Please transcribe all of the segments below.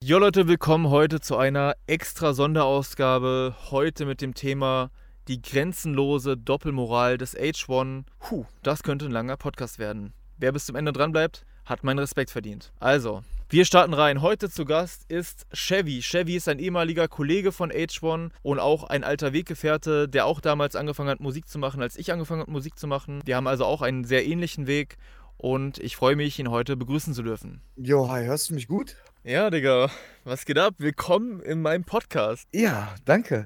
Jo Leute, willkommen heute zu einer extra Sonderausgabe. Heute mit dem Thema die grenzenlose Doppelmoral des H1. Das könnte ein langer Podcast werden. Wer bis zum Ende dran bleibt, hat meinen Respekt verdient. Also, wir starten rein. Heute zu Gast ist Chevy. Chevy ist ein ehemaliger Kollege von H1 und auch ein alter Weggefährte, der auch damals angefangen hat, Musik zu machen, als ich angefangen habe, Musik zu machen. Wir haben also auch einen sehr ähnlichen Weg und ich freue mich, ihn heute begrüßen zu dürfen. Jo, hi, hörst du mich gut? Ja, Digga, was geht ab? Willkommen in meinem Podcast. Ja, danke.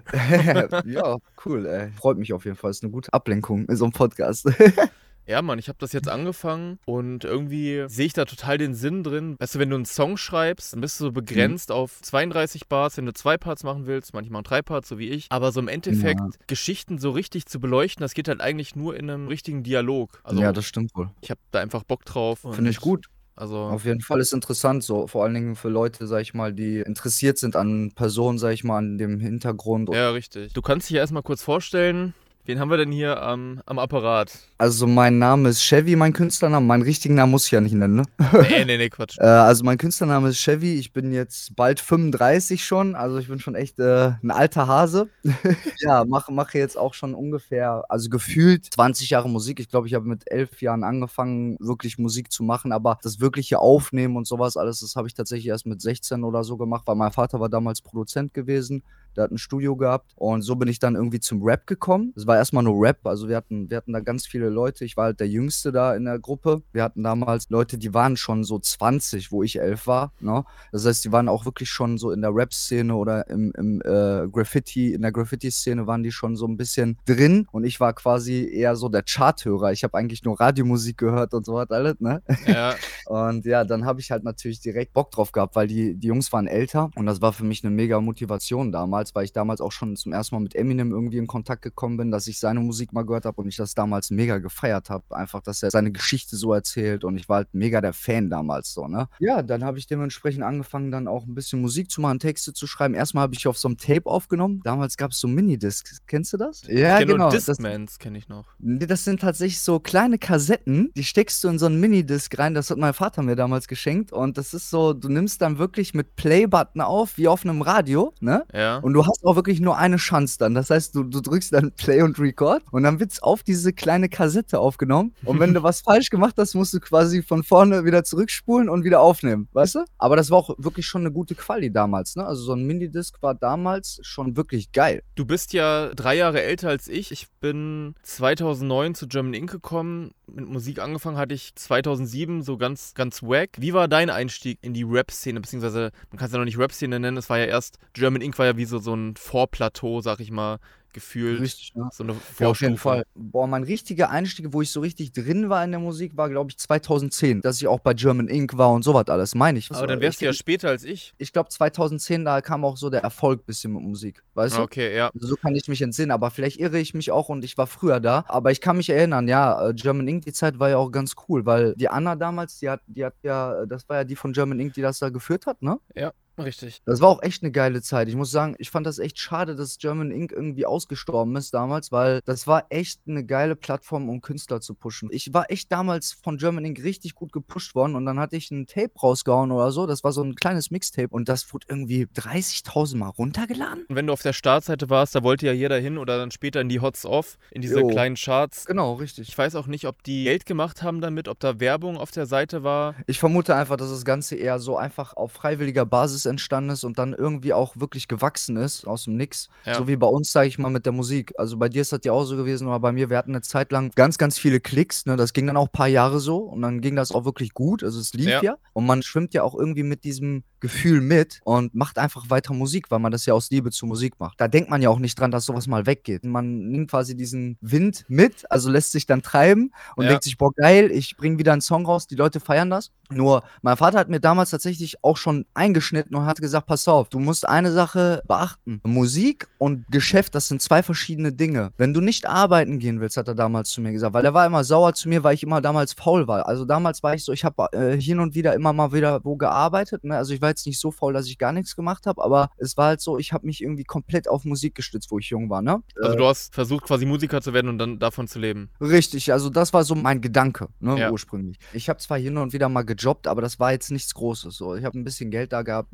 Ja, cool, ey. Freut mich auf jeden Fall. Ist eine gute Ablenkung in so einem Podcast. Ja, Mann, ich habe das jetzt angefangen und irgendwie sehe ich da total den Sinn drin. Weißt du, wenn du einen Song schreibst, dann bist du so begrenzt auf 32 Bars, wenn du 2 Parts machen willst, manchmal 3 Parts, so wie ich. Aber so im Endeffekt, Ja. Geschichten so richtig zu beleuchten, das geht halt eigentlich nur in einem richtigen Dialog. Also Ja, das stimmt wohl. ich habe da einfach Bock drauf. Finde ich gut. Also, Auf jeden Fall ist interessant, so vor allen Dingen für Leute, sag ich mal, die interessiert sind an Personen, sag ich mal, an dem Hintergrund. ja, richtig. Du kannst dich ja erstmal kurz vorstellen. Wen haben wir denn hier am Apparat? Also mein Name ist Chevy, mein Künstlername. Meinen richtigen Namen muss ich ja nicht nennen, ne? Nee, Quatsch. Also mein Künstlername ist Chevy. Ich bin jetzt bald 35 schon. Also ich bin schon echt ein alter Hase. Ja, mache jetzt auch schon ungefähr, also gefühlt 20 Jahre Musik. Ich glaube, ich habe mit 11 Jahren angefangen, wirklich Musik zu machen. Aber das wirkliche Aufnehmen und sowas alles, das habe ich tatsächlich erst mit 16 oder so gemacht, weil mein Vater war damals Produzent gewesen. Der hat ein Studio gehabt und so bin ich dann irgendwie zum Rap gekommen. Es war erstmal nur Rap, also wir hatten da ganz viele Leute. Ich war halt der Jüngste da in der Gruppe. Wir hatten damals Leute, die waren schon so 20, wo ich 11 war, ne? Das heißt, die waren auch wirklich schon so in der Rap-Szene oder in der Graffiti-Szene waren die schon so ein bisschen drin und ich war quasi eher so der Charthörer. Ich habe eigentlich nur Radiomusik gehört und so was alles, ne? Ja, Und ja, dann habe ich halt natürlich direkt Bock drauf gehabt, weil die Jungs waren älter und das war für mich eine mega Motivation damals, weil ich damals auch schon zum ersten Mal mit Eminem irgendwie in Kontakt gekommen bin, dass ich seine Musik mal gehört habe und ich das damals mega gefeiert habe. Einfach, dass er seine Geschichte so erzählt und ich war halt mega der Fan damals so, ne? Ja, dann habe ich dementsprechend angefangen, dann auch ein bisschen Musik zu machen, Texte zu schreiben. Erstmal habe ich auf so einem Tape aufgenommen. Damals gab es so Minidiscs. Kennst du das? ich Ja, kenne nur genau. Discmans, kenne ich noch. Nee, das sind tatsächlich so kleine Kassetten, die steckst du in so einen Minidisc rein. Das hat mein Vater mir damals geschenkt. Und das ist so, du nimmst dann wirklich mit Play-Button auf, wie auf einem Radio, ne? Ja. Und du hast auch wirklich nur eine Chance dann. Das heißt, du drückst dann Play und Record und dann wird's auf diese kleine Kassette aufgenommen. Und wenn du was falsch gemacht hast, musst du quasi von vorne wieder zurückspulen und wieder aufnehmen, weißt du? Aber das war auch wirklich schon eine gute Quali damals, ne? Also so ein Minidisc war damals schon wirklich geil. Du bist ja 3 Jahre älter als ich. Ich bin 2009 zu German Inc. gekommen. Mit Musik angefangen hatte ich 2007, so ganz wack. Wie war dein Einstieg in die Rap-Szene? Beziehungsweise, man kann es ja noch nicht Rap-Szene nennen. Es war ja erst, German Inc. war ja wie so ein Vorplateau, sag ich mal, gefühlt. Richtig, ja. So eine Ja, auf jeden Vorstufe. Fall. Boah, mein richtiger Einstieg, wo ich so richtig drin war in der Musik, war, glaube ich, 2010, dass ich auch bei German Inc. war und sowas alles, meine ich. Aber dann wärst du ja später als ich. Ich glaube, 2010, da kam auch so der Erfolg ein bisschen mit Musik, weißt du? Okay, ja. Also so kann ich mich entsinnen, aber vielleicht irre ich mich auch und ich war früher da. Aber ich kann mich erinnern, ja, German Inc., die Zeit war ja auch ganz cool, weil die Anna damals, die hat ja, das war ja die von German Inc., die das da geführt hat, ne? Ja, richtig. Das war auch echt eine geile Zeit. Ich muss sagen, ich fand das echt schade, dass German Inc. irgendwie ausgestorben ist damals, weil das war echt eine geile Plattform, um Künstler zu pushen. Ich war echt damals von German Inc. richtig gut gepusht worden und dann hatte ich ein Tape rausgehauen oder so. Das war so ein kleines Mixtape und das wurde irgendwie 30.000 Mal runtergeladen. Und wenn du auf der Startseite warst, da wollte ja jeder hin oder dann später in die Hots Off, in diese Jo. kleinen Charts. Genau, Ich richtig. weiß auch nicht, ob die Geld gemacht haben damit, ob da Werbung auf der Seite war. Ich vermute einfach, dass das Ganze eher so einfach auf freiwilliger Basis entstanden ist und dann irgendwie auch wirklich gewachsen ist aus dem Nix. Ja. So wie bei uns, sage ich mal, mit der Musik. Also bei dir ist das ja auch so gewesen, aber bei mir, wir hatten eine Zeit lang ganz, ganz viele Klicks. Ne? Das ging dann auch ein paar Jahre so und dann ging das auch wirklich gut. Also es lief Ja. ja. Und man schwimmt ja auch irgendwie mit diesem Gefühl mit und macht einfach weiter Musik, weil man das ja aus Liebe zur Musik macht. Da denkt man ja auch nicht dran, dass sowas mal weggeht. Man nimmt quasi diesen Wind mit, also lässt sich dann treiben und Ja. denkt sich, boah, geil, ich bringe wieder einen Song raus, die Leute feiern das. Nur, mein Vater hat mir damals tatsächlich auch schon eingeschnitten und hat gesagt, pass auf, du musst eine Sache beachten. Musik und Geschäft, das sind 2 verschiedene Dinge. Wenn du nicht arbeiten gehen willst, hat er damals zu mir gesagt, weil er war immer sauer zu mir, weil ich immer damals faul war. Also damals war ich so, ich habe hin und wieder immer mal wieder wo gearbeitet, ne? Also ich war jetzt nicht so faul, dass ich gar nichts gemacht habe, aber es war halt so, ich habe mich irgendwie komplett auf Musik gestützt, wo ich jung war, ne? Also du hast versucht quasi Musiker zu werden und dann davon zu leben. Richtig, also das war so mein Gedanke, ne, Ja. ursprünglich. Ich habe zwar hin und wieder mal gejobbt, aber das war jetzt nichts Großes so. Ich habe ein bisschen Geld da gehabt,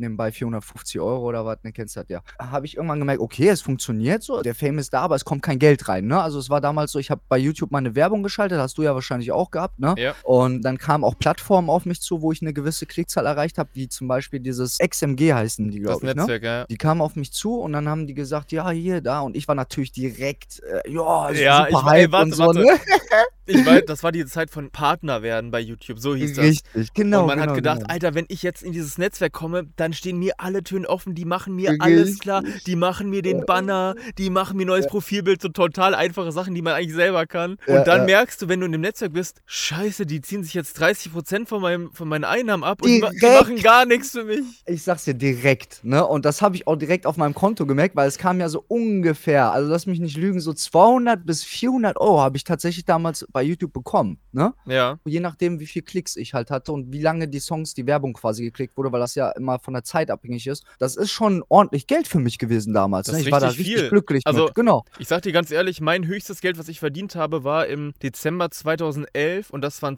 nebenbei 450 € oder was, ne, kennst du das ja. Habe ich irgendwann gemerkt, okay, es funktioniert so, der Fame ist da, aber es kommt kein Geld rein, ne? Also, es war damals so, ich habe bei YouTube mal 'ne Werbung geschaltet, hast du ja wahrscheinlich auch gehabt, ne? Ja. Und dann kamen auch Plattformen auf mich zu, wo ich 'ne gewisse Klickzahl erreicht habe, wie zum Beispiel dieses XMG heißen die, Das glaube ich, ne? Netzwerk, ja. Die kamen auf mich zu und dann haben die gesagt: „Ja, hier, da." Und ich war natürlich direkt, ja, Ja, super hyped und so, ne? Ich weiß, das war die Zeit von Partner werden bei YouTube, so hieß das. Richtig, Und genau, man hat genau, gedacht: genau. „Alter, wenn ich jetzt in dieses Netzwerk komme, dann stehen mir alle Türen offen, die machen mir alles klar, Richtig. die machen mir den Banner, die machen mir neues Ja. Profilbild", so total einfache Sachen, die man eigentlich selber kann. Ja, Und dann ja. merkst du, wenn du in dem Netzwerk bist: „Scheiße, die ziehen sich jetzt 30% von meinen Einnahmen ab und die machen Direkt. gar nix für mich." Ich sag's dir direkt, ne? Und das habe ich auch direkt auf meinem Konto gemerkt, weil es kam ja so ungefähr, also lass mich nicht lügen, so 200 bis 400 € habe ich tatsächlich damals bei YouTube bekommen, ne? Ja. Je nachdem, wie viel Klicks ich halt hatte und wie lange die Songs, die Werbung quasi geklickt wurde, weil das ja immer von der Zeit abhängig ist. Das ist schon ordentlich Geld für mich gewesen damals, Das ne? ist Ich war da richtig richtig viel. glücklich Also, mit. Genau. ich sage dir ganz ehrlich, mein höchstes Geld, was ich verdient habe, war im Dezember 2011 und das waren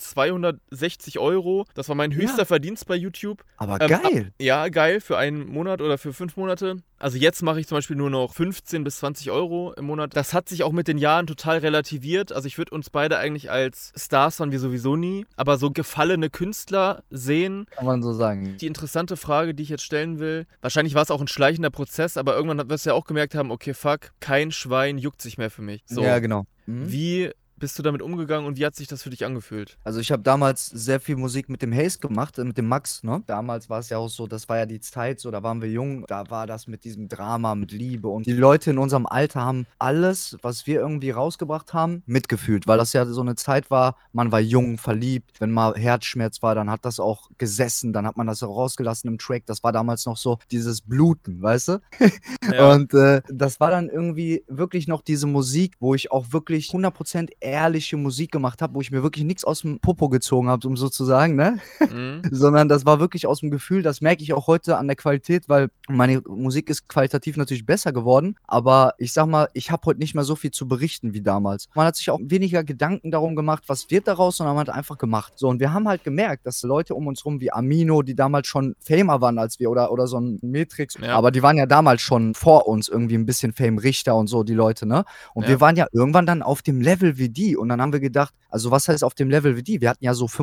260 €. Das war mein höchster Ja. Verdienst bei YouTube. Aber geil. Ja, geil, für einen Monat oder für 5 Monate. Also jetzt mache ich zum Beispiel nur noch 15 bis 20 € im Monat. Das hat sich auch mit den Jahren total relativiert. Also ich würde uns beide eigentlich als Stars waren wir sowieso nie, aber so gefallene Künstler sehen. Kann man so sagen. Die interessante Frage, die ich jetzt stellen will, wahrscheinlich war es auch ein schleichender Prozess, aber irgendwann wirst du ja auch gemerkt haben, okay, fuck, kein Schwein juckt sich mehr für mich. So, Ja, genau. Mhm. wie bist du damit umgegangen und wie hat sich das für dich angefühlt? Also, ich habe damals sehr viel Musik mit dem Haze gemacht, mit dem Max, ne? Damals war es ja auch so, das war ja die Zeit so, da waren wir jung, da war das mit diesem Drama, mit Liebe und die Leute in unserem Alter haben alles, was wir irgendwie rausgebracht haben, mitgefühlt, weil das ja so 'ne Zeit war, man war jung, verliebt. Wenn mal Herzschmerz war, dann hat das auch gesessen, dann hat man das auch rausgelassen im Track. Das war damals noch so dieses Bluten, weißt du? Ja. Und, das war dann irgendwie wirklich noch diese Musik, wo ich auch wirklich 100% ehrliche Musik gemacht habe, wo ich mir wirklich nix aus'm Popo gezogen habe, um so zu sagen, ne? Mhm. Sondern das war wirklich aus'm Gefühl. Das merke ich auch heute an der Qualität, weil meine Musik ist qualitativ natürlich besser geworden, aber ich sage mal, ich habe heute nicht mehr so viel zu berichten wie damals. Man hat sich auch weniger Gedanken darum gemacht, was wird daraus, sondern man hat einfach gemacht. So, und wir haben halt gemerkt, dass Leute um uns rum wie Amino, die damals schon Famer waren als wir oder so 'n Matrix, Ja. aber die waren ja damals schon vor uns irgendwie 'n bisschen Fame Richter und so, die Leute, ne? Und Ja. wir waren ja irgendwann dann auf dem Level wie die und dann haben wir gedacht, also was heißt auf dem Level wie die? Wir hatten ja so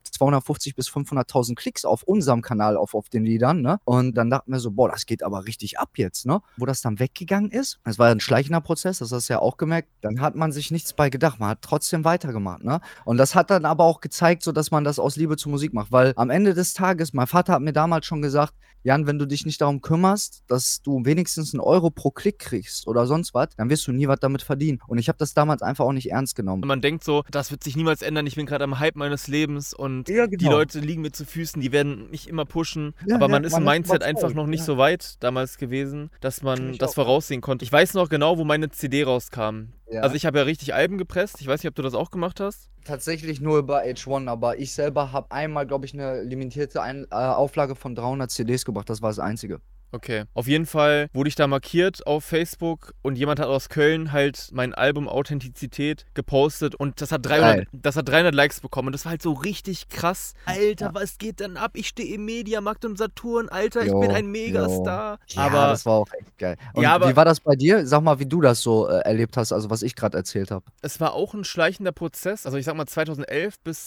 250 bis 500.000 Klicks auf unserem Kanal auf den Liedern, ne? Und dann dachten wir so: „Boah, das geht aber richtig ab jetzt", ne? Wo das dann weggegangen ist, das war ja 'n schleichender Prozess, das hast du ja auch gemerkt, dann hat man sich nichts bei gedacht. Man hat trotzdem weitergemacht, ne? Und das hat dann aber auch gezeigt, so dass man das aus Liebe zur Musik macht, weil am Ende des Tages, mein Vater hat mir damals schon gesagt: „Jan, wenn du dich nicht darum kümmerst, dass du wenigstens 1 € pro Klick kriegst oder sonst was, dann wirst du nie was damit verdienen." Und ich habe das damals einfach auch nicht ernst genommen. Man denkt so, das wird sich niemals ändern, ich bin gerade am Hype meines Lebens und Ja, die genau. Leute liegen mir zu Füßen, die werden mich immer pushen. Ja, Aber ja, man ist im man ist Mindset einfach überzeugt, noch nicht ja. so weit damals gewesen, dass man Ich das auch. voraussehen konnte. Ich weiß noch genau, wo meine CD rauskam. Ja. Also ich habe ja richtig Alben gepresst. Ich weiß nicht, ob du das auch gemacht hast. Tatsächlich nur über H1, aber ich selber habe einmal, glaube ich, 'ne limitierte Auflage von 300 CDs gebracht. Das war das Einzige. Okay. Auf jeden Fall wurde ich da markiert auf Facebook und jemand hat aus Köln halt mein Album Authentizität gepostet und das hat 300 Likes bekommen und das war halt so richtig krass. Alter, Ja. was geht denn ab? Ich stehe im Mediamarkt und Saturn, Alter, ich Jo, bin ein Megastar. Ja, Aber das war auch echt geil. Und Ja, aber- wie war das bei dir? Sag mal, wie du das so, erlebt hast, also was ich grad erzählt habe. es war auch ein schleichender Prozess. Also ich sag mal 2011 bis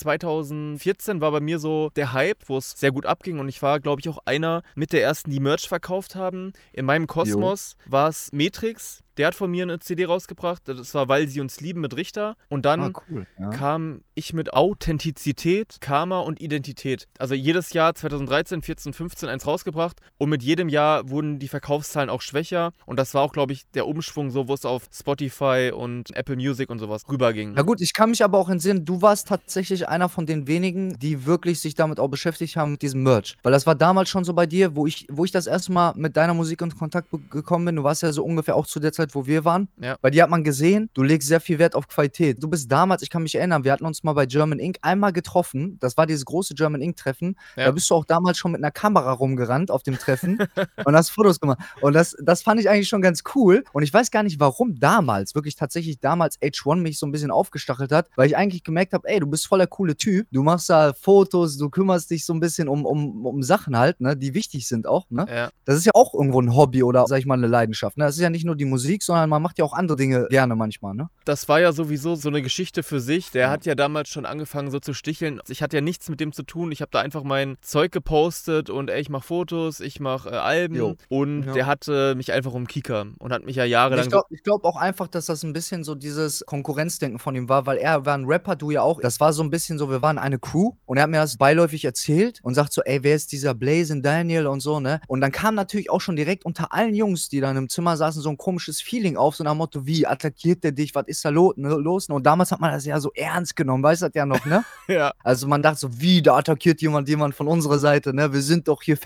2014 war bei mir so der Hype, wo es sehr gut abging und ich war, glaube ich, auch einer mit der ersten, die Merch verkauft haben. In meinem Kosmos war es Matrix. Der hat von mir eine CD rausgebracht. Das war Weil sie uns lieben mit Richter. Und dann Cool. Ja. kam ich mit Authentizität, Karma und Identität. Also jedes Jahr 2013, 14, 15 eins rausgebracht. Und mit jedem Jahr wurden die Verkaufszahlen auch schwächer. Und das war auch, glaube ich, der Umschwung, so wo es auf Spotify und Apple Music und sowas rüberging. Na gut, ich kann mich aber auch entsinnen, du warst tatsächlich einer von den wenigen, die wirklich sich damit auch beschäftigt haben mit diesem Merch. Weil das war damals schon so bei dir, wo ich das erste Mal mit deiner Musik in Kontakt gekommen bin. Du warst ja so ungefähr auch zu der Zeit Hochzeit, wo wir waren. Ja. Bei dir hat man gesehen, du legst sehr viel Wert auf Qualität. Du bist damals, ich kann mich erinnern, wir hatten uns mal bei German Ink einmal getroffen. Das war dieses große German Ink-Treffen. Ja. Da bist du auch damals schon mit einer Kamera rumgerannt auf dem Treffen und hast Fotos gemacht. Und das fand ich eigentlich schon ganz cool. Und ich weiß gar nicht, warum damals, wirklich tatsächlich damals H1 mich so ein bisschen aufgestachelt hat, weil ich eigentlich gemerkt habe, ey, du bist voll der coole Typ. Du machst da Fotos, du kümmerst dich so ein bisschen um Sachen halt, ne, die wichtig sind auch, ne? Ja. Das ist ja auch irgendwo ein Hobby oder, sag ich mal, eine Leidenschaft, ne? Das ist ja nicht nur die Musik, sondern man macht ja auch andere Dinge gerne manchmal, ne? Das war ja sowieso so eine Geschichte für sich. Der Ja. hat ja damals schon angefangen so zu sticheln. Ich hatte ja nichts mit dem zu tun. Ich habe da einfach mein Zeug gepostet und ey, ich mache Fotos, ich mache Alben. Jo. Und Ja. der hatte mich einfach um Kika und hat mich ja jahrelang... Ich glaube auch einfach, dass das ein bisschen so dieses Konkurrenzdenken von ihm war, weil er war ein Rapper, du ja auch. Das war so ein bisschen so, wir waren eine Crew und er hat mir das beiläufig erzählt und sagt so, ey, wer ist dieser Blazin Daniel und so, ne? Und dann kam natürlich auch schon direkt unter allen Jungs, die dann im Zimmer saßen, so ein komisches Feeling auf, so nach dem Motto, wie, attackiert der dich, was ist da los? Ne? Und damals hat man das ja so ernst genommen, weißt du das ja noch, ne? Ja. Also man dachte so, wie, da attackiert jemand von unserer Seite, ne? Wir sind doch hier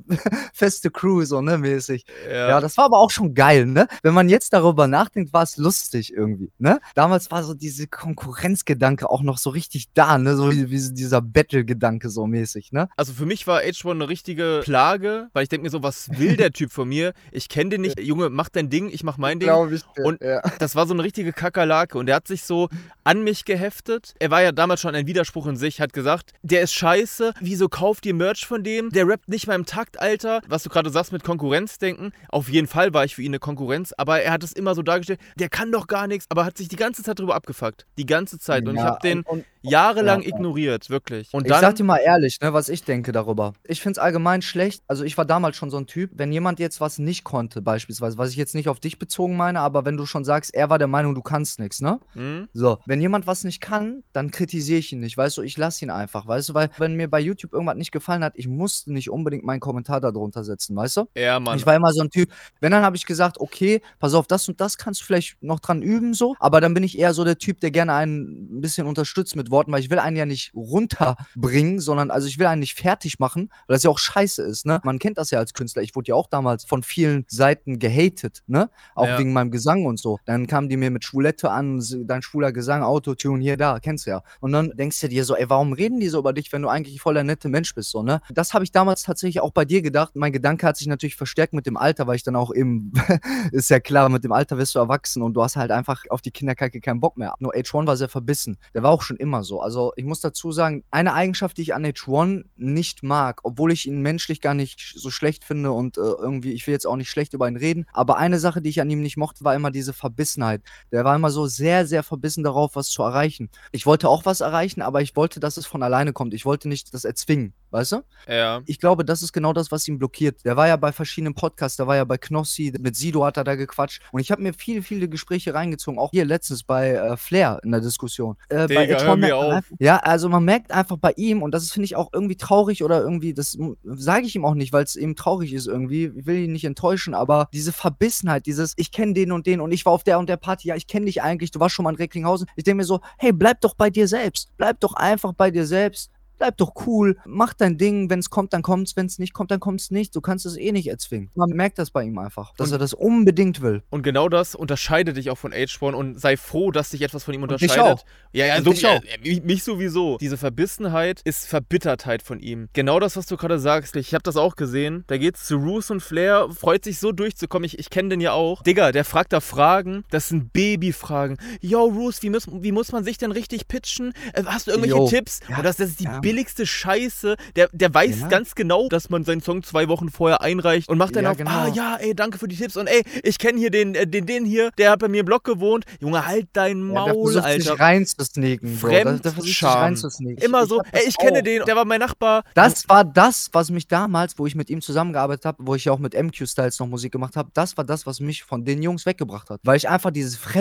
feste Crew, so, ne, mäßig. Ja, das war aber auch schon geil, ne? Wenn man jetzt darüber nachdenkt, war es lustig irgendwie, ne? Damals war so diese Konkurrenzgedanke auch noch so richtig da, ne? So wie dieser Battle-Gedanke so mäßig, ne? Also für mich war H1 eine richtige Plage, weil ich denke mir so, was will der Typ von mir? Ich kenne den nicht. Junge, mach dein Ding, ich mach mein Ding. Ich. Und das war so eine richtige Kakerlake und der hat sich so an mich geheftet. Er war ja damals schon ein Widerspruch in sich, hat gesagt, der ist scheiße, wieso kauft ihr Merch von dem? Der rappt nicht mal im Takt, Alter. Was du gerade sagst mit Konkurrenzdenken, auf jeden Fall war ich für ihn eine Konkurrenz, aber er hat es immer so dargestellt, der kann doch gar nichts, aber hat sich die ganze Zeit drüber abgefuckt. Die ganze Zeit. Und ich habe den jahrelang ignoriert, wirklich. Und dann, ich sag dir mal ehrlich, ne, was ich denke darüber. Ich find's allgemein schlecht, also ich war damals schon so ein Typ, wenn jemand jetzt was nicht konnte, beispielsweise, was ich jetzt nicht auf dich bezogen meine, aber wenn du schon sagst, er war der Meinung, du kannst nichts, ne? So, wenn jemand was nicht kann, dann kritisiere ich ihn nicht, weißt du, ich lasse ihn einfach, weißt du, weil wenn mir bei YouTube irgendwas nicht gefallen hat, ich musste nicht unbedingt meinen Kommentar da drunter setzen, weißt du? ja, Mann. Ich war immer so ein Typ, wenn dann habe ich gesagt, okay, pass auf, das und das kannst du vielleicht noch dran üben, so, aber dann bin ich eher so der Typ, der gerne einen ein bisschen unterstützt mit Worten, weil ich will einen ja nicht runterbringen, sondern, also ich will einen nicht fertig machen, weil das ja auch scheiße ist, ne? Man kennt das ja als Künstler, ich wurde ja auch damals von vielen Seiten gehatet, ne? Auch Ja. wegen meinem Gesang und so. Dann kamen die mir mit Schwulette an, dein schwuler Gesang, Autotune, hier, da, kennst du ja. Und dann denkst du dir so, ey, warum reden die so über dich, wenn du eigentlich voll der nette Mensch bist, so, ne? Das habe ich damals tatsächlich auch bei dir gedacht. Mein Gedanke hat sich natürlich verstärkt mit dem Alter, weil ich dann auch eben, ist ja klar, mit dem Alter wirst du erwachsen und du hast halt einfach auf die Kinderkacke keinen Bock mehr. Nur H1 war sehr verbissen. Der war auch schon immer so. Also ich muss dazu sagen, eine Eigenschaft, die ich an H1 nicht mag, obwohl ich ihn menschlich gar nicht so schlecht finde und irgendwie, ich will jetzt auch nicht schlecht über ihn reden, aber eine Sache, die ich an ihm nicht mochte, war immer diese Verbissenheit. Der war immer so sehr, sehr verbissen darauf, was zu erreichen. Ich wollte auch was erreichen, aber ich wollte, dass es von alleine kommt. Ich wollte nicht das erzwingen, weißt du? Ja. Ich glaube, das ist genau das, was ihn blockiert. Der war ja bei verschiedenen Podcasts, der war ja bei Knossi, mit Sido hat er da gequatscht und ich habe mir viele, viele Gespräche reingezogen, auch hier letztens bei Flair in der Diskussion. Bei Digga, H1 hör mir merkt man auf. einfach- Ja, also man merkt einfach bei ihm und das ist, finde ich, auch irgendwie traurig oder irgendwie, das sage ich ihm auch nicht, weil es eben traurig ist irgendwie, ich will ihn nicht enttäuschen, aber diese Verbissenheit, dieses, ich kenne den und ich war auf der und der Party, ja, ich kenne dich eigentlich, du warst schon mal in Recklinghausen. Ich denke mir so, hey, bleib doch bei dir selbst, bleib doch einfach bei dir selbst. Bleib doch cool, mach dein Ding, wenn es kommt, dann kommt's, wenn es nicht kommt, dann kommt's nicht. Du kannst es eh nicht erzwingen. Man merkt das bei ihm einfach, dass er das unbedingt will. Und genau das unterscheidet dich auch von H1 und sei froh, dass dich etwas von ihm dich unterscheidet. auch. Ja, Und so dich auch. mich sowieso. Diese Verbissenheit ist Verbittertheit von ihm. Genau das, was du gerade sagst. Ich habe das auch gesehen. Da geht's zu Roos und Flair, freut sich so durchzukommen. Ich kenne den ja auch. Digga, der fragt da Fragen. Das sind Babyfragen. Yo, Roos, wie muss man sich denn richtig pitchen? Hast du irgendwelche Jo. Tipps? Ja. Und das ist die Ja. billigste Scheiße. Der weiß Ja. ganz genau, dass man seinen Song 2 Wochen vorher einreicht und macht dann Ja, auf, genau. ja, ey, danke für die Tipps und ey, ich kenne hier den hier, der hat bei mir im Block gewohnt. Junge, halt dein Ja, der Maul, versucht Alter. sich reinzusneaken, Bro. Der versucht sich Fremdscham. reinzusneaken. Immer so, hab das ey, ich kenne auch. den, der war mein Nachbar. Das war das, was mich damals, wo ich mit ihm zusammengearbeitet habe, wo ich ja auch mit MQ Styles noch Musik gemacht habe, das war das, was mich von den Jungs weggebracht hat. Weil ich einfach dieses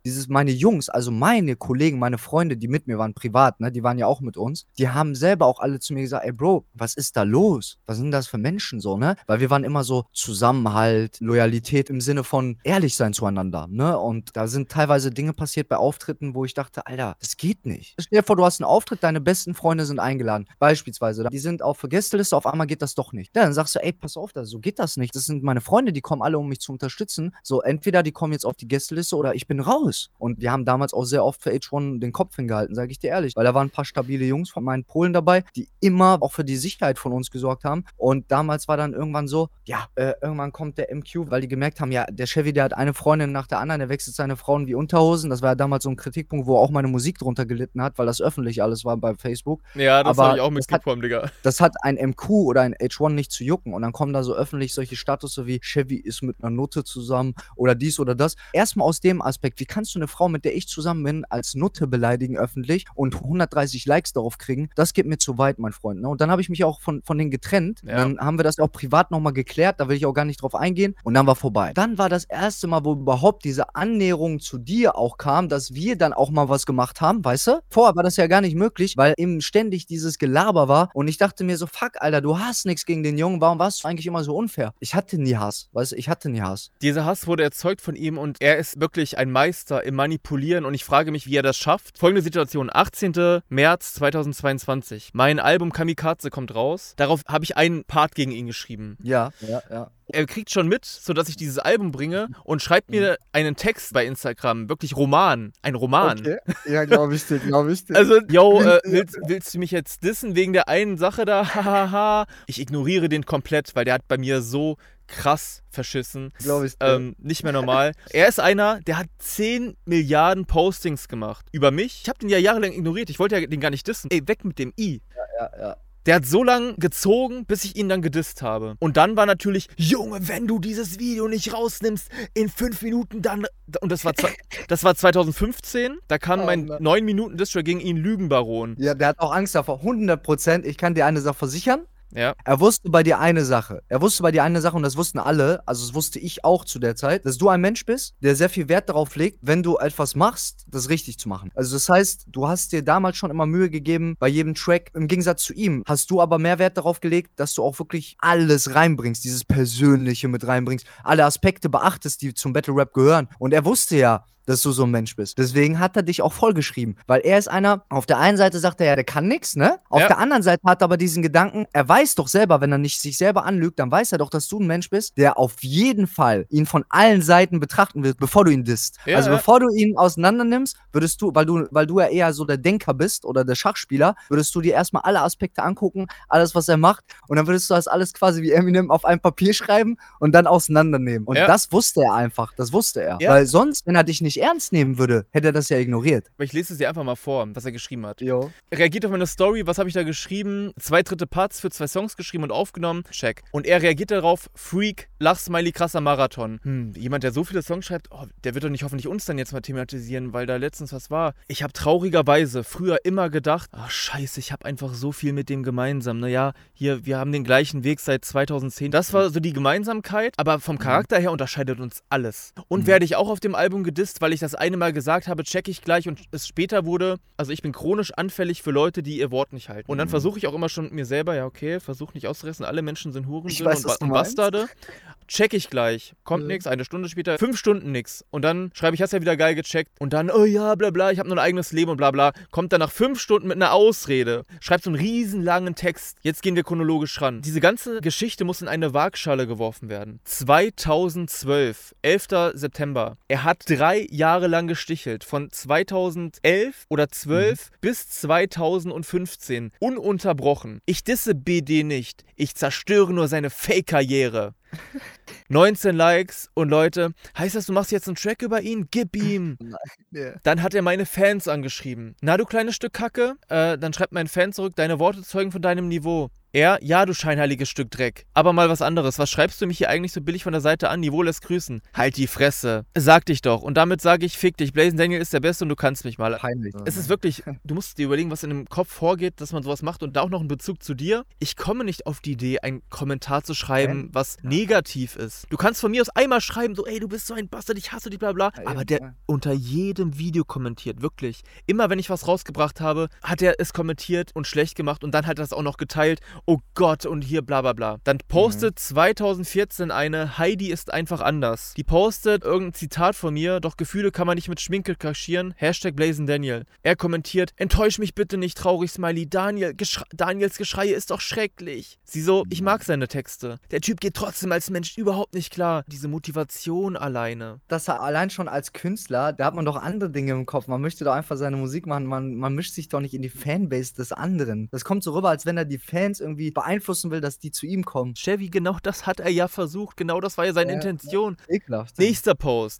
meine Jungs, also meine Kollegen, meine Freunde, die mit mir waren, privat, ne, die waren ja auch mit uns, die haben selber auch alle zu mir gesagt, ey Bro, was ist da los? Was sind das für Menschen so, ne? Weil wir waren immer so Zusammenhalt, Loyalität im Sinne von ehrlich sein zueinander, ne? Und da sind teilweise Dinge passiert bei Auftritten, wo ich dachte, Alter, das geht nicht. Stell dir vor, du hast einen Auftritt, deine besten Freunde sind eingeladen, beispielsweise, die sind auf der Gästeliste, auf einmal geht das doch nicht. Ja, dann sagst du, ey, pass auf, so geht das nicht. Das sind meine Freunde, die kommen alle, um mich zu unterstützen. So, entweder die kommen jetzt auf die Gästeliste oder ich bin raus. Und wir haben damals auch sehr oft für H1 den Kopf hingehalten, sage ich dir ehrlich. Weil da waren ein paar stabile Jungs von meinen Polen dabei, die immer auch für die Sicherheit von uns gesorgt haben. Und damals war dann irgendwann so, ja, irgendwann kommt der MQ, weil die gemerkt haben, ja, der Chevy, der hat eine Freundin nach der anderen, der wechselt seine Frauen wie Unterhosen. Das war ja damals so ein Kritikpunkt, wo auch meine Musik drunter gelitten hat, weil das öffentlich alles war bei Facebook. Ja, das habe ich auch mitbekommen, Digga. Das hat ein MQ oder ein H1 nicht zu jucken. Und dann kommen da so öffentlich solche Statusse wie Chevy ist mit einer Nutte zusammen oder dies oder das. Erstmal aus dem Aspekt, wie kannst du eine Frau, mit der ich zusammen bin, als Nutte beleidigen öffentlich und 130 Likes darauf kriegen? Das geht mir zu weit, mein Freund. Ne? Und dann habe ich mich auch von denen getrennt. Ja. Dann haben wir das auch privat nochmal geklärt. Da will ich auch gar nicht drauf eingehen. Und dann war vorbei. Dann war das erste Mal, wo überhaupt diese Annäherung zu dir auch kam, dass wir dann auch mal was gemacht haben, weißt du? Vorher war das ja gar nicht möglich, weil eben ständig dieses Gelaber war. Und ich dachte mir so, fuck, Alter, du hast nichts gegen den Jungen. Warum warst du eigentlich immer so unfair? Ich hatte nie Hass, weißt du? Ich hatte nie Hass. Dieser Hass wurde erzeugt von ihm und er ist wirklich ein Meister im Manipulieren und ich frage mich, wie er das schafft. Folgende Situation, 18. März 2022. Mein Album Kamikaze kommt raus. Darauf habe ich einen Part gegen ihn geschrieben. Ja. Er kriegt schon mit, sodass ich dieses Album bringe und schreibt mir einen Text bei Instagram, wirklich Roman, ein Roman. Okay. Ja, glaube ich dir. Also, yo, willst du mich jetzt dissen wegen der einen Sache da? Hahaha. Ich ignoriere den komplett, weil der hat bei mir so krass verschissen. Glaube ich dir. Nicht mehr normal. Er ist einer, der hat 10 Milliarden Postings gemacht über mich. Ich habe den ja jahrelang ignoriert. Ich wollte ja den gar nicht dissen. Ey, weg mit dem I. Ja. Der hat so lange gezogen, bis ich ihn dann gedisst habe. Und dann war natürlich, Junge, wenn du dieses Video nicht rausnimmst, in 5 Minuten dann... Und das war 2015. Da kam mein 9-Minuten-Distrack gegen ihn, Lügenbaron. Ja, der hat auch Angst davor. 100%. Ich kann dir eine Sache versichern. Ja. Er wusste bei dir eine Sache. Und das wussten alle, also das wusste ich auch zu der Zeit, dass du ein Mensch bist, der sehr viel Wert darauf legt, wenn du etwas machst, das richtig zu machen. Also das heißt, du hast dir damals schon immer Mühe gegeben bei jedem Track. Im Gegensatz zu ihm hast du aber mehr Wert darauf gelegt, dass du auch wirklich alles reinbringst, dieses Persönliche mit reinbringst, alle Aspekte beachtest, die zum Battle Rap gehören. Und er wusste ja, dass du so ein Mensch bist. Deswegen hat er dich auch vollgeschrieben. Weil er ist einer, auf der einen Seite sagt er ja, der kann nix, ne? Auf der anderen Seite hat er aber diesen Gedanken, er weiß doch selber, wenn er nicht sich selber anlügt, dann weiß er doch, dass du ein Mensch bist, der auf jeden Fall ihn von allen Seiten betrachten wird, bevor du ihn disst. Ja, also bevor du ihn auseinander nimmst, würdest du, weil du ja eher so der Denker bist oder der Schachspieler, würdest du dir erstmal alle Aspekte angucken, alles, was er macht, und dann würdest du das alles quasi wie Eminem auf ein Papier schreiben und dann auseinandernehmen. Und das wusste er einfach, Weil sonst, wenn er dich nicht ernst nehmen würde, hätte er das ja ignoriert. Aber ich lese es dir einfach mal vor, was er geschrieben hat. Jo. Er reagiert auf meine Story, was habe ich da geschrieben? 2 dritte Parts für 2 Songs geschrieben und aufgenommen. Check. Und er reagiert darauf, Freak, Lachsmiley, krasser Marathon. Jemand, der so viele Songs schreibt, der wird doch nicht hoffentlich uns dann jetzt mal thematisieren, weil da letztens was war. Ich habe traurigerweise früher immer gedacht, scheiße, ich habe einfach so viel mit dem gemeinsam. Naja, hier, wir haben den gleichen Weg seit 2010. Das war so die Gemeinsamkeit, aber vom Charakter her unterscheidet uns alles. Und werde ich auch auf dem Album gedisst, weil ich das eine Mal gesagt habe, check ich gleich, und es später wurde, also ich bin chronisch anfällig für Leute, die ihr Wort nicht halten. Und dann versuche ich auch immer schon mit mir selber, ja okay, versuch nicht auszureißen, alle Menschen sind Hurensöhne und Bastarde. Check ich gleich, kommt nix, 1 Stunde später, 5 Stunden nix. Und dann schreibe ich, hast ja wieder geil gecheckt. Und dann, oh ja, bla bla, ich habe nur ein eigenes Leben und bla bla. Kommt dann nach 5 Stunden mit einer Ausrede, schreibt so einen riesenlangen Text. Jetzt gehen wir chronologisch ran. Diese ganze Geschichte muss in eine Waagschale geworfen werden. 2012, 11. September. Er hat 3 Jahre lang gestichelt. Von 2011 oder 12 bis 2015. Ununterbrochen. Ich disse BD nicht. Ich zerstöre nur seine Fake-Karriere. 19 Likes und Leute, heißt das, du machst jetzt einen Track über ihn? Gib ihm! Nein, yeah. Dann hat er meine Fans angeschrieben. Na, du kleines Stück Kacke? Dann schreibt mein Fan zurück, deine Worte zeugen von deinem Niveau. Er, ja, du scheinheiliges Stück Dreck. Aber mal was anderes. Was schreibst du mich hier eigentlich so billig von der Seite an? Niveau lässt grüßen. Halt die Fresse. Sag dich doch. Und damit sage ich, fick dich. Blazing Daniel ist der Beste und du kannst mich mal. Peinlich. Es ist wirklich, du musst dir überlegen, was in dem Kopf vorgeht, dass man sowas macht und da auch noch einen Bezug zu dir. Ich komme nicht auf die Idee, einen Kommentar zu schreiben, was negativ ist. Du kannst von mir aus einmal schreiben, so, ey, du bist so ein Bastard, ich hasse dich, bla bla. Aber der unter jedem Video kommentiert, wirklich. Immer wenn ich was rausgebracht habe, hat er es kommentiert und schlecht gemacht und dann hat er es auch noch geteilt. Oh Gott, und hier bla bla bla. Dann postet 2014 eine Heidi ist einfach anders. Die postet irgendein Zitat von mir, doch Gefühle kann man nicht mit Schminke kaschieren. Hashtag Blazing Daniel. Er kommentiert, enttäusch mich bitte nicht, traurig Smiley. Daniels Geschrei ist doch schrecklich. Sie so, ich mag seine Texte. Der Typ geht trotzdem als Mensch überhaupt nicht klar. Diese Motivation alleine. Dass er allein schon als Künstler, da hat man doch andere Dinge im Kopf. Man möchte doch einfach seine Musik machen. Man mischt sich doch nicht in die Fanbase des anderen. Das kommt so rüber, als wenn er die Fans irgendwie beeinflussen will, dass die zu ihm kommen. Chevy, genau das hat er ja versucht. Genau das war ja seine Intention. Ekelhaft. Nächster Post.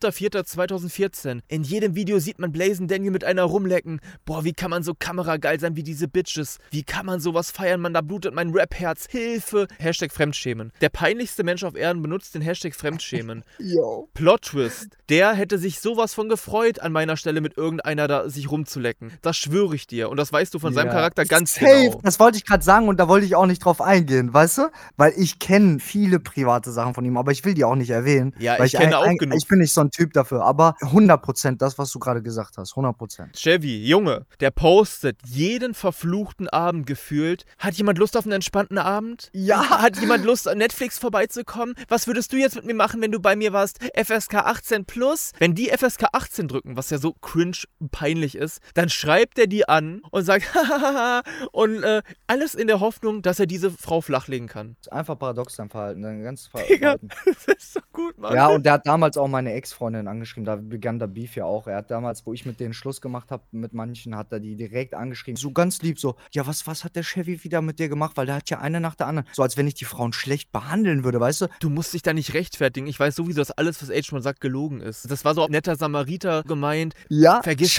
12.04.2014. In jedem Video sieht man Blazing Daniel mit einer rumlecken. Boah, wie kann man so kamerageil sein wie diese Bitches? Wie kann man sowas feiern? Man, da blutet mein Rap-Herz. Hilfe. Hashtag Fremdschämen. Der peinlichste Mensch auf Erden benutzt den Hashtag Fremdschämen. Yo. Plot-Twist. Der hätte sich sowas von gefreut, an meiner Stelle mit irgendeiner da sich rumzulecken. Das schwöre ich dir. Und das weißt du von seinem Charakter ganz safe. genau. Das wollte ich gerade sagen und da wollte ich auch nicht drauf eingehen, weißt du? Weil ich kenne viele private Sachen von ihm, aber ich will die auch nicht erwähnen. Ja, weil ich kenne auch genug. Ich bin nicht so ein Typ dafür, aber 100% das, was du gerade gesagt hast, 100%. Chevy, Junge, der postet jeden verfluchten Abend gefühlt. Hat jemand Lust auf einen entspannten Abend? Ja. Hat jemand Lust, an Netflix vorbeizukommen? Was würdest du jetzt mit mir machen, wenn du bei mir warst? FSK 18 plus? Wenn die FSK 18 drücken, was ja so cringe peinlich ist, dann schreibt er die an und sagt, hahaha, und alles in der Hoffnung, dass er diese Frau flachlegen kann. Einfach paradox dein Verhalten, dein ganzes Digga, Verhalten. das ist so gut, Mann. Ja, und der hat damals auch meine Ex-Freundin angeschrieben, da begann der Beef ja auch. Er hat damals, wo ich mit denen Schluss gemacht habe, mit manchen, hat er die direkt angeschrieben. So ganz lieb, so, ja, was hat der Chevy wieder mit dir gemacht? Weil der hat ja eine nach der anderen. So, als wenn ich die Frauen schlecht behandeln würde, weißt du? Du musst dich da nicht rechtfertigen. Ich weiß sowieso, dass alles, was H-Man sagt, gelogen ist. Das war so ein netter Samariter gemeint. Ja, Vergiss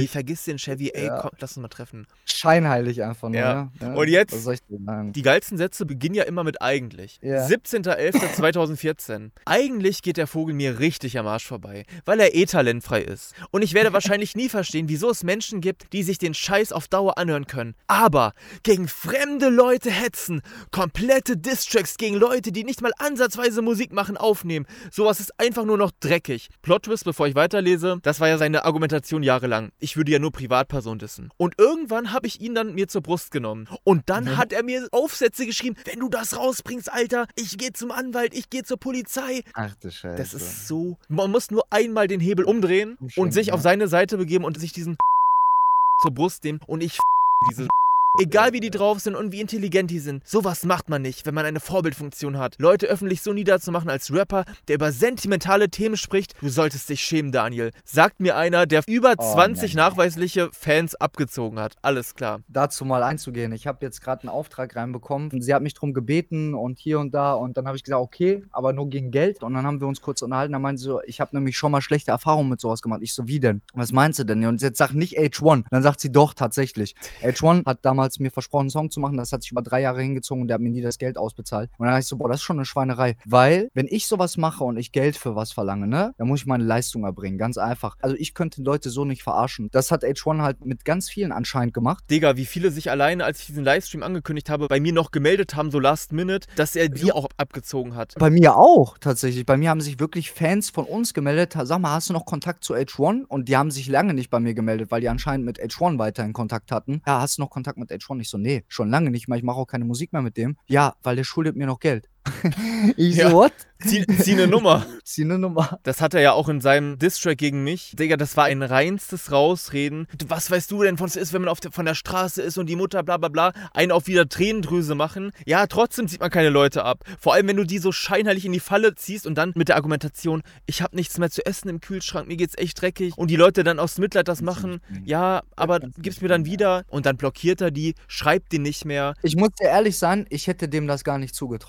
den Chevy, ey, komm, lass uns mal treffen. Scheinheilig einfach nur, Ja. ja. Und jetzt, was soll ich denn sagen? die geilsten Sätze beginnen ja immer mit eigentlich. Ja. 17.11.2014. Eigentlich geht der Vogel mir richtig am Arsch vorbei, weil er talentfrei ist. Und ich werde wahrscheinlich nie verstehen, wieso es Menschen gibt, die sich den Scheiß auf Dauer anhören können. Aber gegen fremde Leute hetzen, komplette Distracks gegen Leute, die nicht mal ansatzweise Musik machen, aufnehmen. Sowas ist einfach nur noch dreckig. Plot-Twist, bevor ich weiterlese, das war ja seine Argumentation jahrelang. Ich würde ja nur Privatpersonen dissen. Und irgendwann habe ich ihn dann mir zur Brust genommen. Und dann hat er mir Aufsätze geschrieben, wenn du das rausbringst, Alter, ich gehe zum Anwalt, ich gehe zur Polizei. Ach du Scheiße. Das ist so... Man muss nur einmal den Hebel umdrehen und sich auf seine Seite begeben und sich diesen zur Brust nehmen und ich diese... Egal wie die drauf sind und wie intelligent die sind, sowas macht man nicht, wenn man eine Vorbildfunktion hat. Leute öffentlich so niederzumachen als Rapper, der über sentimentale Themen spricht, du solltest dich schämen, Daniel. Sagt mir einer, der über 20 nachweisliche Fans abgezogen hat. Alles klar. Dazu mal einzugehen. Ich habe jetzt gerade einen Auftrag reinbekommen. Sie hat mich darum gebeten und hier und da und dann habe ich gesagt, okay, aber nur gegen Geld. Und dann haben wir uns kurz unterhalten. Dann meinte sie so, ich habe nämlich schon mal schlechte Erfahrungen mit sowas gemacht. Ich so, wie denn? Was meinst du denn? Und jetzt sagt nicht H1. Dann sagt sie, doch, tatsächlich. H1 hat damals mir versprochen, einen Song zu machen. Das hat sich über 3 Jahre hingezogen und der hat mir nie das Geld ausbezahlt. Und dann dachte ich so, boah, das ist schon eine Schweinerei. Weil, wenn ich sowas mache und ich Geld für was verlange, ne, dann muss ich meine Leistung erbringen. Ganz einfach. Also ich könnte Leute so nicht verarschen. Das hat H1 halt mit ganz vielen anscheinend gemacht. Digga, wie viele sich alleine, als ich diesen Livestream angekündigt habe, bei mir noch gemeldet haben, so last minute, dass er die auch abgezogen hat. Bei mir auch, tatsächlich. Bei mir haben sich wirklich Fans von uns gemeldet. Sag mal, hast du noch Kontakt zu H1? Und die haben sich lange nicht bei mir gemeldet, weil die anscheinend mit H1 weiterhin Kontakt hatten. Ja, hast du noch Kontakt mit H1? Ich so, nee, schon lange nicht mehr. Ich mache auch keine Musik mehr mit dem. Ja, weil der schuldet mir noch Geld. Ich so, what? Zieh eine Nummer. Zieh eine Nummer. Das hat er ja auch in seinem Distrack gegen mich. Digga, das war ein reinstes Rausreden. Was weißt du denn, was es ist, wenn man von der Straße ist und die Mutter bla bla bla, einen auf wieder Tränendrüse machen? Ja, trotzdem zieht man keine Leute ab. Vor allem, wenn du die so scheinheilig in die Falle ziehst und dann mit der Argumentation, ich habe nichts mehr zu essen im Kühlschrank, mir geht's echt dreckig. Und die Leute dann aus Mitleid das machen. Ja, aber gib's mir dann wieder. Und dann blockiert er die, schreibt die nicht mehr. Ich muss dir ehrlich sein, ich hätte dem das gar nicht zugetraut, dass er sowas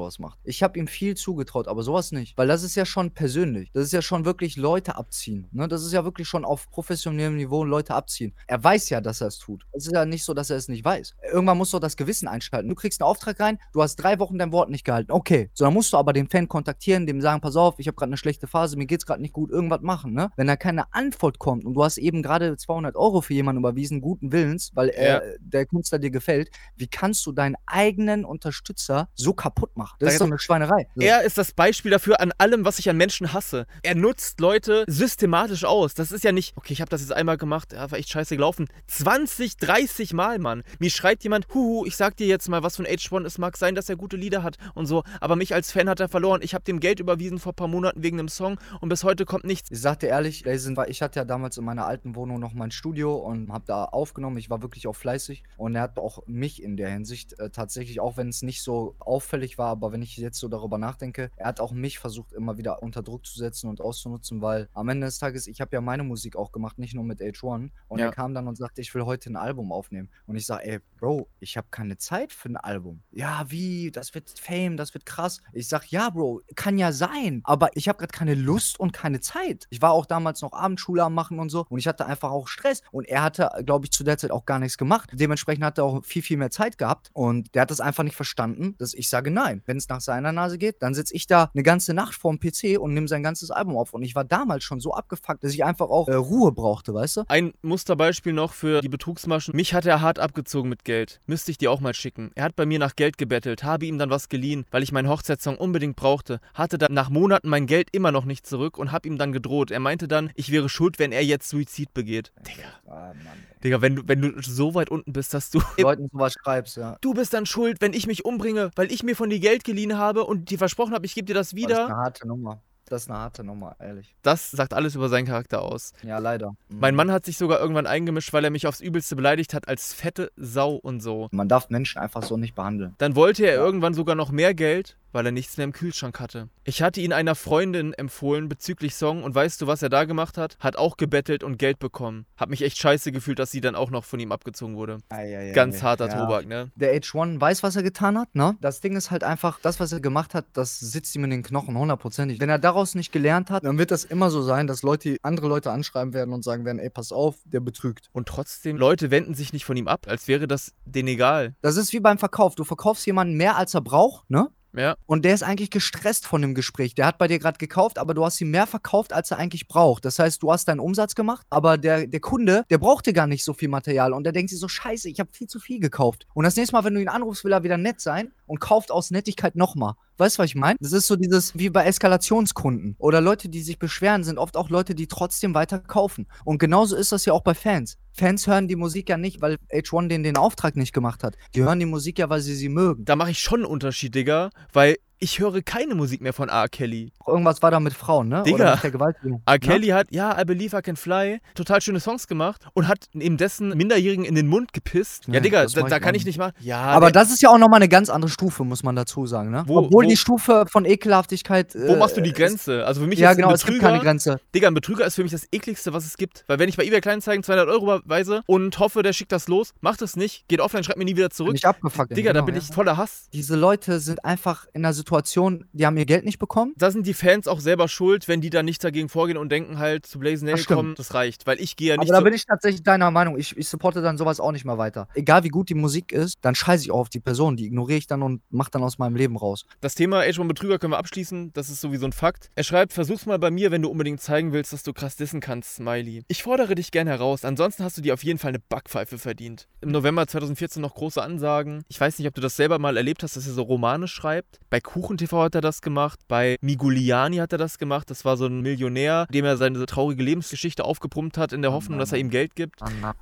sowas macht. Ich habe ihm viel zugetraut, aber sowas nicht. Weil das ist ja schon persönlich. Das ist ja schon wirklich Leute abziehen. Ne? Das ist ja wirklich schon auf professionellem Niveau Leute abziehen. Er weiß ja, dass er es tut. Es ist ja nicht so, dass er es nicht weiß. Irgendwann musst du das Gewissen einschalten. Du kriegst einen Auftrag rein, du hast 3 Wochen dein Wort nicht gehalten. Okay. So, dann musst du aber den Fan kontaktieren, dem sagen, pass auf, ich habe gerade eine schlechte Phase, mir geht's gerade nicht gut, irgendwas machen. Ne? Wenn da keine Antwort kommt und du hast eben gerade 200 € für jemanden überwiesen, guten Willens, weil der Künstler dir gefällt, wie kannst du deinen eigenen Unterstützer so kaputt machen? Das ist doch eine Schweinerei. So. Er ist das Beispiel dafür an allem, was ich an Menschen hasse. Er nutzt Leute systematisch aus. Das ist ja nicht, okay, ich habe das jetzt einmal gemacht, ja, war echt scheiße gelaufen. 20, 30 Mal, Mann. Mir schreibt jemand, ich sag dir jetzt mal was von H1, es mag sein, dass er gute Lieder hat und so, aber mich als Fan hat er verloren. Ich habe dem Geld überwiesen vor ein paar Monaten wegen einem Song und bis heute kommt nichts. Ich sag dir ehrlich, ich hatte ja damals in meiner alten Wohnung noch mein Studio und habe da aufgenommen. Ich war wirklich auch fleißig und er hat auch mich in der Hinsicht tatsächlich, auch wenn es nicht so auffällig war, aber wenn ich jetzt so darüber nachdenke, er hat auch mich versucht immer wieder unter Druck zu setzen und auszunutzen, weil am Ende des Tages, ich habe ja meine Musik auch gemacht, nicht nur mit H1 und er kam dann und sagte, ich will heute ein Album aufnehmen und ich sag, ey Bro, ich habe keine Zeit für ein Album. Ja, wie? Das wird Fame, das wird krass. Ich sag, ja Bro, kann ja sein, aber ich habe gerade keine Lust und keine Zeit. Ich war auch damals noch Abendschule am machen und so und ich hatte einfach auch Stress und er hatte, glaube ich, zu der Zeit auch gar nichts gemacht. Dementsprechend hat er auch viel, viel mehr Zeit gehabt und der hat das einfach nicht verstanden, dass ich sage, nein, wenn es nach seiner Nase geht, dann sitze ich da eine ganze Nacht vorm PC und nehme sein ganzes Album auf und ich war damals schon so abgefuckt, dass ich einfach auch Ruhe brauchte, weißt du? Ein Musterbeispiel noch für die Betrugsmaschen. Mich hat er hart abgezogen mit Geld. Müsste ich dir auch mal schicken. Er hat bei mir nach Geld gebettelt, habe ihm dann was geliehen, weil ich meinen Hochzeitssong unbedingt brauchte, hatte dann nach Monaten mein Geld immer noch nicht zurück und habe ihm dann gedroht. Er meinte dann, ich wäre schuld, wenn er jetzt Suizid begeht. Digga. Ah, Mann. Digga, wenn du so weit unten bist, dass du Leuten sowas schreibst, ja. Du bist dann schuld, wenn ich mich umbringe, weil ich mir von dir Geld geliehen habe und dir versprochen habe, ich gebe dir das wieder. Das ist eine harte Nummer. Das ist eine harte Nummer, ehrlich. Das sagt alles über seinen Charakter aus. Ja, leider. Mein Mann hat sich sogar irgendwann eingemischt, weil er mich aufs Übelste beleidigt hat als fette Sau und so. Man darf Menschen einfach so nicht behandeln. Dann wollte er irgendwann sogar noch mehr Geld, weil er nichts mehr im Kühlschrank hatte. Ich hatte ihn einer Freundin empfohlen bezüglich Song und weißt du, was er da gemacht hat? Hat auch gebettelt und Geld bekommen. Hab mich echt scheiße gefühlt, dass sie dann auch noch von ihm abgezogen wurde. Ganz harter Tobak, ne? Der H1 weiß, was er getan hat, ne? Das Ding ist halt einfach, das, was er gemacht hat, das sitzt ihm in den Knochen, 100%. Wenn er daraus nicht gelernt hat, dann wird das immer so sein, dass andere Leute anschreiben werden und sagen werden, ey, pass auf, der betrügt. Und trotzdem, Leute wenden sich nicht von ihm ab, als wäre das denen egal. Das ist wie beim Verkauf. Du verkaufst jemanden mehr, als er braucht, ne? Ja. Und der ist eigentlich gestresst von dem Gespräch. Der hat bei dir gerade gekauft, aber du hast ihm mehr verkauft, als er eigentlich braucht. Das heißt, du hast deinen Umsatz gemacht, aber der Kunde, der brauchte gar nicht so viel Material. Und der denkt sich so, scheiße, ich habe viel zu viel gekauft. Und das nächste Mal, wenn du ihn anrufst, will er wieder nett sein und kauft aus Nettigkeit nochmal. Weißt du, was ich meine? Das ist so dieses, wie bei Eskalationskunden. Oder Leute, die sich beschweren, sind oft auch Leute, die trotzdem weiter kaufen. Und genauso ist das ja auch bei Fans. Fans hören die Musik ja nicht, weil H1 den Auftrag nicht gemacht hat. Die hören die Musik ja, weil sie mögen. Da mache ich schon einen Unterschied, Digga, weil ich höre keine Musik mehr von R. Kelly. Irgendwas war da mit Frauen, ne? Digga, oder mit der Gewaltübung. R. Kelly hat, I Believe I Can Fly, total schöne Songs gemacht und hat eben dessen Minderjährigen in den Mund gepisst. Ja, Digga, da kann ich nicht machen. Ja, aber das ist ja auch nochmal eine ganz andere Stufe, muss man dazu sagen, ne? Obwohl die Stufe von Ekelhaftigkeit... Wo machst du die Grenze? Also für mich ist ein Betrüger... es gibt keine Grenze. Digga, ein Betrüger ist für mich das ekligste, was es gibt. Weil wenn ich bei eBay Kleinanzeigen 200 € überweise und hoffe, der schickt das los, macht es nicht, geht offline, schreibt mir nie wieder zurück. Bin ich abgefuckt. Digga, da bin ich voller Hass. Diese Leute sind einfach in einer Situation, die haben ihr Geld nicht bekommen. Da sind die Fans auch selber schuld, wenn die da nicht dagegen vorgehen und denken halt, zu Blazing Nail kommen, das reicht. Weil ich gehe ja nicht. Aber da bin ich tatsächlich deiner Meinung. Ich supporte dann sowas auch nicht mehr weiter. Egal wie gut die Musik ist, dann scheiße ich auch auf die Person. Die ignoriere ich dann und mache dann aus meinem Leben raus. Das Thema H1 Betrüger können wir abschließen. Das ist sowieso ein Fakt. Er schreibt, versuch's mal bei mir, wenn du unbedingt zeigen willst, dass du krass dissen kannst, Smiley. Ich fordere dich gern heraus. Ansonsten hast du dir auf jeden Fall eine Backpfeife verdient. Im November 2014 noch große Ansagen. Ich weiß nicht, ob du das selber mal erlebt hast, dass er so Romane schreibt. Bei KuchenTV hat er das gemacht. Bei Miguliani hat er das gemacht. Das war so ein Millionär, dem er seine traurige Lebensgeschichte aufgepumpt hat, in der Hoffnung, dass er ihm Geld gibt.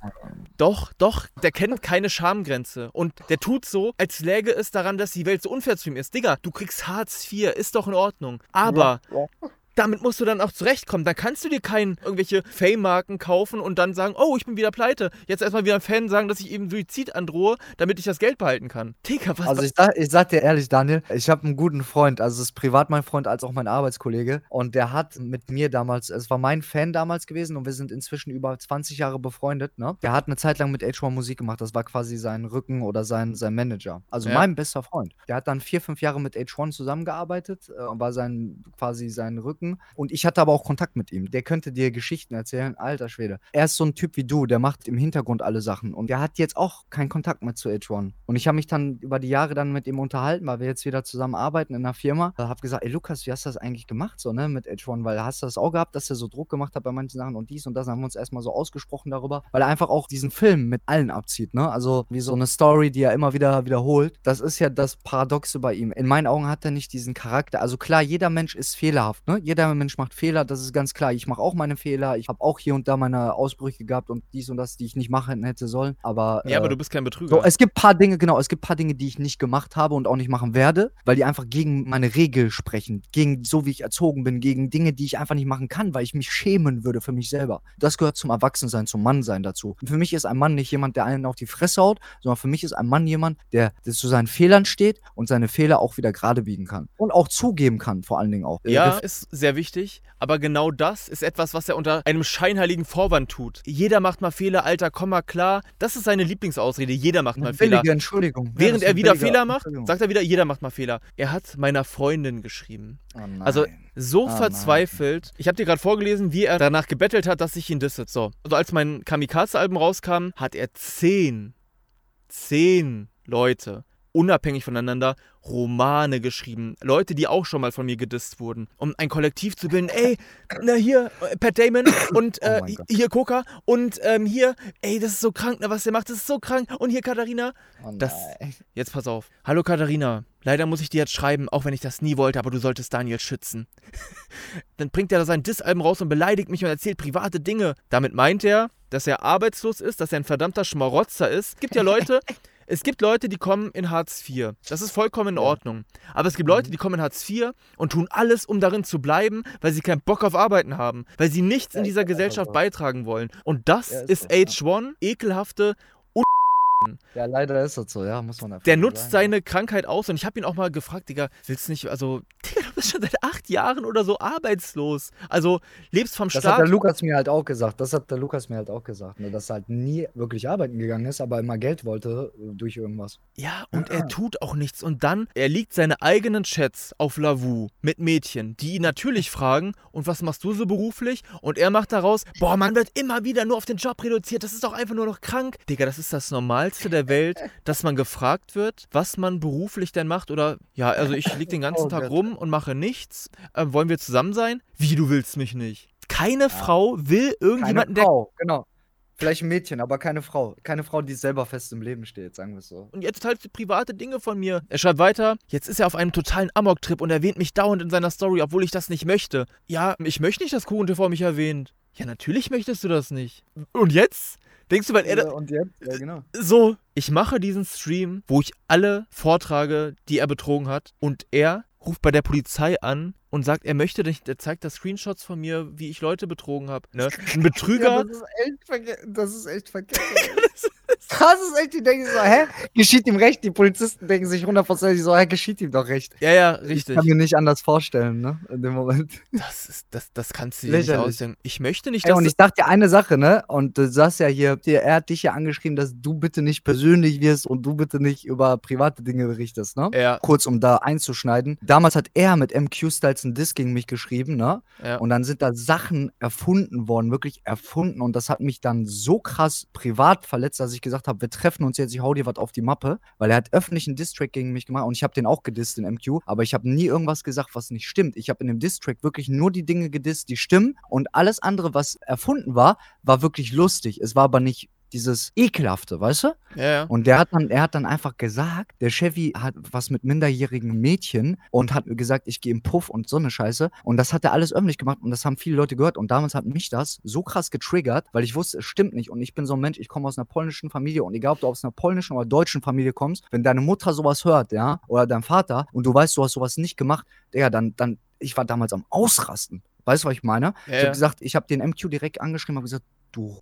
Doch, der kennt keine Schamgrenze. Und der tut so, als läge es daran, dass die Welt so unfair zu ihm ist. Digga, du kriegst Hartz IV, ist doch in Ordnung. Aber damit musst du dann auch zurechtkommen. Dann kannst du dir irgendwelche Fame-Marken kaufen und dann sagen, oh, ich bin wieder pleite. Jetzt erstmal wieder ein Fan sagen, dass ich eben Suizid androhe, damit ich das Geld behalten kann. Digga, was? Also ich sag dir ehrlich, Daniel, ich habe einen guten Freund, also es ist privat mein Freund als auch mein Arbeitskollege und der hat mit mir damals, es war mein Fan damals gewesen und wir sind inzwischen über 20 Jahre befreundet, ne? Der hat eine Zeit lang mit H1 Musik gemacht, das war quasi sein Rücken oder sein Manager, also Ja. mein bester Freund. Der hat dann 4, 5 Jahre mit H1 zusammengearbeitet, war quasi sein Rücken und ich hatte aber auch Kontakt mit ihm. Der könnte dir Geschichten erzählen, alter Schwede. Er ist so ein Typ wie du, der macht im Hintergrund alle Sachen und der hat jetzt auch keinen Kontakt mehr zu H1 und ich habe mich dann über die Jahre dann mit ihm unterhalten, weil wir jetzt wieder zusammen arbeiten in einer Firma. Habe gesagt, ey Lukas, wie hast du das eigentlich gemacht so, ne, mit H1, weil hast du das auch gehabt, dass er so Druck gemacht hat bei manchen Sachen und dies und das, dann haben wir uns erstmal so ausgesprochen darüber, weil er einfach auch diesen Film mit allen abzieht, ne, also wie so eine Story, die er immer wieder wiederholt. Das ist ja das Paradoxe bei ihm. In meinen Augen hat er nicht diesen Charakter, also klar, jeder Mensch ist fehlerhaft, ne, jeder Mensch macht Fehler, das ist ganz klar. Ich mache auch meine Fehler, ich habe auch hier und da meine Ausbrüche gehabt und dies und das, die ich nicht machen hätte sollen, aber Ja, aber du bist kein Betrüger. so, es gibt paar Dinge, genau, es gibt paar Dinge, die ich nicht gemacht habe und auch nicht machen werde, weil die einfach gegen meine Regel sprechen, gegen so wie ich erzogen bin, gegen Dinge, die ich einfach nicht machen kann, weil ich mich schämen würde für mich selber. Das gehört zum Erwachsensein, zum Mannsein dazu. Und für mich ist ein Mann nicht jemand, der einen auf die Fresse haut, sondern für mich ist ein Mann jemand, der zu seinen Fehlern steht und seine Fehler auch wieder gerade biegen kann. Und auch zugeben kann, vor allen Dingen auch. Ja, ist sehr wichtig, aber genau das ist etwas, was er unter einem scheinheiligen Vorwand tut. Jeder macht mal Fehler, Alter, komm mal klar. Das ist seine Lieblingsausrede, jeder macht mal Fehler. Billige Entschuldigung. Während Ja, er wieder billige Fehler macht, Entschuldigung. sagt er wieder, jeder macht mal Fehler. Er hat meiner Freundin geschrieben. Oh nein. Also so nein. verzweifelt. Ich habe dir gerade vorgelesen, wie er danach gebettelt hat, dass ich ihn disse. So, also als mein Kamikaze-Album rauskam, hat er 10 Leute unabhängig voneinander Romane geschrieben. Leute, die auch schon mal von mir gedisst wurden. Um ein Kollektiv zu bilden. Ey, na hier, Pat Damon und Oh mein Gott. hier Coca und hier, ey, das ist so krank, ne, was der macht, das ist so krank. Und hier Katharina. Oh Das, nein. jetzt pass auf. Hallo Katharina, leider muss ich dir jetzt schreiben, auch wenn ich das nie wollte, aber du solltest Daniel schützen. Dann bringt er sein Diss-Album raus und beleidigt mich und erzählt private Dinge. Damit meint er, dass er arbeitslos ist, dass er ein verdammter Schmarotzer ist. Es gibt Leute, die kommen in Hartz IV. Das ist vollkommen in Ordnung. Aber es gibt Leute, die kommen in Hartz IV und tun alles, um darin zu bleiben, weil sie keinen Bock auf Arbeiten haben. Weil sie nichts in dieser Gesellschaft beitragen wollen. Und das ist H1, ekelhafte. Ja, leider ist das so, ja, muss man einfach Der so nutzt sagen. seine Krankheit aus und ich habe ihn auch mal gefragt, Digga, willst du nicht, also, Digga, du bist schon seit 8 Jahren oder so arbeitslos. Also, lebst vom Das hat der Staat. Lukas mir halt auch gesagt. Ne, dass er halt nie wirklich arbeiten gegangen ist, aber immer Geld wollte durch irgendwas. Ja, und er tut auch nichts. Und dann, er liegt seine eigenen Chats auf Lavu mit Mädchen, die ihn natürlich fragen, und was machst du so beruflich? Und er macht daraus, boah, man wird immer wieder nur auf den Job reduziert, das ist doch einfach nur noch krank. Digga, das ist das Normalste der Welt, dass man gefragt wird, was man beruflich denn macht. Oder, ja, also ich lieg den ganzen Oh Tag Gott. rum und mache nichts. Wollen wir zusammen sein? Wie, du willst mich nicht? Keine Frau will irgendjemanden, Keine Frau, genau. Vielleicht ein Mädchen, aber keine Frau. Keine Frau, die selber fest im Leben steht, sagen wir es so. Und jetzt halt private Dinge von mir. Er schreibt weiter, jetzt ist er auf einem totalen Amok-Trip und erwähnt mich dauernd in seiner Story, obwohl ich das nicht möchte. Ja, ich möchte nicht, dass KuchenTV mich erwähnt. Ja, natürlich möchtest du das nicht. Und jetzt? Denkst du, weil er Und jetzt? Ja, genau. so, ich mache diesen Stream, wo ich alle vortrage, die er betrogen hat, und er ruft bei der Polizei an und sagt, er möchte nicht, er zeigt da Screenshots von mir, wie ich Leute betrogen habe. Ne? Ein Betrüger. Ja, das ist echt vergessen. Krass ist echt, die denken so, hä? Geschieht ihm recht? Die Polizisten denken sich 100% so, hä, geschieht ihm doch recht. Ja, Ich richtig. kann mir nicht anders vorstellen, ne? In dem Moment. Das kannst du dir nicht Lächerlich. ausdenken. Ich möchte nicht, Ey, dass und ich sag dir eine Sache, ne? Und du sagst ja hier, er hat dich ja angeschrieben, dass du bitte nicht persönlich wirst und du bitte nicht über private Dinge berichtest, ne? Ja. Kurz, um da einzuschneiden. Damals hat er mit MQ-Styles einen Diss gegen mich geschrieben, ne? Ja. Und dann sind da Sachen erfunden worden, wirklich erfunden. Und das hat mich dann so krass privat verletzt, dass ich gesagt habe, wir treffen uns jetzt, ich hau dir was auf die Mappe. Weil er hat öffentlich einen Diss-Track gegen mich gemacht und ich habe den auch gedisst in MQ. Aber ich habe nie irgendwas gesagt, was nicht stimmt. Ich habe in dem Diss-Track wirklich nur die Dinge gedisst, die stimmen. Und alles andere, was erfunden war, war wirklich lustig. Es war aber nicht dieses Ekelhafte, weißt du? Ja. Und er hat dann einfach gesagt, der Chevy hat was mit minderjährigen Mädchen und hat mir gesagt, ich gehe im Puff und so eine Scheiße. Und das hat er alles öffentlich gemacht und das haben viele Leute gehört. Und damals hat mich das so krass getriggert, weil ich wusste, es stimmt nicht. Und ich bin so ein Mensch, ich komme aus einer polnischen Familie und egal, ob du aus einer polnischen oder deutschen Familie kommst, wenn deine Mutter sowas hört, ja, oder dein Vater und du weißt, du hast sowas nicht gemacht, Digga, dann ich war damals am Ausrasten. Weißt du, was ich meine? Ja, Ich habe ja. gesagt, ich habe den MQ direkt angeschrieben, habe gesagt, du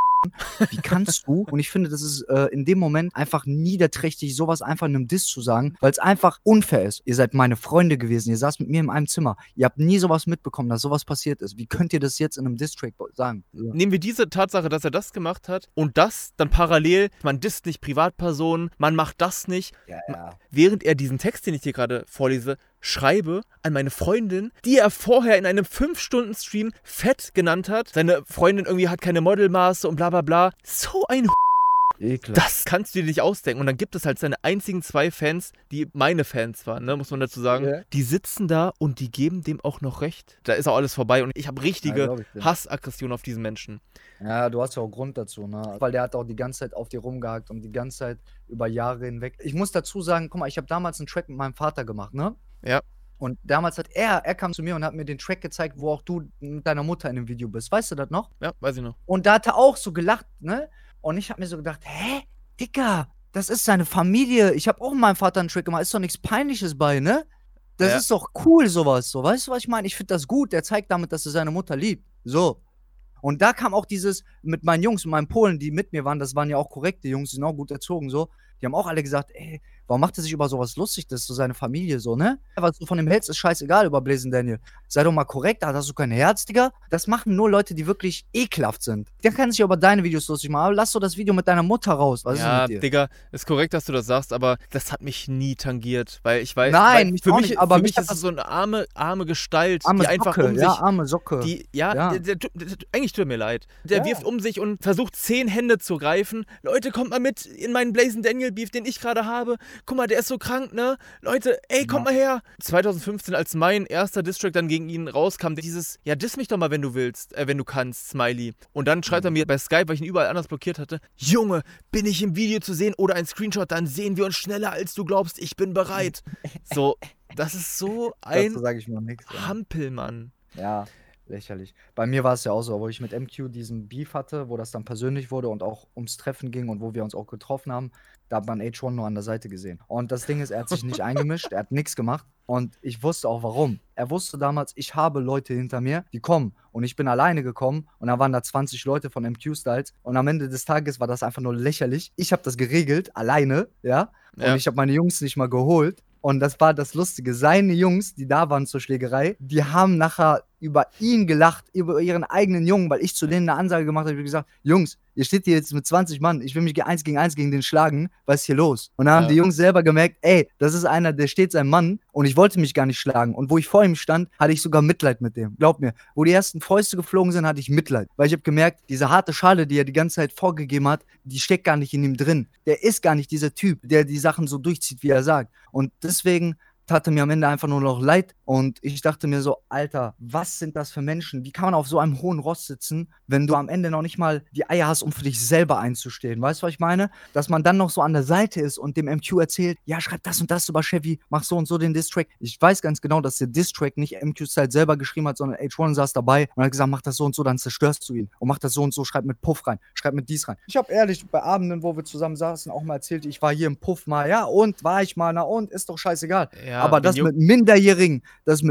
wie kannst du? Und ich finde, das ist in dem Moment einfach niederträchtig, sowas einfach in einem Diss zu sagen, weil es einfach unfair ist. Ihr seid meine Freunde gewesen, ihr saßt mit mir in einem Zimmer. Ihr habt nie sowas mitbekommen, dass sowas passiert ist. Wie könnt ihr das jetzt in einem Diss-Track sagen? Ja. Nehmen wir diese Tatsache, dass er das gemacht hat und das dann parallel, man disst nicht Privatpersonen, man macht das nicht, Ja. während er diesen Text, den ich hier gerade vorlese, schreibe an meine Freundin, die er vorher in einem 5-Stunden-Stream fett genannt hat. Seine Freundin irgendwie hat keine Modelmaße und bla bla bla. So ein Ekelhaft. Das kannst du dir nicht ausdenken. Und dann gibt es halt seine einzigen 2 Fans, die meine Fans waren, ne, muss man dazu sagen. Ja. Die sitzen da und die geben dem auch noch recht. Da ist auch alles vorbei und ich habe richtige glaub ich dir. Hassaggression auf diesen Menschen. Ja, du hast ja auch Grund dazu, ne? Weil der hat auch die ganze Zeit auf dir rumgehakt und die ganze Zeit über Jahre hinweg. Ich muss dazu sagen, guck mal, ich habe damals einen Track mit meinem Vater gemacht, ne? Ja. Und damals hat er kam zu mir und hat mir den Track gezeigt, wo auch du mit deiner Mutter in dem Video bist. Weißt du das noch? Ja, weiß ich noch. Und da hat er auch so gelacht, ne? Und ich habe mir so gedacht, hä? Digga, das ist seine Familie. Ich habe auch mit meinem Vater einen Track gemacht. Ist doch nichts Peinliches bei, ne? Das Ja. ist doch cool, sowas. So, weißt du, was ich meine? Ich finde das gut. Der zeigt damit, dass er seine Mutter liebt. So. Und da kam auch dieses mit meinen Jungs, mit meinen Polen, die mit mir waren, das waren ja auch korrekte Jungs, die sind auch gut erzogen, so. Die haben auch alle gesagt, ey, warum macht er sich über sowas lustig? Das ist so seine Familie, so, ne? Was du von dem hältst, ist scheißegal über Blazing Daniel. Sei doch mal korrekt, da hast du kein Herz, Digga. Das machen nur Leute, die wirklich ekelhaft sind. Der kann sich über deine Videos lustig machen, aber lass doch das Video mit deiner Mutter raus. Was Ja, ist mit dir? Digga, ist korrekt, dass du das sagst, aber das hat mich nie tangiert, weil ich weiß, Nein, weil mich für auch mich, nicht, aber für mich mich hat ist das- es so eine arme Gestalt, Arme die einfach Socke, um sich, ja, arme Socke. die, Ja. eigentlich tut mir leid. Der Ja. wirft um sich und versucht 10 Hände zu greifen. Leute, kommt mal mit in meinen Blazing Daniel Beef, den ich gerade habe. Guck mal, der ist so krank, ne? Leute, ey, kommt mal her. 2015, als mein erster Distrack dann gegen ihn rauskam, dieses, ja, diss mich doch mal, wenn du willst, wenn du kannst, Smiley. Und dann schreibt er mir bei Skype, weil ich ihn überall anders blockiert hatte, Junge, bin ich im Video zu sehen oder ein Screenshot, dann sehen wir uns schneller, als du glaubst, ich bin bereit. So, das ist so ein Dazu sage ich mal nichts. Ja. Hampelmann. Ja, lächerlich. Bei mir war es ja auch so, wo ich mit MQ diesen Beef hatte, wo das dann persönlich wurde und auch ums Treffen ging und wo wir uns auch getroffen haben, da hat man H1 nur an der Seite gesehen. Und das Ding ist, er hat sich nicht eingemischt, er hat nichts gemacht und ich wusste auch warum. Er wusste damals, ich habe Leute hinter mir, die kommen und ich bin alleine gekommen und da waren da 20 Leute von MQ-Styles und am Ende des Tages war das einfach nur lächerlich. Ich habe das geregelt, alleine, ja, und Ja. ich habe meine Jungs nicht mal geholt. Und das war das Lustige. Seine Jungs, die da waren zur Schlägerei, die haben nachher über ihn gelacht, über ihren eigenen Jungen, weil ich zu denen eine Ansage gemacht habe. Ich habe gesagt, Jungs, ihr steht hier jetzt mit 20 Mann, ich will mich 1 gegen 1 gegen den schlagen, was ist hier los? Und dann haben Ja. die Jungs selber gemerkt, ey, das ist einer, der steht sein Mann und ich wollte mich gar nicht schlagen. Und wo ich vor ihm stand, hatte ich sogar Mitleid mit dem. Glaub mir, wo die ersten Fäuste geflogen sind, hatte ich Mitleid. Weil ich habe gemerkt, diese harte Schale, die er die ganze Zeit vorgegeben hat, die steckt gar nicht in ihm drin. Der ist gar nicht dieser Typ, der die Sachen so durchzieht, wie er sagt. Und deswegen tat mir am Ende einfach nur noch leid und ich dachte mir so, Alter, was sind das für Menschen? Wie kann man auf so einem hohen Ross sitzen, wenn du am Ende noch nicht mal die Eier hast, um für dich selber einzustehen? Weißt du, was ich meine? Dass man dann noch so an der Seite ist und dem MQ erzählt, ja, schreib das und das über Chevy, mach so und so den Distrack. Ich weiß ganz genau, dass der Distrack nicht MQ-Style selber geschrieben hat, sondern H1 saß dabei und hat gesagt, mach das so und so, dann zerstörst du ihn. Und mach das so und so, schreib mit Puff rein, schreib mit dies rein. Ich habe ehrlich bei Abenden, wo wir zusammen saßen, auch mal erzählt, ich war hier im Puff mal, ja, und war ich mal, na und, ist doch scheißegal. Ja, Aber das mit Minderjährigen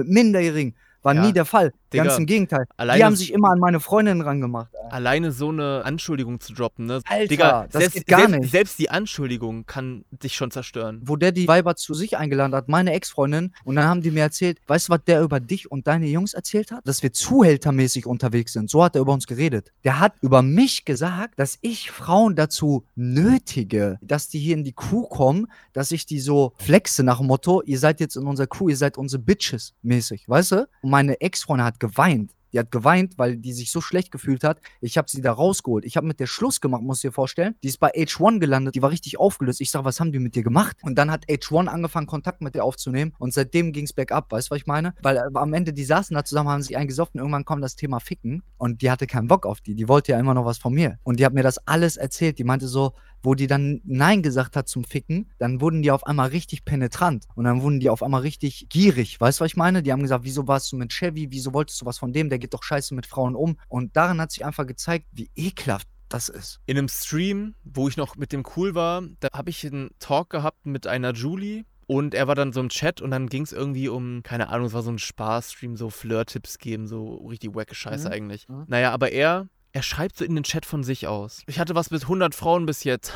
war Ja, nie der Fall. Digga, Ganz im Gegenteil. alleine Die haben s- sich immer an meine Freundin rangemacht. Alleine so eine Anschuldigung zu droppen, ne? Alter, Digga, das geht gar nicht. Selbst die Anschuldigung kann dich schon zerstören. Wo der die Weiber zu sich eingeladen hat, meine Ex-Freundin, und dann haben die mir erzählt, weißt du, was der über dich und deine Jungs erzählt hat? Dass wir zuhältermäßig unterwegs sind. So hat er über uns geredet. Der hat über mich gesagt, dass ich Frauen dazu nötige, dass die hier in die Crew kommen, dass ich die so flexe nach dem Motto, ihr seid jetzt in unserer Crew, ihr seid unsere Bitches mäßig, weißt du? Und meine Ex-Freundin hat geweint. Die hat geweint, weil die sich so schlecht gefühlt hat. Ich habe sie da rausgeholt. Ich habe mit der Schluss gemacht, musst du dir vorstellen. Die ist bei H1 gelandet, die war richtig aufgelöst. Ich sag, was haben die mit dir gemacht? Und dann hat H1 angefangen, Kontakt mit ihr aufzunehmen. Und seitdem ging es bergab, weißt du, was ich meine? Weil am Ende, die saßen da zusammen, haben sich eingesoffen. Irgendwann kam das Thema Ficken. Und die hatte keinen Bock auf die. Die wollte ja immer noch was von mir. Und die hat mir das alles erzählt. Die meinte so, wo die dann Nein gesagt hat zum Ficken, dann wurden die auf einmal richtig penetrant. Und dann wurden die auf einmal richtig gierig. Weißt du, was ich meine? Die haben gesagt, wieso warst du mit Chevy? Wieso wolltest du was von dem? Der geht doch scheiße mit Frauen um. Und daran hat sich einfach gezeigt, wie ekelhaft das ist. In einem Stream, wo ich noch mit dem cool war, da habe ich einen Talk gehabt mit einer Julie. Und er war dann so im Chat und dann ging es irgendwie um, keine Ahnung, es war so ein Spaßstream, so Flirt-Tipps geben, so richtig wacke Scheiße eigentlich. Naja, aber er schreibt so in den Chat von sich aus. Ich hatte was mit 100 Frauen bis jetzt.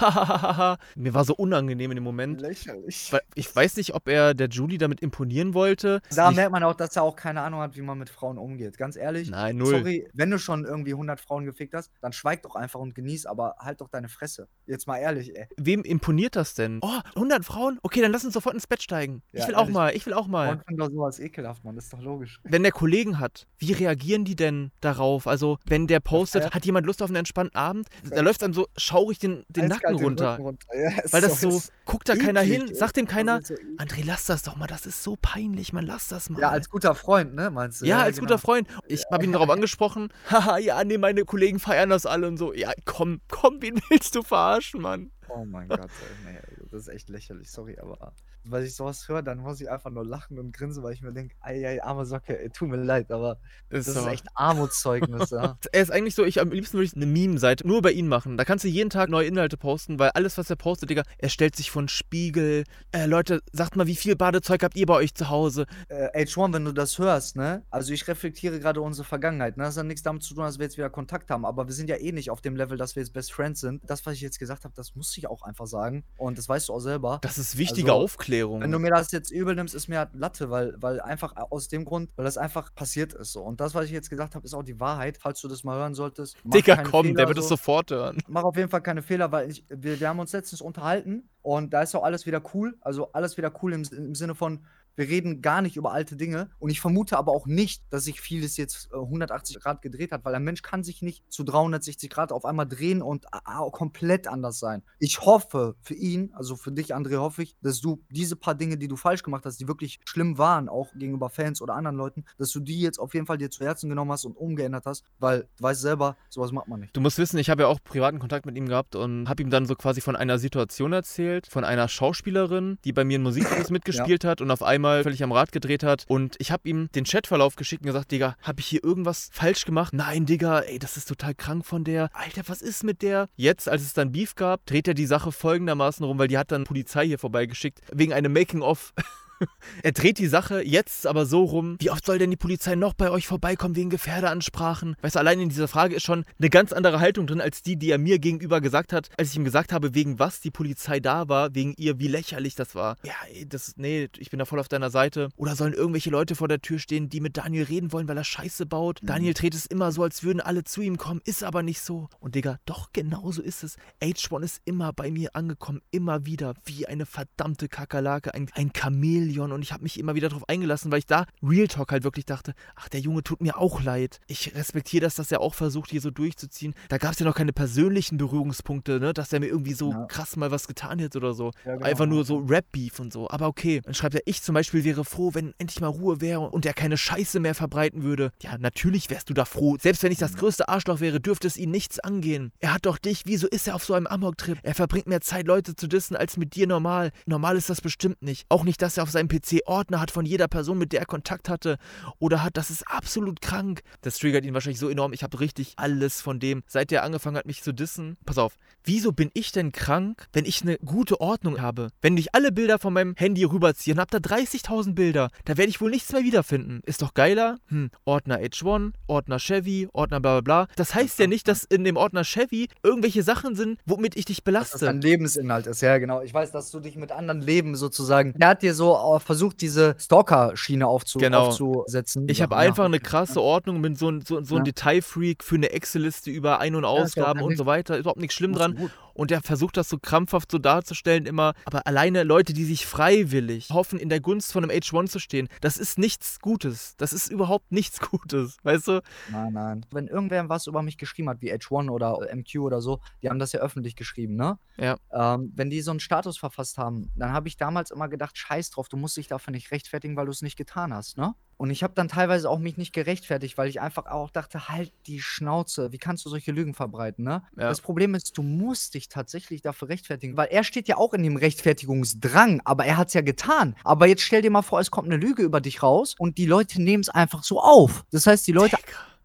Mir war so unangenehm in dem Moment. Lächerlich. Weil ich weiß nicht, ob er der Julie damit imponieren wollte. Da merkt man auch, dass er auch keine Ahnung hat, wie man mit Frauen umgeht. Ganz ehrlich. Nein, null. Sorry, wenn du schon irgendwie 100 Frauen gefickt hast, dann schweig doch einfach und genieß, aber halt doch deine Fresse. Jetzt mal ehrlich, ey. Wem imponiert das denn? Oh, 100 Frauen? Okay, dann lass uns sofort ins Bett steigen. Ja, ich will ehrlich. auch mal. Und finde doch sowas ekelhaft, Mann. Das ist doch logisch. Wenn der Kollegen hat, wie reagieren die denn darauf? Also, wenn der postet, hat jemand Lust auf einen entspannten Abend? Da läuft einem so schaurig den Nacken runter. Ja, Weil das so, guckt da keiner hin, eklig, sagt dem keiner, das ist so André, lass das doch mal, das ist so peinlich, man, lass das mal. Ja, als guter Freund, ne, meinst du? Ja, als guter Freund. Ich habe ihn darauf angesprochen, haha, ja, nee, meine Kollegen feiern das alle und so. Ja, komm, wen willst du verarschen, Mann? Oh mein Gott, ey, nee, das ist echt lächerlich, sorry, aber weil ich sowas höre, dann muss ich einfach nur lachen und grinsen, weil ich mir denke, ei, arme Socke, ey, tut mir leid, aber das ist echt Armutszeugnis, ja. Er ist eigentlich so, am liebsten würde ich eine Meme-Seite nur bei ihm machen. Da kannst du jeden Tag neue Inhalte posten, weil alles, was er postet, Digga, er stellt sich vor den Spiegel. Leute, sagt mal, wie viel Badezeug habt ihr bei euch zu Hause? H1, wenn du das hörst, ne, also ich reflektiere gerade unsere Vergangenheit, ne, das hat nichts damit zu tun, dass wir jetzt wieder Kontakt haben, aber wir sind ja eh nicht auf dem Level, dass wir jetzt Best Friends sind. Das, was ich jetzt gesagt habe, das muss ich auch einfach sagen und das weißt du auch selber. Das ist wichtige Aufklärung. Wenn du mir das jetzt übel nimmst, ist mir halt Latte, weil einfach aus dem Grund, weil das einfach passiert ist so. Und das, was ich jetzt gesagt habe, ist auch die Wahrheit, falls du das mal hören solltest. Digga, komm, der wird es sofort hören. Mach auf jeden Fall keine Fehler, weil wir haben uns letztens unterhalten und da ist auch alles wieder cool. Also alles wieder cool im Sinne von, wir reden gar nicht über alte Dinge und ich vermute aber auch nicht, dass sich vieles jetzt 180 Grad gedreht hat, weil ein Mensch kann sich nicht zu 360 Grad auf einmal drehen und komplett anders sein. Ich hoffe für ihn, also für dich, André, hoffe ich, dass du diese paar Dinge, die du falsch gemacht hast, die wirklich schlimm waren, auch gegenüber Fans oder anderen Leuten, dass du die jetzt auf jeden Fall dir zu Herzen genommen hast und umgeändert hast, weil du weißt selber, sowas macht man nicht. Du musst wissen, ich habe ja auch privaten Kontakt mit ihm gehabt und habe ihm dann so quasi von einer Situation erzählt, von einer Schauspielerin, die bei mir in Musikvideos mitgespielt hat und auf einmal völlig am Rad gedreht hat. Und ich habe ihm den Chatverlauf geschickt und gesagt, Digga, habe ich hier irgendwas falsch gemacht? Nein, Digga, ey, das ist total krank von der. Alter, was ist mit der? Jetzt, als es dann Beef gab, dreht er die Sache folgendermaßen rum, weil die hat dann Polizei hier vorbeigeschickt, wegen einem Making-of. Er dreht die Sache jetzt aber so rum, wie oft soll denn die Polizei noch bei euch vorbeikommen wegen Gefährderansprachen? Weißt du, allein in dieser Frage ist schon eine ganz andere Haltung drin, als die er mir gegenüber gesagt hat, als ich ihm gesagt habe, wegen was die Polizei da war, wegen ihr, wie lächerlich das war. Ja, ey, nee, ich bin da voll auf deiner Seite. Oder sollen irgendwelche Leute vor der Tür stehen, die mit Daniel reden wollen, weil er Scheiße baut? Daniel dreht es immer so, als würden alle zu ihm kommen, ist aber nicht so. Und Digga, doch, genau so ist es. H1 ist immer bei mir angekommen, immer wieder, wie eine verdammte Kakerlake, ein Chameleon. Und ich habe mich immer wieder darauf eingelassen, weil ich da Real Talk halt wirklich dachte, ach, der Junge tut mir auch leid. Ich respektiere das, dass er auch versucht, hier so durchzuziehen. Da gab es ja noch keine persönlichen Berührungspunkte, ne, dass er mir irgendwie so krass mal was getan hätte oder so. Ja, genau. Einfach nur so Rap-Beef und so. Aber okay, dann schreibt er, ich zum Beispiel wäre froh, wenn endlich mal Ruhe wäre und er keine Scheiße mehr verbreiten würde. Ja, natürlich wärst du da froh. Selbst wenn ich das größte Arschloch wäre, dürfte es ihn nichts angehen. Er hat doch dich, wieso ist er auf so einem Amok-Trip? Er verbringt mehr Zeit, Leute zu dissen, als mit dir normal. Normal ist das bestimmt nicht. Auch nicht, dass er auf seinem PC Ordner hat von jeder Person, mit der er Kontakt hatte oder hat, das ist absolut krank. Das triggert ihn wahrscheinlich so enorm. Ich habe richtig alles von dem, seit er angefangen hat, mich zu dissen. Pass auf, wieso bin ich denn krank, wenn ich eine gute Ordnung habe? Wenn ich alle Bilder von meinem Handy rüberziehe und habe da 30.000 Bilder, da werde ich wohl nichts mehr wiederfinden. Ist doch geiler? Ordner H1, Ordner Chevy, Ordner bla bla bla. Das heißt ja nicht, dass in dem Ordner Chevy irgendwelche Sachen sind, womit ich dich belaste. Dass das ein Lebensinhalt ist, ja genau. Ich weiß, dass du dich mit anderen Leben sozusagen, er hat dir so versucht, diese Stalker-Schiene aufzusetzen. Ich habe einfach eine krasse Ordnung, bin so ein Detailfreak für eine Excel-Liste über Ein- und Ausgaben und so weiter. Ist überhaupt nichts schlimm dran. Und er versucht das so krampfhaft so darzustellen immer. Aber alleine Leute, die sich freiwillig hoffen, in der Gunst von einem H1 zu stehen, das ist nichts Gutes. Das ist überhaupt nichts Gutes, weißt du? Nein. Wenn irgendwer was über mich geschrieben hat, wie H1 oder MQ oder so, die haben das ja öffentlich geschrieben, ne? Ja. Wenn die so einen Status verfasst haben, dann habe ich damals immer gedacht, scheiß drauf, du musst dich dafür nicht rechtfertigen, weil du es nicht getan hast, ne? Und ich habe dann teilweise auch mich nicht gerechtfertigt, weil ich einfach auch dachte, halt die Schnauze, wie kannst du solche Lügen verbreiten, ne? Ja. Das Problem ist, du musst dich tatsächlich dafür rechtfertigen, weil er steht ja auch in dem Rechtfertigungsdrang, aber er hat es ja getan. Aber jetzt stell dir mal vor, es kommt eine Lüge über dich raus und die Leute nehmen es einfach so auf. Das heißt, die Leute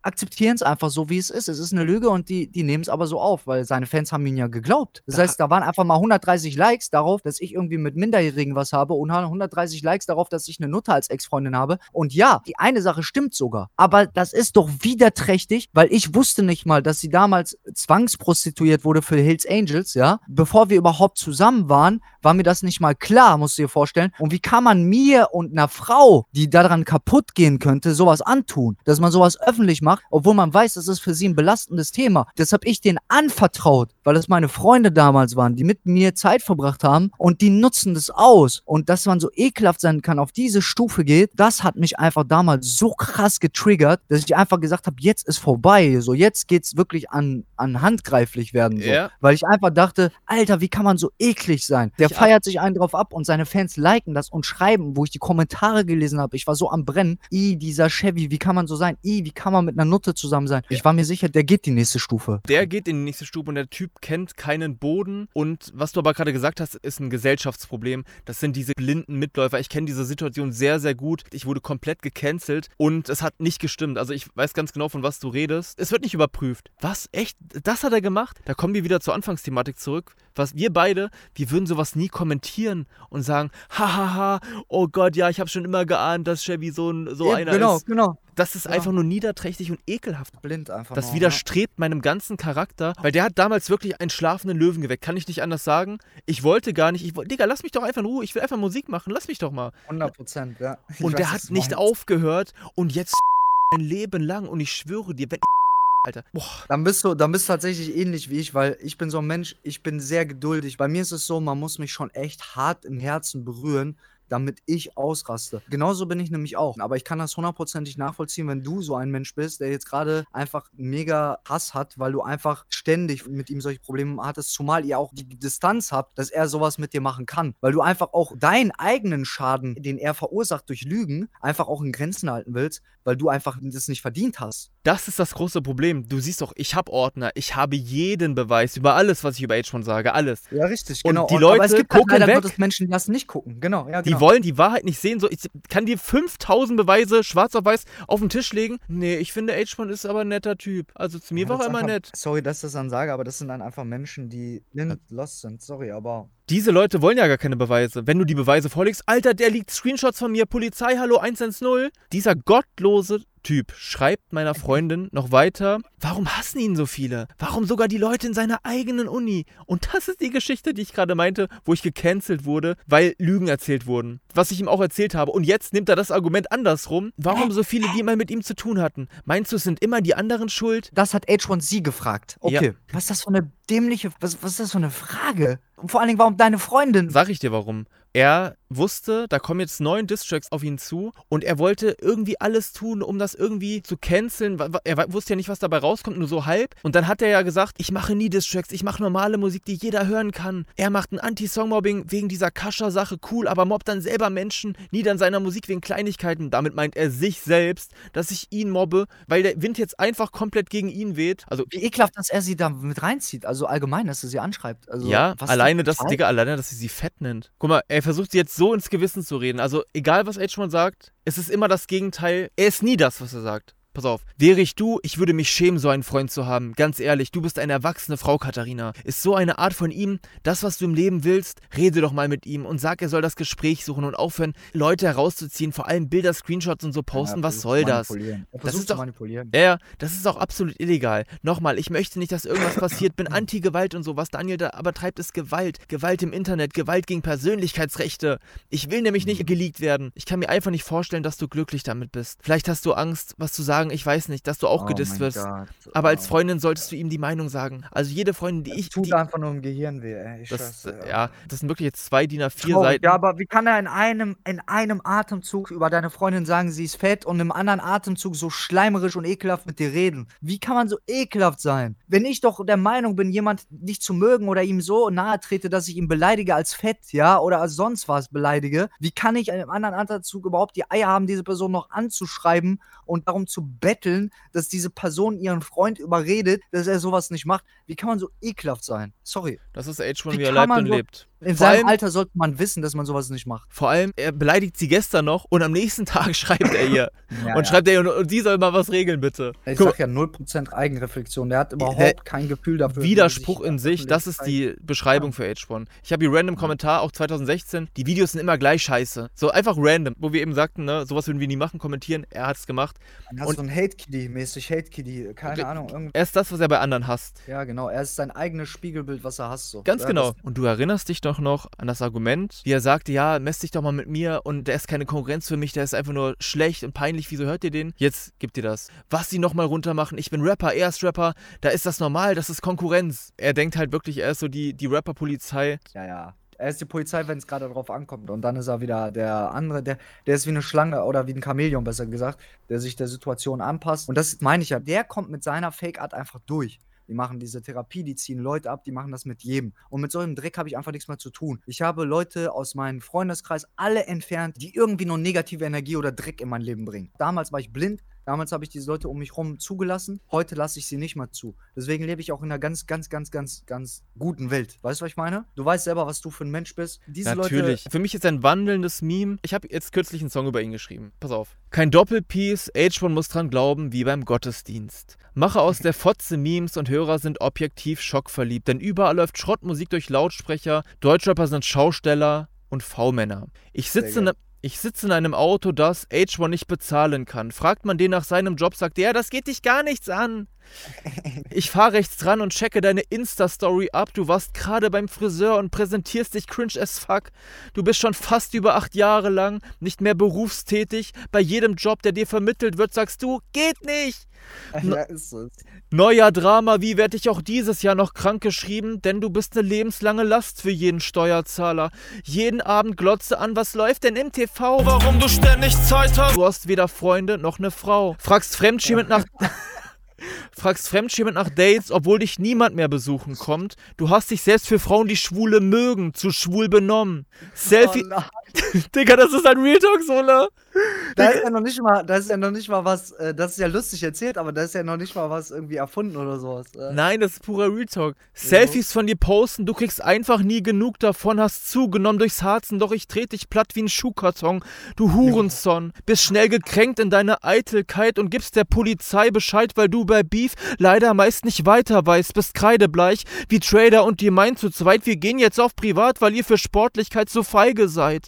akzeptieren es einfach so, wie es ist. Es ist eine Lüge und die nehmen es aber so auf, weil seine Fans haben ihn ja geglaubt. Das heißt, da waren einfach mal 130 Likes darauf, dass ich irgendwie mit Minderjährigen was habe und 130 Likes darauf, dass ich eine Nutte als Ex-Freundin habe. Und ja, die eine Sache stimmt sogar. Aber das ist doch widerträchtig, weil ich wusste nicht mal, dass sie damals zwangsprostituiert wurde für Hells Angels, ja. Bevor wir überhaupt zusammen waren, war mir das nicht mal klar, musst du dir vorstellen. Und wie kann man mir und einer Frau, die daran kaputt gehen könnte, sowas antun? Dass man sowas öffentlich macht, obwohl man weiß, das ist für sie ein belastendes Thema. Das habe ich denen anvertraut, weil es meine Freunde damals waren, die mit mir Zeit verbracht haben und die nutzen das aus. Und dass man so ekelhaft sein kann, auf diese Stufe geht, das hat mich einfach damals so krass getriggert, dass ich einfach gesagt habe, jetzt ist vorbei. So, jetzt geht's wirklich an handgreiflich werden. So. Ja. Weil ich einfach dachte, Alter, wie kann man so eklig sein? Der feiert sich einen drauf ab und seine Fans liken das und schreiben, wo ich die Kommentare gelesen habe. Ich war so am Brennen. Dieser Chevy, wie kann man so sein? Wie kann man mit einer Nutte zusammen sein? Ich war mir sicher, der geht die nächste Stufe. Der geht in die nächste Stufe und der Typ kennt keinen Boden. Und was du aber gerade gesagt hast, ist ein Gesellschaftsproblem. Das sind diese blinden Mitläufer. Ich kenne diese Situation sehr, sehr gut. Ich wurde komplett gecancelt und es hat nicht gestimmt. Also ich weiß ganz genau, von was du redest. Es wird nicht überprüft. Was? Echt? Das hat er gemacht? Da kommen wir wieder zur Anfangsthematik zurück. Was wir beide, wir würden sowas nie kommentieren und sagen, hahaha, oh Gott, ja, ich habe schon immer geahnt, dass Chevy so einer ist. Genau. Das ist einfach nur niederträchtig und ekelhaft. Blind einfach. Das widerstrebt meinem ganzen Charakter, weil der hat damals wirklich einen schlafenden Löwen geweckt. Kann ich nicht anders sagen. Ich wollte gar nicht, Digga, lass mich doch einfach in Ruhe. Ich will einfach Musik machen. Lass mich doch mal. 100%, ja. Und der hat nicht aufgehört und jetzt ein Leben lang. Und ich schwöre dir, wenn Alter. Boah. Dann bist du tatsächlich ähnlich wie ich, weil ich bin so ein Mensch, ich bin sehr geduldig. Bei mir ist es so, man muss mich schon echt hart im Herzen berühren, damit ich ausraste. Genauso bin ich nämlich auch. Aber ich kann das 100%ig nachvollziehen, wenn du so ein Mensch bist, der jetzt gerade einfach mega Hass hat, weil du einfach ständig mit ihm solche Probleme hattest, zumal ihr auch die Distanz habt, dass er sowas mit dir machen kann. Weil du einfach auch deinen eigenen Schaden, den er verursacht durch Lügen, einfach auch in Grenzen halten willst, weil du einfach das nicht verdient hast. Das ist das große Problem. Du siehst doch, ich habe Ordner, ich habe jeden Beweis über alles, was ich über H1 sage, alles. Ja, richtig, Und genau. die Leute aber es gibt gucken leider weg. Gottes Menschen, die das nicht gucken. Genau, ja, Die genau. wollen die Wahrheit nicht sehen. So, ich kann dir 5000 Beweise schwarz auf weiß auf den Tisch legen. Nee, ich finde, H1 ist aber ein netter Typ. Also zu mir war er immer nett. Sorry, dass ich das dann sage, aber das sind dann einfach Menschen, die lost sind. Sorry, aber Diese Leute wollen ja gar keine Beweise. Wenn du die Beweise vorlegst, Alter, der liegt Screenshots von mir, Polizei, hallo, 110. Dieser gottlose Typ schreibt meiner Freundin noch weiter, warum hassen ihn so viele? Warum sogar die Leute in seiner eigenen Uni? Und das ist die Geschichte, die ich gerade meinte, wo ich gecancelt wurde, weil Lügen erzählt wurden. Was ich ihm auch erzählt habe. Und jetzt nimmt er das Argument andersrum. Warum so viele, die immer mit ihm zu tun hatten? Meinst du, es sind immer die anderen schuld? das hat H1C gefragt. Okay, ja. Was ist das für eine dämliche, was ist das für eine Frage? Und vor allen Dingen, warum deine Freundin? Sag ich dir warum. Er wusste, da kommen jetzt 9 Distracks auf ihn zu und er wollte irgendwie alles tun, um das irgendwie zu canceln. Er wusste ja nicht, was dabei rauskommt, nur so halb. Und dann hat er ja gesagt, ich mache nie Distracks, ich mache normale Musik, die jeder hören kann. Er macht ein Anti-Song-Mobbing wegen dieser Kascha-Sache, cool, aber mobbt dann selber Menschen, nie dann seiner Musik wegen Kleinigkeiten. Damit meint er sich selbst, dass ich ihn mobbe, weil der Wind jetzt einfach komplett gegen ihn weht. Also, wie ekelhaft, dass er sie da mit reinzieht. Also allgemein, dass er sie anschreibt. Also, ja, alleine, dass sie fett nennt. Guck mal, er versucht sie jetzt so ins Gewissen zu reden. Also egal, was H1 sagt, es ist immer das Gegenteil. Er ist nie das, was er sagt. Pass auf. Wäre ich du, ich würde mich schämen, so einen Freund zu haben. Ganz ehrlich, du bist eine erwachsene Frau, Katharina. Ist so eine Art von ihm, das, was du im Leben willst, rede doch mal mit ihm und sag, er soll das Gespräch suchen und aufhören, Leute herauszuziehen, vor allem Bilder, Screenshots und so posten. Ja, was soll das? Das ist doch manipulieren. Ja, das ist auch absolut illegal. Nochmal, ich möchte nicht, dass irgendwas passiert, bin Anti-Gewalt und so. Was Daniel da aber treibt, ist Gewalt. Gewalt im Internet, Gewalt gegen Persönlichkeitsrechte. Ich will nämlich nicht geleakt werden. Ich kann mir einfach nicht vorstellen, dass du glücklich damit bist. Vielleicht hast du Angst, was zu sagen, ich weiß nicht, dass du auch gedisst wirst. Aber als Freundin solltest du ihm die Meinung sagen. Also jede Freundin, die ich... Tut einfach nur im Gehirn weh, ey. Das sind wirklich jetzt 2 DIN A4 Seiten. Ja, aber wie kann er in einem Atemzug über deine Freundin sagen, sie ist fett und im anderen Atemzug so schleimerisch und ekelhaft mit dir reden? Wie kann man so ekelhaft sein? Wenn ich doch der Meinung bin, jemand nicht zu mögen oder ihm so nahe trete, dass ich ihn beleidige als fett, ja, oder als sonst was beleidige, wie kann ich im anderen Atemzug überhaupt die Eier haben, diese Person noch anzuschreiben und darum zu betteln, dass diese Person ihren Freund überredet, dass er sowas nicht macht? Wie kann man so ekelhaft sein? Sorry. Das ist H1, wie er lebt und lebt. In seinem Alter sollte man wissen, dass man sowas nicht macht. Vor allem, er beleidigt sie gestern noch und am nächsten Tag schreibt er ihr. Schreibt er ihr, und sie soll mal was regeln, bitte. Ich sag ja 0% Eigenreflexion. Der hat überhaupt kein Gefühl dafür. Widerspruch in sich, das ist die Beschreibung für H1. Ich habe hier random Kommentar, auch 2016, die Videos sind immer gleich scheiße. So einfach random, wo wir eben sagten, ne, sowas würden wir nie machen, kommentieren, er hat es gemacht. Dann hast du so ein Hate-Kitty-mäßig, Hate-Kitty, keine Ahnung. Er ist das, was er bei anderen hasst. Ja, genau, er ist sein eigenes Spiegelbild, was er hasst. So. Ganz genau. Und du erinnerst dich doch noch an das Argument, wie er sagte, ja, mess dich doch mal mit mir und der ist keine Konkurrenz für mich, der ist einfach nur schlecht und peinlich, wieso hört ihr den? Jetzt gibt ihr das. Was die nochmal runtermachen, ich bin Rapper, er ist Rapper, da ist das normal, das ist Konkurrenz. Er denkt halt wirklich, er ist so die Rapper-Polizei. Ja. Er ist die Polizei, wenn es gerade drauf ankommt. Und dann ist er wieder der andere, der ist wie eine Schlange oder wie ein Chamäleon, besser gesagt, der sich der Situation anpasst. Und das meine ich ja, der kommt mit seiner Fake-Art einfach durch. Die machen diese Therapie, die ziehen Leute ab, die machen das mit jedem. Und mit so einem Dreck habe ich einfach nichts mehr zu tun. Ich habe Leute aus meinem Freundeskreis alle entfernt, die irgendwie nur negative Energie oder Dreck in mein Leben bringen. Damals war ich blind, damals habe ich diese Leute um mich rum zugelassen, heute lasse ich sie nicht mehr zu. Deswegen lebe ich auch in einer ganz guten Welt. Weißt du, was ich meine? Du weißt selber, was du für ein Mensch bist. Diese Natürlich. Leute, für mich ist er ein wandelndes Meme. Ich habe jetzt kürzlich einen Song über ihn geschrieben. Pass auf. Kein Doppelpiece, H1 muss dran glauben, wie beim Gottesdienst. Mache aus der Fotze Memes und Hörer sind objektiv schockverliebt, denn überall läuft Schrottmusik durch Lautsprecher, Deutschrapper sind Schausteller und V-Männer. Ich sitze in einem Auto, das H1 nicht bezahlen kann. Fragt man den nach seinem Job, sagt er, das geht dich gar nichts an. Ich fahr rechts dran und checke deine Insta-Story ab. Du warst gerade beim Friseur und präsentierst dich cringe as fuck. Du bist schon fast über 8 Jahre lang nicht mehr berufstätig. Bei jedem Job, der dir vermittelt wird, sagst du, geht nicht. Ja, ist es. Neuer Drama, wie werde ich auch dieses Jahr noch krank geschrieben? Denn du bist eine lebenslange Last für jeden Steuerzahler. Jeden Abend glotze an, was läuft denn im TV? Warum du ständig Zeit hast? Du hast weder Freunde noch eine Frau. Fragst Fremdschämend nach Dates, obwohl dich niemand mehr besuchen kommt. Du hast dich selbst für Frauen, die Schwule mögen, zu schwul benommen. Selfie... Oh Digga, das ist ein Real Talk, Sola. Da ist ja noch nicht mal was, das ist ja lustig erzählt, aber da ist ja noch nicht mal was irgendwie erfunden oder sowas. Nein, das ist purer Real Talk. Selfies von dir posten, du kriegst einfach nie genug davon, hast zugenommen durchs Harzen, doch ich trete dich platt wie ein Schuhkarton. Du Hurensohn, bist schnell gekränkt in deiner Eitelkeit und gibst der Polizei Bescheid, weil du bei Beef leider meist nicht weiter weißt, bist kreidebleich wie Trader und ihr meint zu zweit, wir gehen jetzt auf privat, weil ihr für Sportlichkeit so feige seid.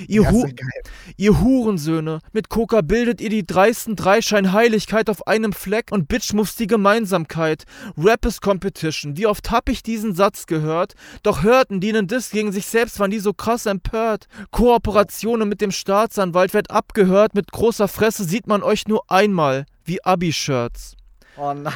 Ihr Hurensöhne, mit Coca bildet ihr die dreisten Dreischein Heiligkeit auf einem Fleck und Bitch muss die Gemeinsamkeit. Rap is Competition, wie oft hab ich diesen Satz gehört? Doch hörten die einen Diss gegen sich selbst, waren die so krass empört. Kooperationen mit dem Staatsanwalt wird abgehört, mit großer Fresse sieht man euch nur einmal, wie Abi-Shirts. Oh nein.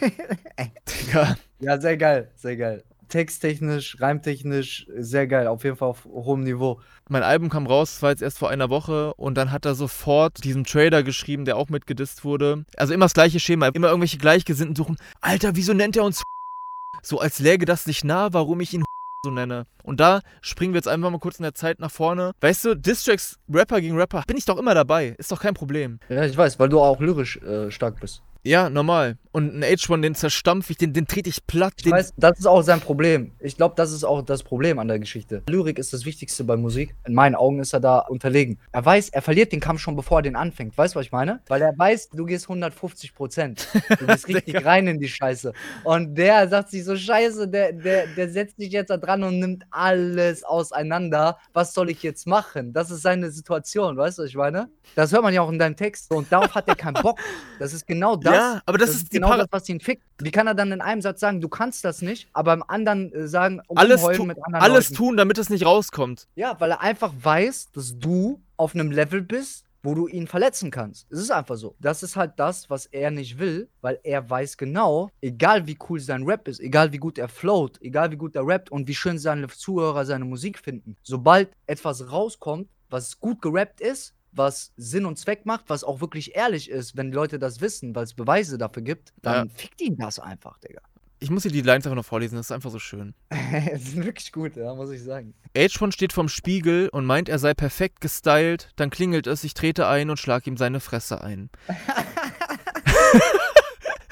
Digga. Ja, sehr geil, sehr geil. Texttechnisch, reimtechnisch, sehr geil, auf jeden Fall auf hohem Niveau. Mein Album kam raus, das war jetzt erst vor einer Woche und dann hat er sofort diesem Trader geschrieben, der auch mitgedisst wurde. Also immer das gleiche Schema, immer irgendwelche Gleichgesinnten suchen. Alter, wieso nennt er uns so, als läge das nicht nah, warum ich ihn so nenne. Und da springen wir jetzt einfach mal kurz in der Zeit nach vorne. Weißt du, Distracks, Rapper gegen Rapper, bin ich doch immer dabei. Ist doch kein Problem. Ja, ich weiß, weil du auch lyrisch stark bist. Ja, normal. Und ein H1, den zerstampf ich, den trete ich platt. Ich weiß, das ist auch sein Problem. Ich glaube, das ist auch das Problem an der Geschichte. Lyrik ist das Wichtigste bei Musik. In meinen Augen ist er da unterlegen. Er weiß, er verliert den Kampf schon, bevor er den anfängt. Weißt du, was ich meine? Weil er weiß, du gehst 150%. Du gehst richtig rein in die Scheiße. Und der sagt sich so, Scheiße, der setzt sich jetzt da dran und nimmt alles auseinander. Was soll ich jetzt machen? Das ist seine Situation, weißt du, was ich meine? Das hört man ja auch in deinem Text. Und darauf hat er keinen Bock. Das ist genau das. Ja, aber das ist genau das, was ihn fickt. Wie kann er dann in einem Satz sagen, du kannst das nicht, aber im anderen sagen, alles tun, damit es nicht rauskommt. Ja, weil er einfach weiß, dass du auf einem Level bist, wo du ihn verletzen kannst. Es ist einfach so. Das ist halt das, was er nicht will, weil er weiß genau, egal wie cool sein Rap ist, egal wie gut er float, egal wie gut er rappt und wie schön seine Zuhörer seine Musik finden, sobald etwas rauskommt, was gut gerappt ist, was Sinn und Zweck macht, was auch wirklich ehrlich ist, wenn die Leute das wissen, weil es Beweise dafür gibt, dann fickt ihn das einfach, Digga. Ich muss dir die Lines einfach noch vorlesen, das ist einfach so schön. Das ist wirklich gut, ja, muss ich sagen. H1 steht vorm Spiegel und meint, er sei perfekt gestylt, dann klingelt es, ich trete ein und schlag ihm seine Fresse ein.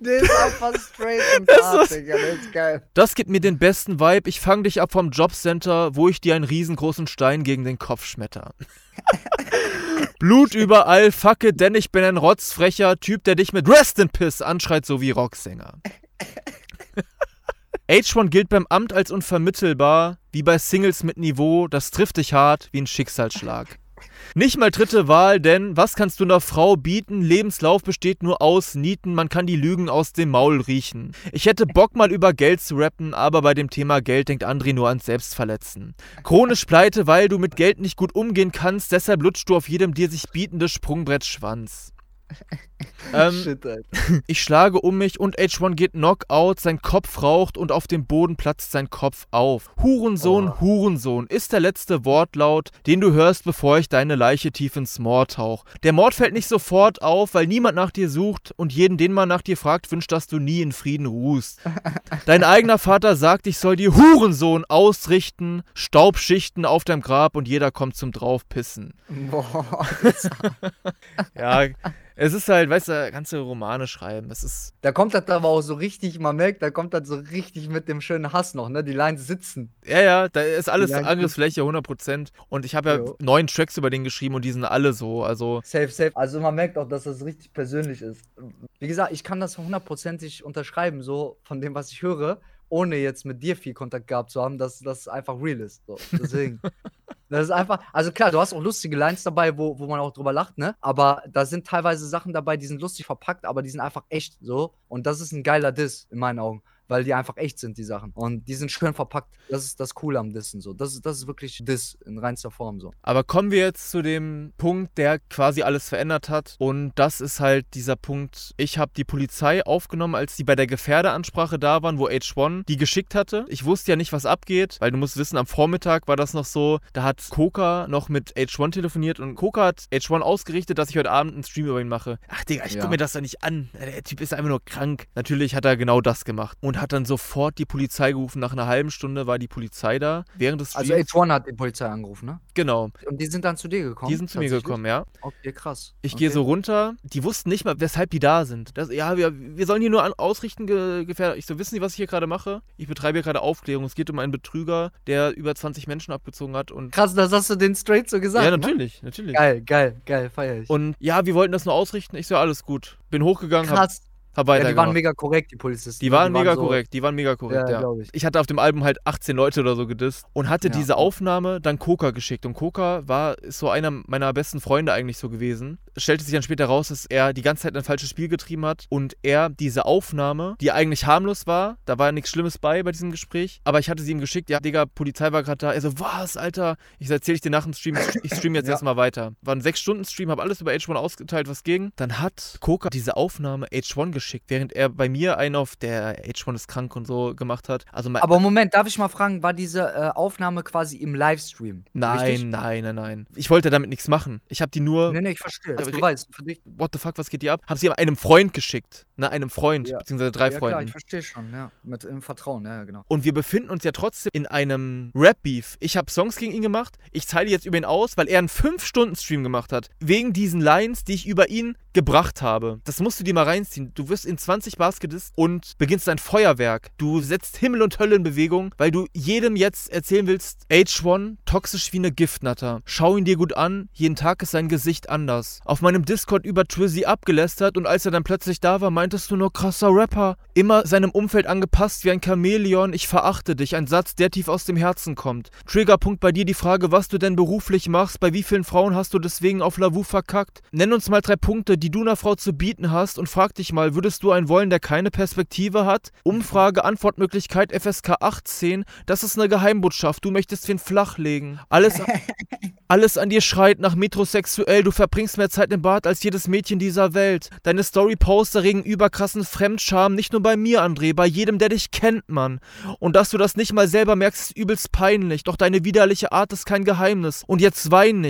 Der ist einfach straight und hart, Digga. Der ist geil. Das gibt mir den besten Vibe. Ich fang dich ab vom Jobcenter, wo ich dir einen riesengroßen Stein gegen den Kopf schmetter. Blut überall, fuck it, denn ich bin ein rotzfrecher Typ, der dich mit Rest in Piss anschreit, so wie Rocksänger. H1 gilt beim Amt als unvermittelbar, wie bei Singles mit Niveau, das trifft dich hart wie ein Schicksalsschlag. Nicht mal dritte Wahl, denn was kannst du einer Frau bieten? Lebenslauf besteht nur aus Nieten, man kann die Lügen aus dem Maul riechen. Ich hätte Bock mal über Geld zu rappen, aber bei dem Thema Geld denkt André nur ans Selbstverletzen. Chronisch pleite, weil du mit Geld nicht gut umgehen kannst, deshalb lutschst du auf jedem dir sich bietende Sprungbrett Schwanz. Shit, Alter. Ich schlage um mich und H1 geht Knockout, sein Kopf raucht und auf dem Boden platzt sein Kopf auf. Hurensohn, Hurensohn ist der letzte Wortlaut, den du hörst, bevor ich deine Leiche tief ins Moor tauch. Der Mord fällt nicht sofort auf, weil niemand nach dir sucht und jeden, den man nach dir fragt, wünscht, dass du nie in Frieden ruhst. Dein eigener Vater sagt, ich soll dir Hurensohn ausrichten, Staubschichten auf deinem Grab und jeder kommt zum Draufpissen. Boah. Ja, es ist halt, weißt du, kannst du Romane schreiben, es ist... Da kommt das aber auch so richtig, man merkt, da kommt das so richtig mit dem schönen Hass noch, ne? Die Lines sitzen. Ja, da ist alles Ja, Angriffsfläche 100% und ich habe ja Jo. 9 Tracks über den geschrieben und die sind alle so, also... Safe. Also man merkt auch, dass das richtig persönlich ist. Wie gesagt, ich kann das 100%ig unterschreiben, so von dem, was ich höre, ohne jetzt mit dir viel Kontakt gehabt zu haben, dass das einfach real ist. So. Deswegen. Das ist einfach, also klar, du hast auch lustige Lines dabei, wo man auch drüber lacht, ne? Aber da sind teilweise Sachen dabei, die sind lustig verpackt, aber die sind einfach echt so. Und das ist ein geiler Diss in meinen Augen, weil die einfach echt sind, die Sachen. Und die sind schön verpackt. Das ist das Coole am Dissen so. Das ist wirklich Diss in reinster Form so. Aber kommen wir jetzt zu dem Punkt, der quasi alles verändert hat. Und das ist halt dieser Punkt, ich habe die Polizei aufgenommen, als die bei der Gefährdeansprache da waren, wo H1 die geschickt hatte. Ich wusste ja nicht, was abgeht, weil du musst wissen, am Vormittag war das noch so, da hat Coca noch mit H1 telefoniert und Coca hat H1 ausgerichtet, dass ich heute Abend einen Stream über ihn mache. Ach Digga, ich guck mir das doch nicht an. Der Typ ist einfach nur krank. Natürlich hat er genau das gemacht und hat dann sofort die Polizei gerufen. Nach einer halben Stunde war die Polizei da. Während des Streams. Also H1 hat die Polizei angerufen, ne? Genau. Und die sind dann zu dir gekommen? Die sind zu mir gekommen, ja. Okay, krass. Ich gehe so runter. Die wussten nicht mal, weshalb die da sind. Wir sollen hier nur ausrichten, Gefährder. Ich so, wissen Sie, was ich hier gerade mache? Ich betreibe hier gerade Aufklärung. Es geht um einen Betrüger, der über 20 Menschen abgezogen hat. Und krass, das hast du den straight so gesagt. ja, ne? natürlich. Geil, feier ich. Und ja, wir wollten das nur ausrichten. Ich so, alles gut. Bin hochgegangen, krass. hab Ja, weitergemacht. die waren mega korrekt, die Polizisten. Die waren mega so, korrekt, ja. glaub ich. Ich hatte auf dem Album halt 18 Leute oder so gedisst und hatte Ja. diese Aufnahme dann Coca geschickt. Und Coca ist so einer meiner besten Freunde eigentlich so gewesen. Es stellte sich dann später raus, dass er die ganze Zeit ein falsches Spiel getrieben hat und er diese Aufnahme, die eigentlich harmlos war, da war nichts Schlimmes bei diesem Gespräch, aber ich hatte sie ihm geschickt, ja, Digga, Polizei war gerade da. Er so, was, Alter? Ich so, erzähl ich dir nach dem Stream, ich stream jetzt Ja. erstmal weiter. War ein 6-Stunden-Stream, habe alles über H1 ausgeteilt, was ging. Dann hat Coca diese Aufnahme H1 geschickt, während er bei mir einen auf der H1 ist krank und so gemacht hat. Also Aber Moment, darf ich mal fragen, war diese Aufnahme quasi im Livestream? Richtig? Nein. Ich wollte damit nichts machen. Ich habe die nur, Nee, ich verstehe. Also, Du weißt, für dich. what the fuck, was geht hier ab? Hab sie einem Freund geschickt. Ne, einem Freund, Ja. beziehungsweise 3 Ja, Freunden. klar, ich verstehe schon, ja. Mit im Vertrauen, ja, genau. Und wir befinden uns ja trotzdem in einem Rap-Beef. Ich habe Songs gegen ihn gemacht. Ich teile jetzt über ihn aus, weil er einen 5-Stunden-Stream gemacht hat. Wegen diesen Lines, die ich über ihn gebracht habe. Das musst du dir mal reinziehen. Du wirst in 20 Bars gedisst und beginnst ein Feuerwerk. Du setzt Himmel und Hölle in Bewegung, weil du jedem jetzt erzählen willst, H1, toxisch wie eine Giftnatter. Schau ihn dir gut an, jeden Tag ist sein Gesicht anders. Auf meinem Discord über Trizzy abgelästert und als er dann plötzlich da war, meintest du nur krasser Rapper. Immer seinem Umfeld angepasst wie ein Chamäleon, ich verachte dich. Ein Satz, der tief aus dem Herzen kommt. Triggerpunkt bei dir die Frage, was du denn beruflich machst. Bei wie vielen Frauen hast du deswegen auf Lavu verkackt? Nenn uns mal 3 Punkte, die du einer Frau zu bieten hast und frag dich mal, würdest du einen wollen, der keine Perspektive hat? Umfrage, Antwortmöglichkeit FSK 18, das ist eine Geheimbotschaft, du möchtest wen flachlegen. Alles an dir schreit nach metrosexuell, du verbringst mehr Zeit im Bad als jedes Mädchen dieser Welt. Deine Story-Poster regen überkrassen Fremdscham, nicht nur bei mir, André, bei jedem, der dich kennt, Mann. Und dass du das nicht mal selber merkst, ist übelst peinlich, doch deine widerliche Art ist kein Geheimnis. Und jetzt wein nicht.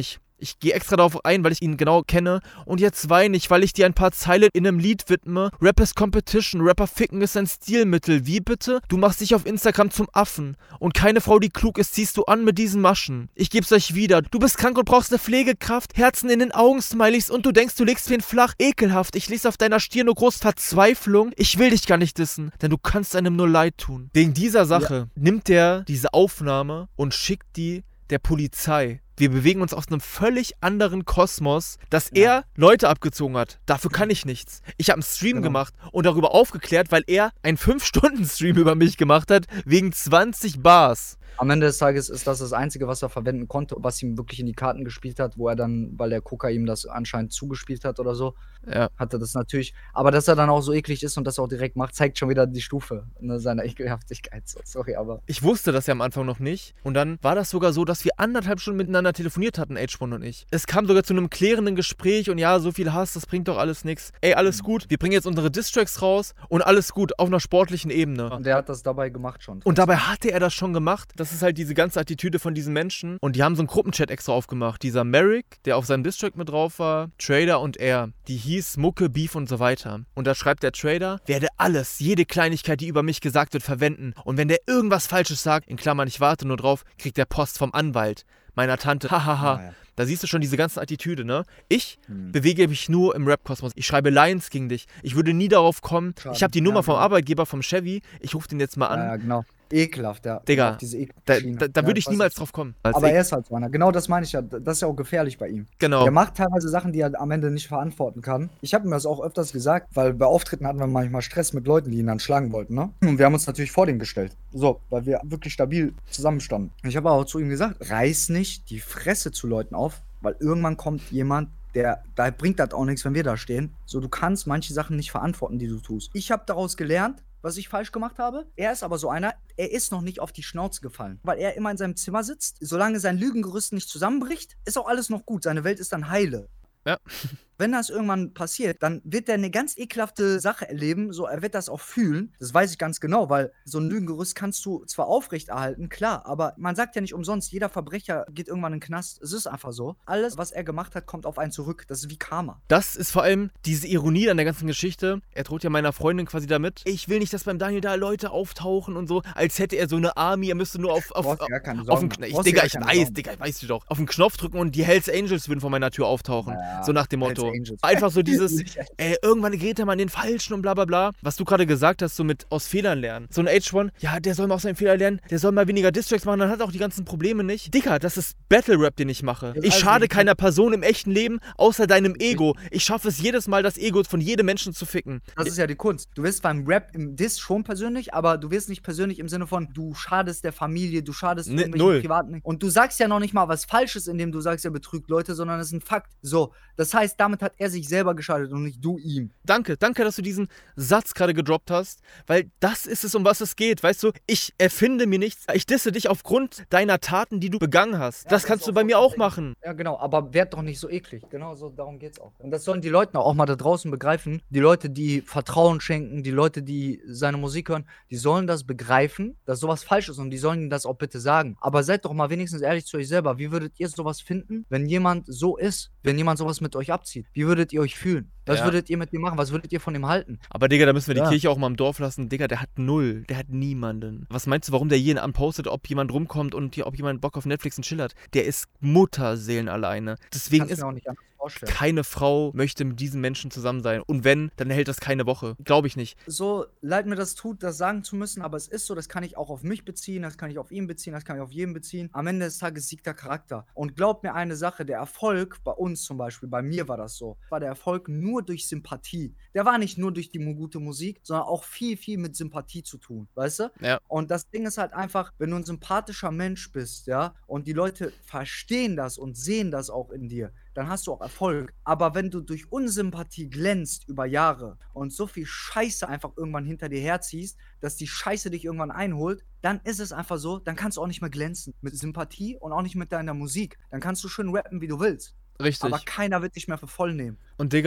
Ich gehe extra darauf ein, weil ich ihn genau kenne. Und jetzt weine ich, weil ich dir ein paar Zeilen in einem Lied widme. Rap ist Competition, Rapper ficken ist ein Stilmittel. Wie bitte? Du machst dich auf Instagram zum Affen. Und keine Frau, die klug ist, ziehst du an mit diesen Maschen. Ich geb's euch wieder. Du bist krank und brauchst eine Pflegekraft. Herzen in den Augen, Smileys. Und du denkst, du legst wen flach. Ekelhaft. Ich lese auf deiner Stirn nur groß Verzweiflung. Ich will dich gar nicht dissen, denn du kannst einem nur leid tun. Wegen dieser Sache nimmt er diese Aufnahme und schickt die der Polizei. Wir bewegen uns aus einem völlig anderen Kosmos, dass er Leute abgezogen hat. Dafür kann ich nichts. Ich habe einen Stream gemacht und darüber aufgeklärt, weil er einen 5-Stunden-Stream über mich gemacht hat, wegen 20 Bars. Am Ende des Tages ist das Einzige, was er verwenden konnte, was ihm wirklich in die Karten gespielt hat, wo er dann, weil der Coca ihm das anscheinend zugespielt hat oder so, hatte das natürlich. Aber dass er dann auch so eklig ist und das auch direkt macht, zeigt schon wieder die Stufe, ne, seiner Ekelhaftigkeit. So, sorry, aber. Ich wusste das ja am Anfang noch nicht. Und dann war das sogar so, dass wir 1,5 Stunden miteinander telefoniert hatten, H1 und ich. Es kam sogar zu einem klärenden Gespräch und ja, so viel Hass, das bringt doch alles nichts. Ey, alles gut, wir bringen jetzt unsere Distracks raus und alles gut, auf einer sportlichen Ebene. Und der hat das dabei gemacht schon. Und dabei hatte er das schon gemacht. Das ist halt diese ganze Attitüde von diesen Menschen. Und die haben so einen Gruppenchat extra aufgemacht. Dieser Merrick, der auf seinem Distrack mit drauf war, Trader und er. Die hieß Mucke, Beef und so weiter. Und da schreibt der Trader, werde alles, jede Kleinigkeit, die über mich gesagt wird, verwenden. Und wenn der irgendwas Falsches sagt, in Klammern, ich warte nur drauf, kriegt der Post vom Anwalt, meiner Tante. Hahaha. Da siehst du schon diese ganze Attitüde, ne? Ich bewege mich nur im Rap-Kosmos. Ich schreibe Lines gegen dich. Ich würde nie darauf kommen. Schade. Ich habe die Nummer vom Arbeitgeber, vom Chevy. Ich rufe den jetzt mal an. Ja, genau. Ekelhaft, ja. Digga, diese da würde ich niemals drauf kommen. Aber er ist halt so einer. Genau das meine ich ja. Das ist ja auch gefährlich bei ihm. Genau. Der macht teilweise Sachen, die er am Ende nicht verantworten kann. Ich habe ihm das auch öfters gesagt, weil bei Auftritten hatten wir manchmal Stress mit Leuten, die ihn dann schlagen wollten, ne? Und wir haben uns natürlich vor den gestellt. So, weil wir wirklich stabil zusammenstanden. Ich habe auch zu ihm gesagt, reiß nicht die Fresse zu Leuten auf, weil irgendwann kommt jemand, da bringt das auch nichts, wenn wir da stehen. So, du kannst manche Sachen nicht verantworten, die du tust. Ich habe daraus gelernt, was ich falsch gemacht habe. Er ist aber so einer, er ist noch nicht auf die Schnauze gefallen, weil er immer in seinem Zimmer sitzt. Solange sein Lügengerüst nicht zusammenbricht, ist auch alles noch gut. Seine Welt ist dann heile. Ja. Wenn das irgendwann passiert, dann wird er eine ganz ekelhafte Sache erleben, so, er wird das auch fühlen, das weiß ich ganz genau, weil so ein Lügengerüst kannst du zwar aufrechterhalten, klar, aber man sagt ja nicht umsonst, jeder Verbrecher geht irgendwann in den Knast, es ist einfach so. Alles, was er gemacht hat, kommt auf einen zurück, das ist wie Karma. Das ist vor allem diese Ironie an der ganzen Geschichte, er droht ja meiner Freundin quasi damit, ich will nicht, dass beim Daniel da Leute auftauchen und so, als hätte er so eine Army, er müsste nur auf den Knopf, Digga, ich weiß doch, auf den Knopf drücken und die Hells Angels würden vor meiner Tür auftauchen, so nach dem Motto. Einfach so dieses, irgendwann gerät er mal in den Falschen und bla bla bla. Was du gerade gesagt hast, so mit aus Fehlern lernen. So ein H1, ja, der soll mal aus seinen Fehlern lernen, der soll mal weniger Distracks machen, dann hat er auch die ganzen Probleme nicht. Digga, das ist Battle-Rap, den ich mache. Ich schade keiner Person im echten Leben, außer deinem Ego. Ich schaffe es jedes Mal, das Ego von jedem Menschen zu ficken. Das ist ja die Kunst. Du wirst beim Rap im Diss schon persönlich, aber du wirst nicht persönlich im Sinne von, du schadest der Familie, du schadest irgendwelchen Privaten. Und du sagst ja noch nicht mal was Falsches, indem du sagst, er betrügt Leute, sondern es ist ein Fakt. So, das heißt, damit hat er sich selber geschadet und nicht du ihm. Danke, dass du diesen Satz gerade gedroppt hast, weil das ist es, um was es geht, weißt du? Ich erfinde mir nichts, ich disse dich aufgrund deiner Taten, die du begangen hast. Ja, das kannst du bei mir auch machen. Ja, genau, aber werd doch nicht so eklig. Genau so, darum geht's auch. Und das sollen die Leute auch mal da draußen begreifen. Die Leute, die Vertrauen schenken, die Leute, die seine Musik hören, die sollen das begreifen, dass sowas falsch ist und die sollen ihnen das auch bitte sagen. Aber seid doch mal wenigstens ehrlich zu euch selber. Wie würdet ihr sowas finden, wenn jemand so ist, wenn jemand sowas mit euch abzieht? Wie würdet ihr euch fühlen? Was würdet ihr mit ihm machen? Was würdet ihr von ihm halten? Aber Digga, da müssen wir die Kirche auch mal im Dorf lassen. Digga, der hat null. Der hat niemanden. Was meinst du, warum der jeden anpostet, ob jemand rumkommt und ob jemand Bock auf Netflix und chillert? Der ist Mutterseelen alleine. Deswegen ist keine Frau möchte mit diesen Menschen zusammen sein. Und wenn, dann hält das keine Woche. Glaube ich nicht. So leid mir das tut, das sagen zu müssen, aber es ist so, das kann ich auch auf mich beziehen, das kann ich auf ihn beziehen, das kann ich auf jeden beziehen. Am Ende des Tages siegt der Charakter. Und glaubt mir eine Sache, der Erfolg bei uns zum Beispiel, bei mir war das so, war der Erfolg nur durch Sympathie. Der war nicht nur durch die gute Musik, sondern auch viel, viel mit Sympathie zu tun, weißt du? Ja. Und das Ding ist halt einfach, wenn du ein sympathischer Mensch bist, ja, und die Leute verstehen das und sehen das auch in dir, dann hast du auch Erfolg. Aber wenn du durch Unsympathie glänzt über Jahre und so viel Scheiße einfach irgendwann hinter dir herziehst, dass die Scheiße dich irgendwann einholt, dann ist es einfach so, dann kannst du auch nicht mehr glänzen mit Sympathie und auch nicht mit deiner Musik. Dann kannst du schön rappen, wie du willst. Richtig. Aber keiner wird dich mehr für voll nehmen. Und Digga,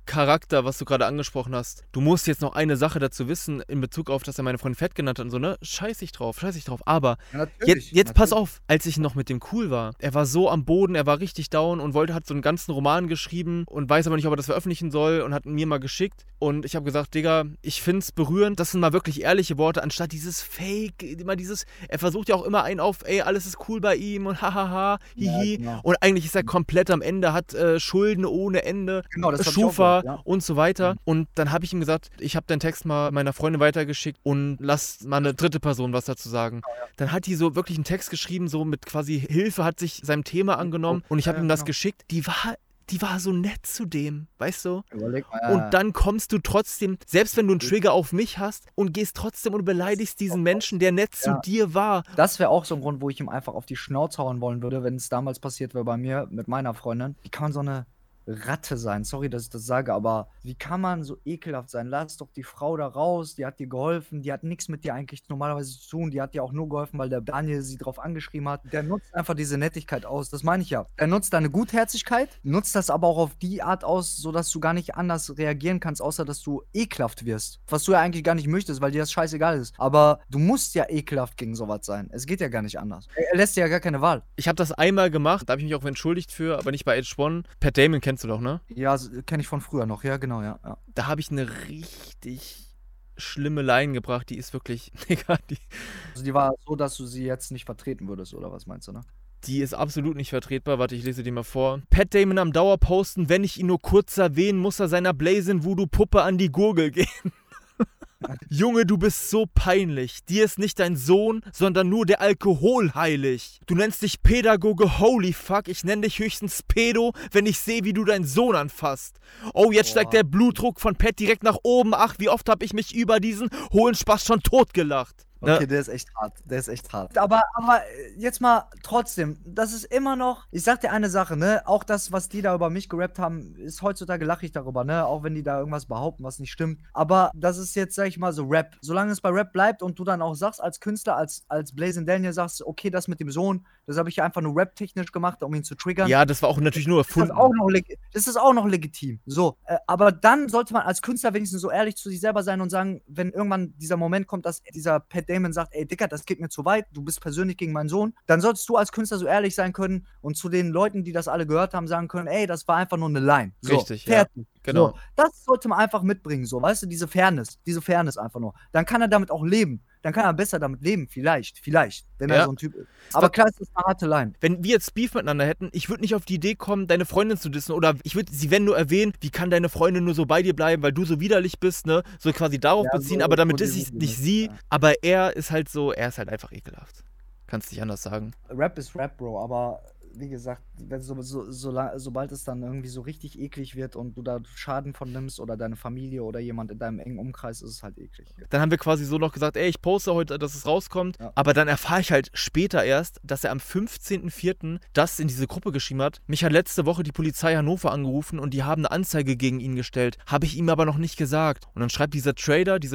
Charakter, was du gerade angesprochen hast. Du musst jetzt noch eine Sache dazu wissen, in Bezug auf, dass er meine Freundin fett genannt hat und so, ne? Scheiß ich drauf. Aber Ja, natürlich. jetzt pass auf, als ich noch mit dem cool war, er war so am Boden, er war richtig down und hat so einen ganzen Roman geschrieben und weiß aber nicht, ob er das veröffentlichen soll und hat ihn mir mal geschickt. Und ich habe gesagt, Digga, ich find's berührend, das sind mal wirklich ehrliche Worte, anstatt dieses Fake, immer dieses, er versucht ja auch immer einen auf, ey, alles ist cool bei ihm und hahaha, hihi. Ja, genau. Und eigentlich ist er komplett am Ende, hat Schulden ohne Ende, Genau, das hab ich auch Schufa gehört, ja. und so weiter. Und dann habe ich ihm gesagt, ich habe deinen Text mal meiner Freundin weitergeschickt und lass mal eine dritte Person was dazu sagen. Dann hat die so wirklich einen Text geschrieben, so mit quasi Hilfe, hat sich seinem Thema angenommen und ich habe ihm das geschickt. Die war so nett zu dem, weißt du? Überleg mal. Und dann kommst du trotzdem, selbst wenn du einen Trigger auf mich hast und gehst trotzdem und beleidigst diesen Menschen, der nett zu dir war. Das wäre auch so ein Grund, wo ich ihm einfach auf die Schnauze hauen wollen würde, wenn es damals passiert wäre bei mir mit meiner Freundin. Wie kann man so eine Ratte sein? Sorry, dass ich das sage, aber wie kann man so ekelhaft sein? Lass doch die Frau da raus, die hat dir geholfen, die hat nichts mit dir eigentlich normalerweise zu tun, die hat dir auch nur geholfen, weil der Daniel sie drauf angeschrieben hat. Der nutzt einfach diese Nettigkeit aus, das meine ich ja. Er nutzt deine Gutherzigkeit, nutzt das aber auch auf die Art aus, sodass du gar nicht anders reagieren kannst, außer dass du ekelhaft wirst. Was du ja eigentlich gar nicht möchtest, weil dir das scheißegal ist. Aber du musst ja ekelhaft gegen sowas sein. Es geht ja gar nicht anders. Er lässt dir ja gar keine Wahl. Ich habe das einmal gemacht, da habe ich mich auch entschuldigt für, aber nicht bei H1. Pat Damon kennst du doch, ne? Ja, kenne ich von früher noch. Ja, genau, ja. Da habe ich eine richtig schlimme Line gebracht, die ist wirklich, Digga, Also die war so, dass du sie jetzt nicht vertreten würdest, oder was meinst du, ne? die ist absolut nicht vertretbar. Warte, ich lese die mal vor. Pat Damon am Dauerposten, wenn ich ihn nur kurz erwähne, muss er seiner Blazing Voodoo Puppe an die Gurgel gehen. Junge, du bist so peinlich. Dir ist nicht dein Sohn, sondern nur der Alkohol heilig. Du nennst dich Pädagoge, holy fuck. Ich nenne dich höchstens Pedo, wenn ich sehe, wie du deinen Sohn anfasst. Oh, jetzt steigt der Blutdruck von Pat direkt nach oben. Ach, wie oft habe ich mich über diesen hohlen Spaß schon totgelacht. Okay, der ist echt hart. Aber jetzt mal trotzdem, das ist immer noch, ich sag dir eine Sache, ne, auch das, was die da über mich gerappt haben, ist heutzutage lache ich darüber, ne, auch wenn die da irgendwas behaupten, was nicht stimmt. Aber das ist jetzt, sag ich mal, so Rap. Solange es bei Rap bleibt und du dann auch sagst als Künstler, als Blazing Daniel sagst, okay, das mit dem Sohn, das habe ich ja einfach nur rap-technisch gemacht, um ihn zu triggern. Ja, das war auch natürlich nur erfunden. Das ist auch noch legitim. So, aber dann sollte man als Künstler wenigstens so ehrlich zu sich selber sein und sagen, wenn irgendwann dieser Moment kommt, dass dieser Pat Damon sagt, ey Dicker, das geht mir zu weit, du bist persönlich gegen meinen Sohn, dann solltest du als Künstler so ehrlich sein können und zu den Leuten, die das alle gehört haben, sagen können, ey, das war einfach nur eine Line. So, richtig, fertig. Ja, genau. So, das sollte man einfach mitbringen, so, weißt du, diese Fairness einfach nur. Dann kann er damit auch leben. Dann kann er besser damit leben, vielleicht, wenn er so ein Typ ist. Aber klar, es ist eine harte Line. Wenn wir jetzt Beef miteinander hätten, ich würde nicht auf die Idee kommen, deine Freundin zu dissen oder ich würde sie, wenn nur erwähnen, wie kann deine Freundin nur so bei dir bleiben, weil du so widerlich bist, ne? So quasi darauf beziehen, so, aber damit so ist es nicht ja. sie, aber er ist halt einfach ekelhaft. Kannst nicht anders sagen. Rap ist Rap, Bro, aber wie gesagt, wenn sobald es dann irgendwie so richtig eklig wird und du da Schaden von nimmst oder deine Familie oder jemand in deinem engen Umkreis, ist es halt eklig. Dann haben wir quasi so noch gesagt, ey, ich poste heute, dass es rauskommt, aber dann erfahre ich halt später erst, dass er am 15.04. das in diese Gruppe geschrieben hat. Mich hat letzte Woche die Polizei Hannover angerufen und die haben eine Anzeige gegen ihn gestellt. Habe ich ihm aber noch nicht gesagt. Und dann schreibt dieser Trader, diese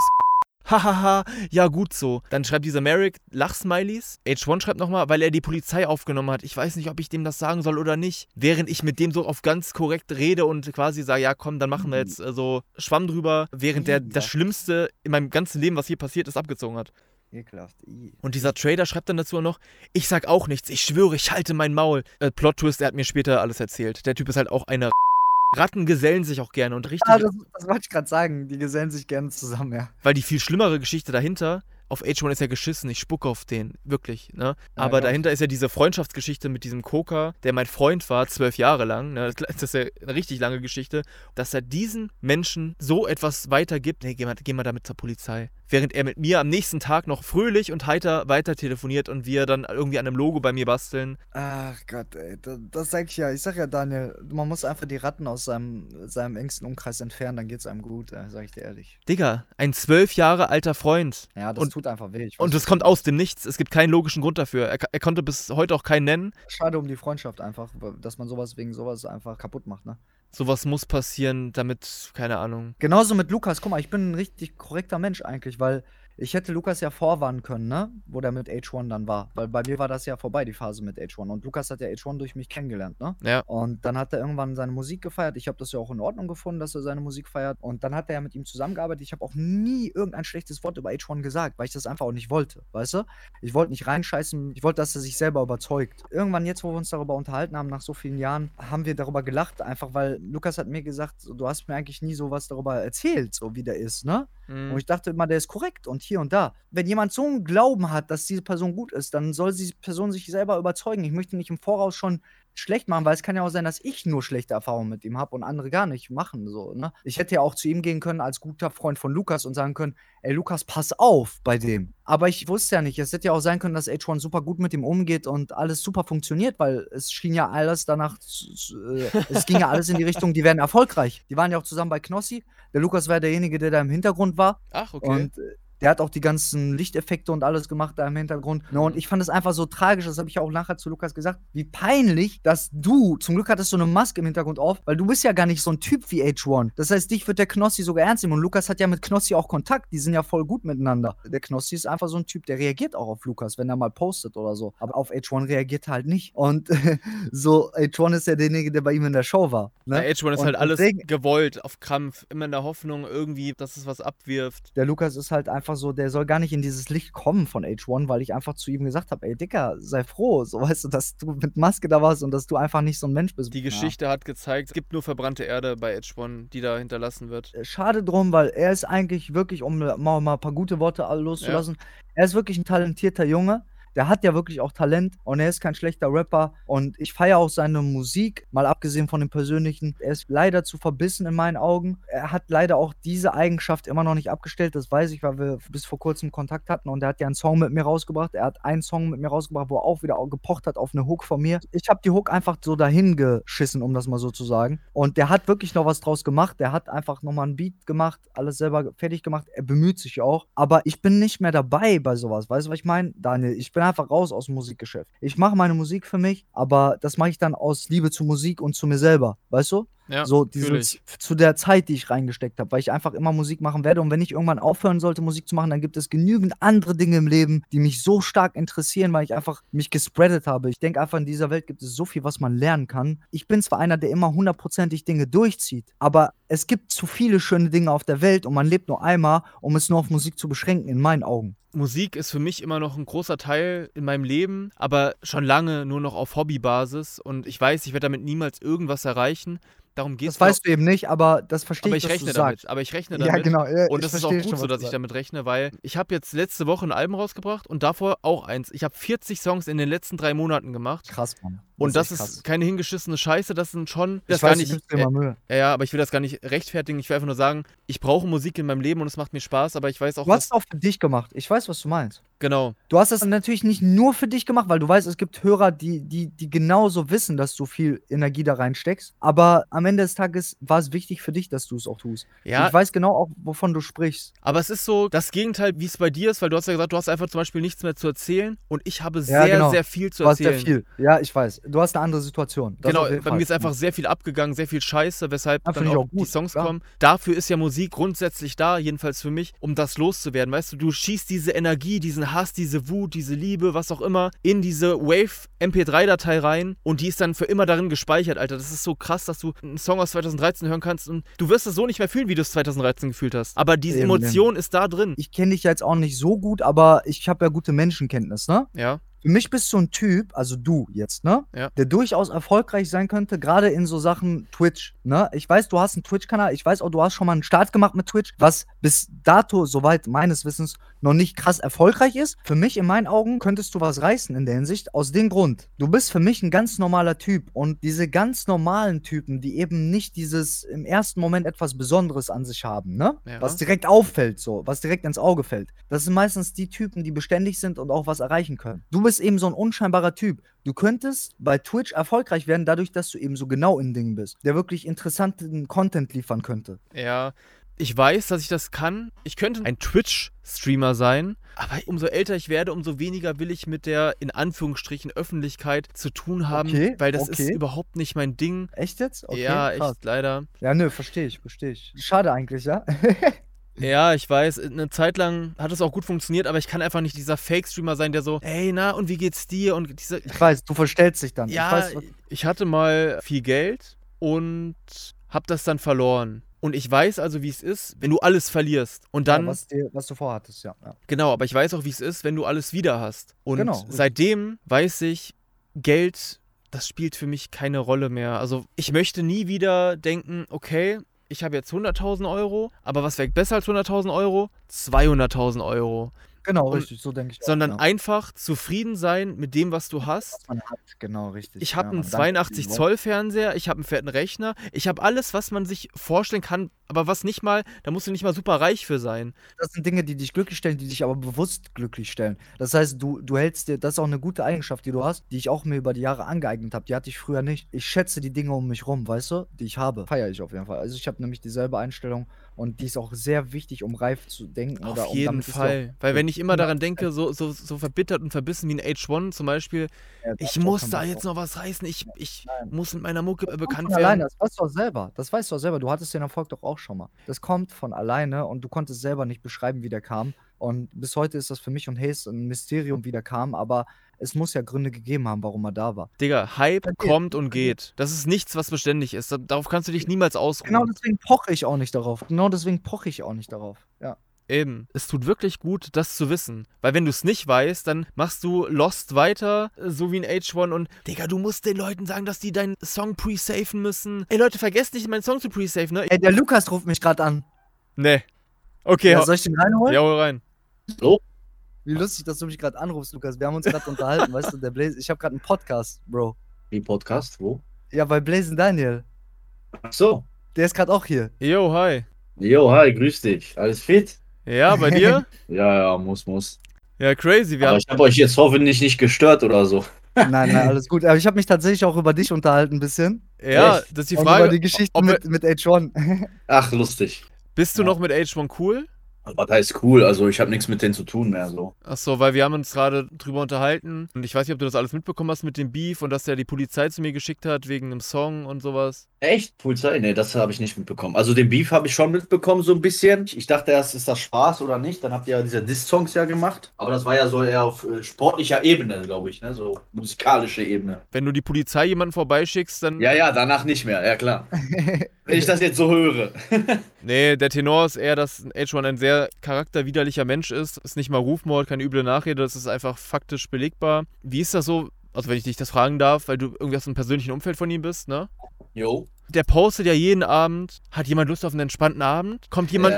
Hahaha, ja gut so. Dann schreibt dieser Merrick Lachsmileys. H1 schreibt nochmal, weil er die Polizei aufgenommen hat. Ich weiß nicht, ob ich dem das sagen soll oder nicht. Während ich mit dem so auf ganz korrekt rede und quasi sage, ja komm, dann machen wir jetzt so Schwamm drüber, während der das Schlimmste in meinem ganzen Leben, was hier passiert ist, abgezogen hat. Ekelhaft. Und dieser Trader schreibt dann dazu noch, ich sag auch nichts, ich schwöre, ich halte mein Maul. Plot-Twist, er hat mir später alles erzählt. Der Typ ist halt auch eine Ratten gesellen sich auch gerne und richtig. Ja, das wollte ich gerade sagen. Die gesellen sich gerne zusammen, ja. Weil die viel schlimmere Geschichte dahinter, auf H1 ist ja geschissen, ich spucke auf den, wirklich, ne? Ja, aber dahinter ist ja diese Freundschaftsgeschichte mit diesem Coca, der mein Freund war, 12 Jahre lang, ne? Das ist ja eine richtig lange Geschichte, dass er diesen Menschen so etwas weitergibt, nee, geh mal damit zur Polizei. Während er mit mir am nächsten Tag noch fröhlich und heiter weiter telefoniert und wir dann irgendwie an einem Logo bei mir basteln. Ach Gott, ey, das sag ich ja. Ich sag ja, Daniel, man muss einfach die Ratten aus seinem engsten Umkreis entfernen, dann geht's einem gut, sag ich dir ehrlich. Digga, ein 12 Jahre alter Freund. Ja, das tut einfach weh. Und das kommt aus dem Nichts. Es gibt keinen logischen Grund dafür. Er konnte bis heute auch keinen nennen. Schade um die Freundschaft einfach, dass man sowas wegen sowas einfach kaputt macht, ne? Sowas muss passieren, damit, keine Ahnung. Genauso mit Lukas, guck mal, ich bin ein richtig korrekter Mensch eigentlich, weil Ich hätte Lukas ja vorwarnen können, ne? Wo der mit H1 dann war. Weil bei mir war das ja vorbei, die Phase mit H1. Und Lukas hat ja H1 durch mich kennengelernt, ne? Ja. Und dann hat er irgendwann seine Musik gefeiert. Ich habe das ja auch in Ordnung gefunden, dass er seine Musik feiert. Und dann hat er ja mit ihm zusammengearbeitet. Ich habe auch nie irgendein schlechtes Wort über H1 gesagt, weil ich das einfach auch nicht wollte, weißt du? Ich wollte nicht reinscheißen, ich wollte, dass er sich selber überzeugt. Irgendwann jetzt, wo wir uns darüber unterhalten haben, nach so vielen Jahren, haben wir darüber gelacht, einfach weil Lukas hat mir gesagt, so, du hast mir eigentlich nie sowas darüber erzählt, so wie der ist, ne? Und ich dachte immer, der ist korrekt und hier und da. Wenn jemand so einen Glauben hat, dass diese Person gut ist, dann soll diese Person sich selber überzeugen. Ich möchte nicht im Voraus schon schlecht machen, weil es kann ja auch sein, dass ich nur schlechte Erfahrungen mit ihm habe und andere gar nicht machen, so, ne? Ich hätte ja auch zu ihm gehen können als guter Freund von Lukas und sagen können: „Ey Lukas, pass auf bei dem.“ Aber ich wusste ja nicht. Es hätte ja auch sein können, dass H1 super gut mit ihm umgeht und alles super funktioniert, weil es schien ja alles danach es ging ja alles in die Richtung, die werden erfolgreich. Die waren ja auch zusammen bei Knossi. Der Lukas war derjenige, der da im Hintergrund war. Ach, okay. Und der hat auch die ganzen Lichteffekte und alles gemacht da im Hintergrund. Ne, und ich fand es einfach so tragisch, das habe ich auch nachher zu Lukas gesagt, wie peinlich, dass du, zum Glück hattest du eine Maske im Hintergrund auf, weil du bist ja gar nicht so ein Typ wie H1. Das heißt, dich wird der Knossi sogar ernst nehmen. Und Lukas hat ja mit Knossi auch Kontakt, die sind ja voll gut miteinander. Der Knossi ist einfach so ein Typ, der reagiert auch auf Lukas, wenn er mal postet oder so. Aber auf H1 reagiert er halt nicht. Und so, H1 ist ja derjenige, der bei ihm in der Show war. Ne? Ja, H1 ist Und halt alles deswegen, gewollt, auf Krampf, immer in der Hoffnung irgendwie, dass es was abwirft. der Lukas ist halt einfach so, der soll gar nicht in dieses Licht kommen von H1, weil ich einfach zu ihm gesagt habe: „Ey Dicker, sei froh, so, weißt du, dass du mit Maske da warst und dass du einfach nicht so ein Mensch bist.“ Die Geschichte hat gezeigt, es gibt nur verbrannte Erde bei H1, die da hinterlassen wird. Schade drum, weil er ist eigentlich wirklich, um mal ein paar gute Worte loszulassen, er ist wirklich ein talentierter Junge. Der hat ja wirklich auch Talent und er ist kein schlechter Rapper und ich feiere auch seine Musik, mal abgesehen von dem Persönlichen. Er ist leider zu verbissen in meinen Augen. Er hat leider auch diese Eigenschaft immer noch nicht abgestellt, das weiß ich, weil wir bis vor Kurzem Kontakt hatten und er hat ja einen Song mit mir rausgebracht. Er hat einen Song mit mir rausgebracht, wo er auch wieder gepocht hat auf eine Hook von mir. Ich habe die Hook einfach so dahin geschissen, um das mal so zu sagen. Und der hat wirklich noch was draus gemacht. Der hat einfach noch mal 'n Beat gemacht, alles selber fertig gemacht. Er bemüht sich auch. Aber ich bin nicht mehr dabei bei sowas. Weißt du, was ich meine, Daniel? Ich bin einfach raus aus dem Musikgeschäft. Ich mache meine Musik für mich, aber das mache ich dann aus Liebe zur Musik und zu mir selber, weißt du? Ja, So fühle dieses ich. zu der Zeit, die ich reingesteckt habe, weil ich einfach immer Musik machen werde und wenn ich irgendwann aufhören sollte, Musik zu machen, dann gibt es genügend andere Dinge im Leben, die mich so stark interessieren, weil ich einfach mich gespreadet habe. Ich denke einfach, in dieser Welt gibt es so viel, was man lernen kann. Ich bin zwar einer, der immer hundertprozentig Dinge durchzieht, aber es gibt zu viele schöne Dinge auf der Welt und man lebt nur einmal, um es nur auf Musik zu beschränken, in meinen Augen. Musik ist für mich immer noch ein großer Teil in meinem Leben, aber schon lange nur noch auf Hobbybasis und ich weiß, ich werde damit niemals irgendwas erreichen. Darum geht Das es auch. weißt du eben nicht, aber das verstehe Aber ich, ich dass du rechne sagst. damit. Aber ich rechne Ja, damit. genau. Und Ich es ist auch verstehe gut schon, so, was dass du ich sagst. damit rechne, weil ich habe jetzt letzte Woche ein Album rausgebracht und davor auch eins. Ich habe 40 Songs in den letzten 3 Monaten gemacht. Krass, Mann. Und das echt ist keine hingeschissene Scheiße, das sind schon. Ich weiß, du gibst dir immer Mühe. Ja, aber ich will das gar nicht rechtfertigen. Ich will einfach nur sagen, ich brauche Musik in meinem Leben und es macht mir Spaß, aber ich weiß auch, Du hast es auch für dich gemacht. Ich weiß, was du meinst. Genau. Du hast das natürlich nicht nur für dich gemacht, weil du weißt, es gibt Hörer, die genauso wissen, dass du viel Energie da reinsteckst. Aber am Ende des Tages war es wichtig für dich, dass du es auch tust. Ja. Ich weiß genau auch, wovon du sprichst. Aber es ist so das Gegenteil, wie es bei dir ist, weil du hast ja gesagt, du hast einfach zum Beispiel nichts mehr zu erzählen und ich habe Ja, sehr, genau. sehr viel zu Du hast erzählen. sehr viel. Ja, ich weiß. Du hast eine andere Situation. Das Genau, auf jeden bei Fall. mir ist einfach sehr viel abgegangen, sehr viel Scheiße, weshalb Ja, dann finde ich auch auch die gut, Songs klar. kommen. Dafür ist ja Musik grundsätzlich da, jedenfalls für mich, um das loszuwerden. Weißt du, du schießt diese Energie, diesen Hass, diese Wut, diese Liebe, was auch immer, in diese Wave-MP3-Datei rein und die ist dann für immer darin gespeichert, Alter. Das ist so krass, dass du einen Song aus 2013 hören kannst und du wirst es so nicht mehr fühlen, wie du es 2013 gefühlt hast. Aber diese Eben, Emotion ist da drin. Ich kenne dich ja jetzt auch nicht so gut, aber ich habe ja gute Menschenkenntnis, ne? Ja, Für mich bist du ein Typ, also du jetzt, ne? Ja. Der durchaus erfolgreich sein könnte, gerade in so Sachen Twitch, ne? Ich weiß, du hast einen Twitch-Kanal, ich weiß auch, du hast schon mal einen Start gemacht mit Twitch, was bis dato, soweit meines Wissens, noch nicht krass erfolgreich ist. Für mich, in meinen Augen, könntest du was reißen in der Hinsicht, aus dem Grund. Du bist für mich ein ganz normaler Typ und diese ganz normalen Typen, die eben nicht dieses im ersten Moment etwas Besonderes an sich haben, ne? Ja. Was direkt auffällt, so, was direkt ins Auge fällt. Das sind meistens die Typen, die beständig sind und auch was erreichen können. Du bist eben so ein unscheinbarer Typ. Du könntest bei Twitch erfolgreich werden, dadurch, dass du eben so genau in Dingen bist, der wirklich interessanten Content liefern könnte. Ja, ich weiß, dass ich das kann. Ich könnte ein Twitch-Streamer sein, aber umso älter ich werde, umso weniger will ich mit der, in Anführungsstrichen, Öffentlichkeit zu tun haben, Okay, weil das ist okay. überhaupt nicht mein Ding. Echt jetzt? Okay, Ja, krass. echt, leider. Ja, nö, verstehe ich. Schade eigentlich, ja? Ja, ich weiß, eine Zeit lang hat es auch gut funktioniert, aber ich kann einfach nicht dieser Fake-Streamer sein, der so, ey, na, und wie geht's dir? Und diese. Ich weiß, du verstellst dich dann. Ja, Ich weiß, ich hatte mal viel Geld und hab das dann verloren. Und ich weiß also, wie es ist, wenn du alles verlierst. Und dann. was du vorhattest, ja. Genau, aber ich weiß auch, wie es ist, wenn du alles wieder hast. Und Genau, richtig. seitdem weiß ich, Geld, das spielt für mich keine Rolle mehr. Also ich möchte nie wieder denken, okay, ich habe jetzt 100.000 Euro, aber was wäre besser als 100.000 Euro? 200.000 Euro. Genau, Und- richtig, so denke ich auch. Sondern ja. einfach zufrieden sein mit dem, was du hast. Was man hat, genau, richtig. Ich habe ja, einen man dankt 82 dem Zoll Fernseher, ich habe einen fetten Rechner, ich habe alles, was man sich vorstellen kann, aber was nicht mal, da musst du nicht mal super reich für sein. Das sind Dinge, die dich glücklich stellen, die dich aber bewusst glücklich stellen. Das heißt, du hältst dir, das ist auch eine gute Eigenschaft, die du hast, die ich auch mir über die Jahre angeeignet habe. Die hatte ich früher nicht. Ich schätze die Dinge um mich rum, weißt du, die ich habe. Feiere ich auf jeden Fall. Also ich habe nämlich dieselbe Einstellung und die ist auch sehr wichtig, um reif zu denken. Auf oder um jeden damit es dir Fall. Weil wenn ich immer daran denke, 100%. so verbittert und verbissen wie ein H1 zum Beispiel, Ja, da hab ich ich auch muss keinen da Bock jetzt drauf. noch was reißen, ich Nein. muss mit meiner Mucke Kommt bekannt von alleine, werden. das weißt du auch selber. Das weißt du auch selber. Du hattest den Erfolg doch auch schon mal. Das kommt von alleine und du konntest selber nicht beschreiben, wie der kam. Und bis heute ist das für mich und Haze ein Mysterium, wie der kam, aber es muss ja Gründe gegeben haben, warum er da war. Digga, Hype Vergeht, kommt und vergeht. geht. Das ist nichts, was beständig ist. Darauf kannst du dich niemals Genau ausruhen. deswegen poche ich auch nicht darauf. Genau deswegen poche ich auch nicht darauf. Ja. Eben. Es tut wirklich gut, das zu wissen. Weil wenn du es nicht weißt, dann machst du Lost weiter, so wie ein H1 und Digga, du musst den Leuten sagen, dass die deinen Song pre-safen müssen. Ey Leute, vergesst nicht, meinen Song zu pre-safen, ne? Ey, der Lukas ruft mich gerade an. Nee. Okay, Ja, soll ich den reinholen? ja, hol rein. So? Wie lustig, dass du mich gerade anrufst, Lukas. Wir haben uns gerade unterhalten, weißt du, der Blaze. Ich habe gerade einen Podcast, Bro. Wie Podcast? Wo? Ja, bei Blaze Daniel. Ach so. Der ist gerade auch hier. Yo, hi. Jo, hi, grüß dich. Alles fit? Ja, bei dir? Ja, muss. Ja, crazy. Wir Aber haben. ich habe euch jetzt hoffentlich nicht gestört oder so. Nein, alles gut. Aber ich habe mich tatsächlich auch über dich unterhalten ein bisschen. Ja, Echt? das ist die Und über Frage. die Geschichte ob wir- mit H1. Ach, lustig. Bist du Ja. noch mit H1 cool? Was heißt cool? Also ich habe nichts mit denen zu tun mehr so. Achso, weil wir haben uns gerade drüber unterhalten und ich weiß nicht, ob du das alles mitbekommen hast mit dem Beef und dass er die Polizei zu mir geschickt hat wegen einem Song und sowas. Echt? Polizei? Nee, das habe ich nicht mitbekommen. Also den Beef habe ich schon mitbekommen, so ein bisschen. Ich dachte erst, ist das Spaß oder nicht? Dann habt ihr ja diese Diss-Songs ja gemacht. Aber das war ja so eher auf sportlicher Ebene, glaube ich, ne? So musikalische Ebene. Wenn du die Polizei jemanden vorbeischickst, dann. Ja, danach nicht mehr, ja klar. Wenn ich das jetzt so höre. Nee, der Tenor ist eher, dass H1 ein sehr charakterwiderlicher Mensch ist. Ist nicht mal Rufmord, keine üble Nachrede, das ist einfach faktisch belegbar. Wie ist das so? Also wenn ich dich das fragen darf, weil du irgendwie aus einem persönlichen Umfeld von ihm bist, ne? Jo. Der postet ja jeden Abend, hat jemand Lust auf einen entspannten Abend? Kommt jemand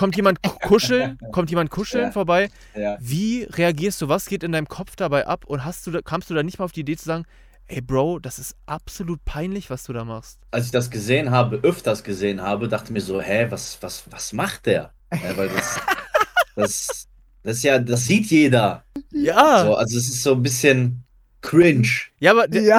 kuscheln? Kommt jemand kuscheln Ja. vorbei? Ja. Wie reagierst du? Was geht in deinem Kopf dabei ab? Und kamst du da nicht mal auf die Idee zu sagen, ey Bro, das ist absolut peinlich, was du da machst? Als ich das gesehen habe, öfters gesehen habe, dachte mir so, hä, was macht der? Ja, weil das ist ja, das sieht jeder. Ja. So, also es ist so ein bisschen cringe. Ja, Ja.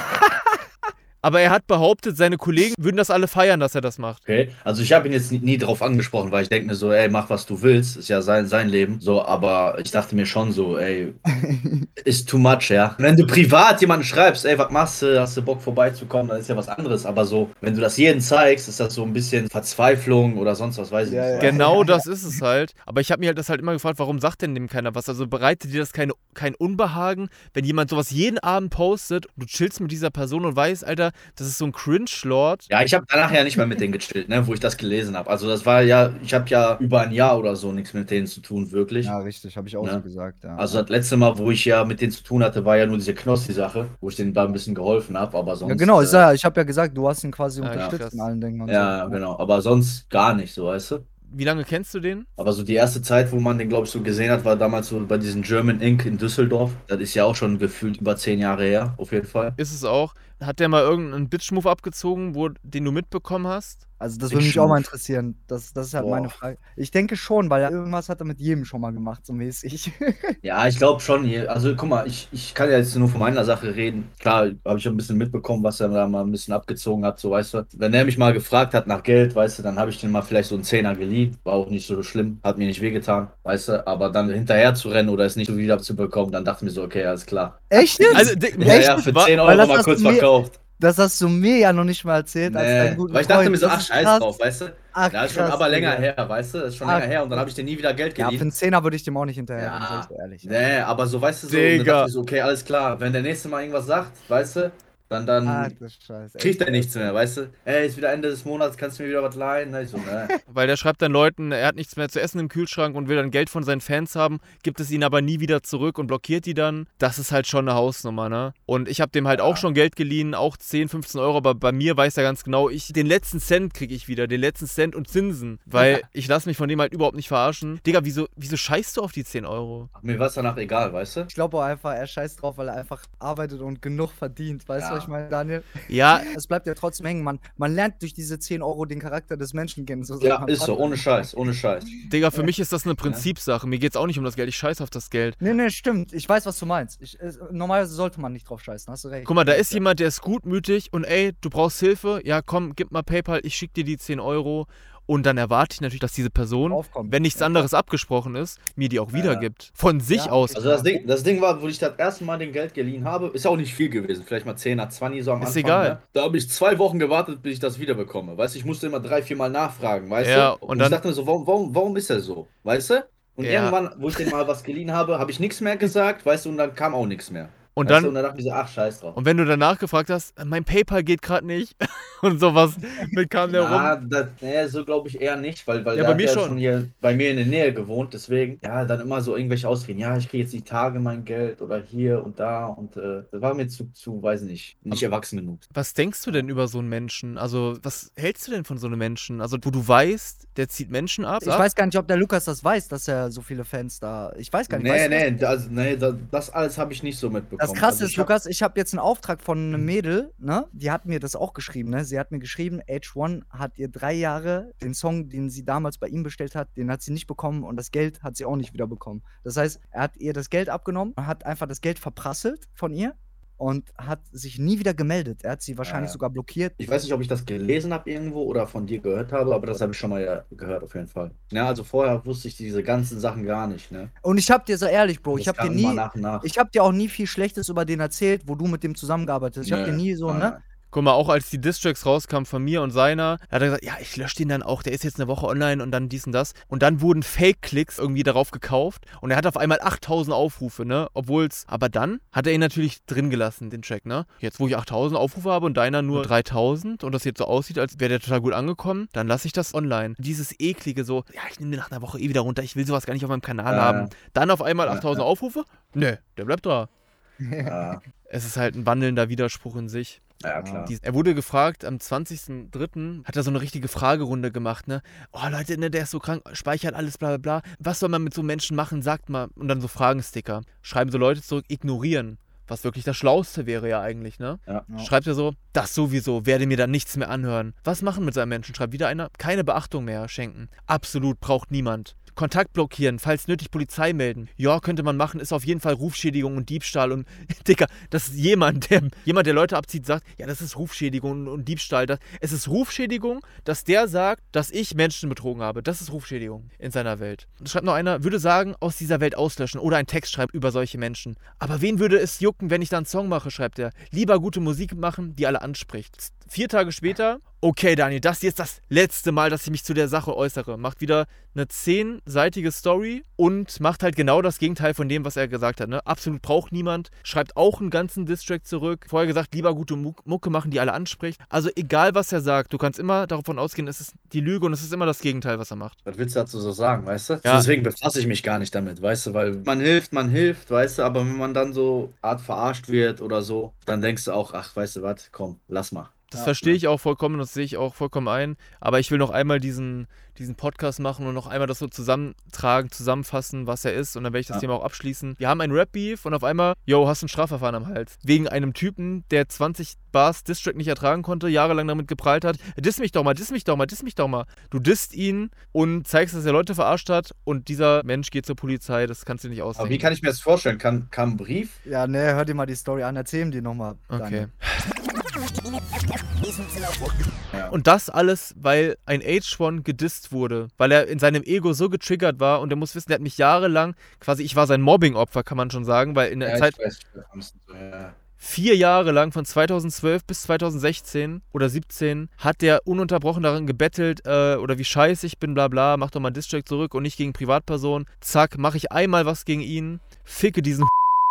aber er hat behauptet, seine Kollegen würden das alle feiern, dass er das macht. Okay, also ich habe ihn jetzt nie drauf angesprochen, weil ich denke mir so, ey, mach was du willst, ist ja sein Leben. So, aber ich dachte mir schon so, ey, ist too much, ja. Wenn du privat jemanden schreibst, ey, was machst du, hast du Bock vorbeizukommen, dann ist ja was anderes. Aber so, wenn du das jedem zeigst, ist das so ein bisschen Verzweiflung oder sonst was, weiß ich Ja, nicht. ja. Genau das ist es halt. Aber ich habe mir halt das halt immer gefragt, warum sagt denn dem keiner was? Also bereitet dir das kein Unbehagen, wenn jemand sowas jeden Abend postet, du chillst mit dieser Person und weißt, Alter, das ist so ein Cringe-Lord. Ja, ich habe danach ja nicht mehr mit denen gechillt, ne, wo ich das gelesen habe. Also das war ja, ich habe ja über ein Jahr oder so nichts mit denen zu tun, wirklich. Ja, richtig, habe ich auch Ja. so gesagt. Ja. Also das letzte Mal, wo ich ja mit denen zu tun hatte, war ja nur diese Knossi-Sache, wo ich denen da ein bisschen geholfen habe, aber sonst... ja, genau, ich habe ja gesagt, du hast ihn quasi Ja, unterstützt krass. in allen Dingen und Ja, so. genau, aber sonst gar nicht, so, weißt du? Wie lange kennst du den? Aber so die erste Zeit, wo man den, glaube ich, so gesehen hat, war damals so bei diesem German Inc. in Düsseldorf. Das ist ja auch schon gefühlt über 10 Jahre her, auf jeden Fall. Ist es auch. Hat der mal irgendeinen Bitch-Move abgezogen, den du mitbekommen hast? Also das Ich würde mich auch mal schwur. interessieren. Das ist halt Boah. meine Frage. Ich denke schon, weil irgendwas hat er mit jedem schon mal gemacht, so mäßig. Ja, ich glaube schon. Also guck mal, ich kann ja jetzt nur von meiner Sache reden. Klar, habe ich ein bisschen mitbekommen, was er da mal ein bisschen abgezogen hat, so weißt du. Wenn er mich mal gefragt hat nach Geld, weißt du, dann habe ich den mal vielleicht so einen Zehner geliehen. War auch nicht so schlimm, hat mir nicht wehgetan, weißt du. Aber dann hinterher zu rennen oder es nicht so wieder zu bekommen, dann dachte ich mir so, okay, alles klar. Echt jetzt? Also, Ja, für 10 Weil Euro das mal hast kurz du mir- verkauft. Das hast du mir ja noch nicht mal erzählt, als deinen Nee, guten weil ich dachte Freund. mir so, Das ach, ist scheiß krass. drauf, weißt du? Ach, Ja, ist schon krass, aber länger Digga. her, weißt du? Das ist schon Ach, länger her und dann habe ich dir nie wieder Geld Ja, für einen geliehen. Zehner würde ich dem auch nicht hinterher, sag ich Ja, dir ehrlich. nee, aber so, weißt du, so, und dann dachte Digga. ich so, okay, alles klar, wenn der nächste Mal irgendwas sagt, weißt du, dann Das Scheiße. kriegt er nichts mehr, weißt du? Ey, ist wieder Ende des Monats, kannst du mir wieder was leihen? Na, ich so, ne. Weil der schreibt dann Leuten, er hat nichts mehr zu essen im Kühlschrank und will dann Geld von seinen Fans haben, gibt es ihnen aber nie wieder zurück und blockiert die dann. Das ist halt schon eine Hausnummer, ne? Und ich habe dem halt auch schon Geld geliehen, auch 10, 15 Euro, aber bei mir weiß er ganz genau, den letzten Cent kriege ich wieder, den letzten Cent und Zinsen, weil ich lasse mich von dem halt überhaupt nicht verarschen. Digga, wieso scheißt du auf die 10 Euro? Mir war es danach egal, weißt du? Ich glaube auch einfach, er scheißt drauf, weil er einfach arbeitet und genug verdient. Weißt du, was ich meine, Daniel? Ja, Es bleibt ja trotzdem hängen. Man lernt durch diese 10 Euro den Charakter des Menschen kennen. So sagt Ja, mein ist so, Vater. ohne Scheiß, ohne Scheiß. Digga, für mich ist das eine Prinzipsache. Mir geht's auch nicht um das Geld, ich scheiß auf das Geld. Nee, stimmt. Ich weiß, was du meinst. Normalerweise sollte man nicht drauf scheißen, hast du recht. Guck mal, da ist jemand, der ist gutmütig und ey, du brauchst Hilfe, ja komm, gib mal PayPal, ich schick dir die 10 Euro. Und dann erwarte ich natürlich, dass diese Person, Aufkommt. wenn nichts anderes abgesprochen ist, mir die auch wiedergibt. Von sich aus. Also das Ding war, wo ich das erste Mal den Geld geliehen habe, ist auch nicht viel gewesen. Vielleicht mal 10er, 20 so am Ist Anfang. egal. Ne? Da habe ich 2 Wochen gewartet, bis ich das wiederbekomme. Weißt du, ich musste immer 3, 4 Mal nachfragen, weißt Ja, du? und ich dann- dachte mir so, warum ist er so? Weißt du? Und Ja. irgendwann, wo ich dem mal was geliehen habe, habe ich nichts mehr gesagt, weißt du, und dann kam auch nichts mehr. Und Weißt du? dann, Und dann dachte ich so, ach, scheiß drauf. und wenn du danach gefragt hast, mein PayPal geht gerade nicht und sowas, mit kam der rum. So glaube ich eher nicht, weil Ja, der bei hat mir ja schon. schon hier bei mir in der Nähe gewohnt, deswegen, ja, dann immer so irgendwelche Ausreden, ja, ich kriege jetzt die Tage mein Geld oder hier und da und das war mir weiß nicht erwachsen genug. Was denkst du denn über so einen Menschen? Also, was hältst du denn von so einem Menschen? Also, wo du weißt, der zieht Menschen ab? Ich weiß gar nicht, ob der Lukas das weiß, dass er so viele Fans da. Ich weiß gar nicht. weißt du das? Das alles habe ich nicht so mitbekommen. Das Krasse Also ist, Lukas, ich habe jetzt einen Auftrag von einem Mädel, ne? Die hat mir das auch geschrieben, ne? Sie hat mir geschrieben, H1 hat ihr 3 Jahre den Song, den sie damals bei ihm bestellt hat, den hat sie nicht bekommen und das Geld hat sie auch nicht wieder bekommen. Das heißt, er hat ihr das Geld abgenommen, hat einfach das Geld verprasselt von ihr und hat sich nie wieder gemeldet. Er hat sie wahrscheinlich sogar blockiert. Ich weiß nicht, ob ich das gelesen habe irgendwo oder von dir gehört habe, aber das habe ich schon mal gehört auf jeden Fall. Ja, also vorher wusste ich diese ganzen Sachen gar nicht, ne? Und ich hab dir so ehrlich, Bro, Das ich hab dir kam immer nie, nach und nach. ich hab dir auch nie viel Schlechtes über den erzählt, wo du mit dem zusammengearbeitet hast. Ich hab dir nie so, ne? Guck mal, auch als die Distracks rauskamen von mir und seiner, hat er gesagt, ja, ich lösche den dann auch, der ist jetzt eine Woche online und dann dies und das. Und dann wurden Fake-Klicks irgendwie darauf gekauft und er hat auf einmal 8000 Aufrufe, ne? Aber dann hat er ihn natürlich drin gelassen, den Track, ne? Jetzt, wo ich 8000 Aufrufe habe und deiner nur 3000 und das jetzt so aussieht, als wäre der total gut angekommen, dann lasse ich das online. Dieses eklige so, ja, ich nehme den nach einer Woche wieder runter, ich will sowas gar nicht auf meinem Kanal haben. Dann auf einmal 8000 Aufrufe? Nö, der bleibt da. Ja, Es ist halt ein wandelnder Widerspruch in sich. ja, klar. Er wurde gefragt, am 20.03. hat er so eine richtige Fragerunde gemacht, ne? Oh Leute, ne, der ist so krank, speichert alles, bla bla bla. Was soll man mit so Menschen machen, sagt mal. Und dann so Fragensticker. Schreiben so Leute zurück, ignorieren. Was wirklich das Schlauste wäre ja eigentlich, ne? Ja. Schreibt er so, das sowieso, werde mir dann nichts mehr anhören. Was machen mit seinem Menschen? Schreibt wieder einer, keine Beachtung mehr schenken. Absolut, braucht niemand. Kontakt blockieren, falls nötig Polizei melden. Ja, könnte man machen, ist auf jeden Fall Rufschädigung und Diebstahl und Dicker, das ist jemand, der Leute abzieht, sagt, ja, das ist Rufschädigung und Diebstahl. Es ist Rufschädigung, dass der sagt, dass ich Menschen betrogen habe. Das ist Rufschädigung in seiner Welt. Und schreibt noch einer, würde sagen, aus dieser Welt auslöschen oder einen Text schreiben über solche Menschen. Aber wen würde es jucken, wenn ich da einen Song mache, schreibt er. Lieber gute Musik machen, die alle anspricht. 4 Tage später, okay, Daniel, das ist jetzt das letzte Mal, dass ich mich zu der Sache äußere. Macht wieder eine 10-seitige Story und macht halt genau das Gegenteil von dem, was er gesagt hat. Ne? Absolut braucht niemand. Schreibt auch einen ganzen Distrack zurück. Vorher gesagt, lieber gute Mucke machen, die alle anspricht. Also egal, was er sagt, du kannst immer davon ausgehen, es ist die Lüge und es ist immer das Gegenteil, was er macht. Was willst du dazu so sagen, weißt du? Ja. Deswegen befasse ich mich gar nicht damit, weißt du? Weil man hilft, weißt du? Aber wenn man dann so Art verarscht wird oder so, dann denkst du auch, ach, weißt du was, komm, lass mal. Das verstehe ich auch vollkommen und das sehe ich auch vollkommen ein. Aber ich will noch einmal diesen Podcast machen und noch einmal das so zusammenfassen, was er ist. Und dann werde ich das Thema auch abschließen. Wir haben einen Rap-Beef und auf einmal, hast ein Strafverfahren am Hals. Wegen einem Typen, der 20 Bars Distrack nicht ertragen konnte, jahrelang damit geprahlt hat. Diss mich doch mal, diss mich doch mal, diss mich doch mal. Du disst ihn und zeigst, dass er Leute verarscht hat und dieser Mensch geht zur Polizei. Das kannst du nicht ausdenken. Aber wie kann ich mir das vorstellen? Kam ein Brief? Ja, ne, hör dir mal die Story an, erzähl ihm die nochmal. Okay. Und das alles, weil ein H1 gedisst wurde, weil er in seinem Ego so getriggert war und er muss wissen, der hat mich jahrelang, quasi ich war sein Mobbing-Opfer, kann man schon sagen, weil in der Zeit Ich weiß, 4 Jahre lang, von 2012 bis 2016 oder 17, hat der ununterbrochen darin gebettelt, oder wie scheiße ich bin, bla bla, mach doch mal Distrack zurück und nicht gegen Privatpersonen. Zack, mache ich einmal was gegen ihn, ficke diesen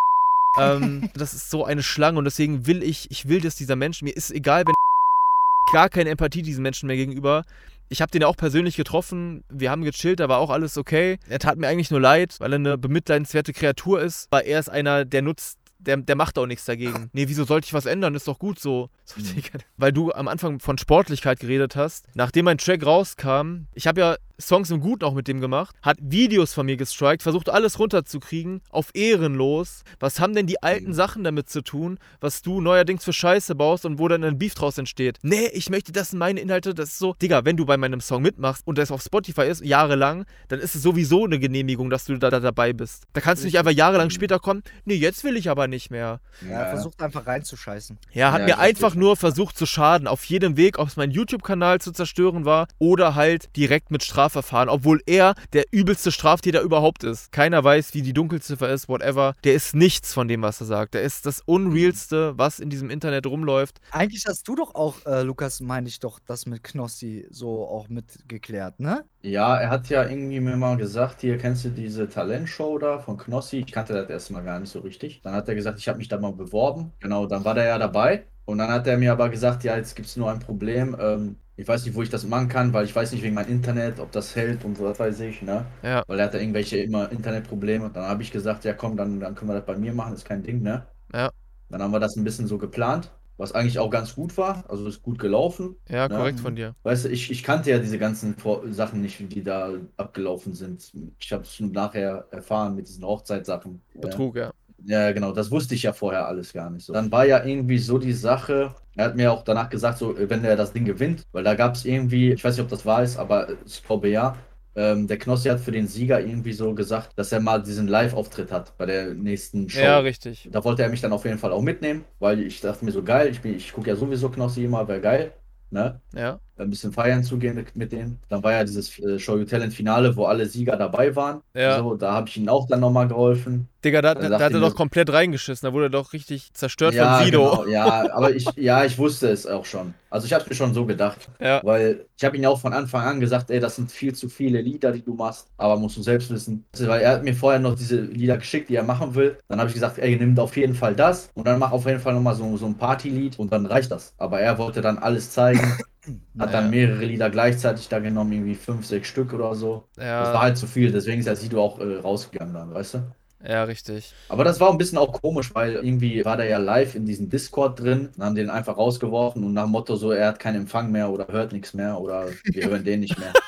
das ist so eine Schlange und deswegen will ich will, dass dieser Mensch, mir ist egal, wenn gar keine Empathie diesen Menschen mehr gegenüber. Ich habe den ja auch persönlich getroffen, wir haben gechillt, da war auch alles okay. Er tat mir eigentlich nur leid, weil er eine bemitleidenswerte Kreatur ist, weil er ist einer, der nutzt, der macht auch nichts dagegen. Nee, wieso sollte ich was ändern? Ist doch gut so. Weil du am Anfang von Sportlichkeit geredet hast. Nachdem mein Track rauskam, ich habe ja Songs im Guten auch mit dem gemacht, hat Videos von mir gestrikt, versucht alles runterzukriegen, auf ehrenlos. Was haben denn die alten Sachen damit zu tun, was du neuerdings für Scheiße baust und wo dann ein Beef draus entsteht? Nee, ich möchte, das sind meine Inhalte, das ist so. Digga, wenn du bei meinem Song mitmachst und das auf Spotify ist, jahrelang, dann ist es sowieso eine Genehmigung, dass du da dabei bist. Da kannst du nicht einfach jahrelang später kommen, nee, jetzt will ich aber nicht mehr. Ja, er versucht einfach reinzuscheißen. Ja, hat mir einfach nur versucht zu schaden, auf jedem Weg, ob es mein YouTube-Kanal zu zerstören war oder halt direkt mit Strafverfahren, obwohl er der übelste Straftäter überhaupt ist. Keiner weiß, wie die Dunkelziffer ist, whatever. Der ist nichts von dem, was er sagt. Der ist das Unrealste, was in diesem Internet rumläuft. Eigentlich hast du doch auch, Lukas, meine ich doch, das mit Knossi so auch mitgeklärt, ne? Ja, er hat ja irgendwie mir mal gesagt, hier kennst du diese Talentshow da von Knossi? Ich kannte das erstmal gar nicht so richtig. Dann hat er gesagt, ich habe mich da mal beworben. Genau, dann war der ja dabei. Und dann hat er mir aber gesagt, ja, jetzt gibt es nur ein Problem. Ich weiß nicht, wo ich das machen kann, weil ich weiß nicht wegen meinem Internet, ob das hält und so, das weiß ich, ne? Ja. Weil er hat da irgendwelche immer Internetprobleme. Und dann habe ich gesagt, ja komm, dann können wir das bei mir machen, ist kein Ding, ne? Ja. Dann haben wir das ein bisschen so geplant, was eigentlich auch ganz gut war. Also ist gut gelaufen. Ja, ne? korrekt von dir. Weißt du, ich kannte ja diese ganzen Sachen nicht, wie die da abgelaufen sind. Ich habe es nur nachher erfahren mit diesen Hochzeitssachen. Betrug, ja. Ja, genau, das wusste ich ja vorher alles gar nicht so. Dann war ja irgendwie so die Sache, er hat mir auch danach gesagt, so, wenn er das Ding gewinnt, weil da gab es irgendwie, ich weiß nicht, ob das wahr ist, aber ich glaube ja, der Knossi hat für den Sieger irgendwie so gesagt, dass er mal diesen Live-Auftritt hat bei der nächsten Show. Ja, richtig. Da wollte er mich dann auf jeden Fall auch mitnehmen, weil ich dachte mir so, geil, ich gucke ja sowieso Knossi immer, wäre geil, ne? Ja. Ein bisschen feiern zu gehen mit denen. Dann war ja dieses Show You Talent Finale, wo alle Sieger dabei waren. Ja. So, da habe ich ihnen auch dann nochmal geholfen. Digga, da Dann hat sagt er er doch mir- komplett reingeschissen. Da wurde er doch richtig zerstört Ja, von Sido. genau, ja, aber ich wusste es auch schon. Also ich habe es mir schon so gedacht. Ja. Weil ich habe ihm ja auch von Anfang an gesagt, ey, das sind viel zu viele Lieder, die du machst, aber musst du selbst wissen. Weil er hat mir vorher noch diese Lieder geschickt, die er machen will. Dann habe ich gesagt, ey, nimm auf jeden Fall das und dann mach auf jeden Fall nochmal so ein Partylied und dann reicht das. Aber er wollte dann alles zeigen. Hat dann mehrere Lieder gleichzeitig da genommen, irgendwie 5, 6 Stück oder so. Ja. Das war halt zu viel, deswegen ist ja Sido auch rausgegangen dann, weißt du? Ja, richtig. Aber das war ein bisschen auch komisch, weil irgendwie war der ja live in diesem Discord drin und haben den einfach rausgeworfen und nach dem Motto so, er hat keinen Empfang mehr oder hört nichts mehr oder wir hören den nicht mehr.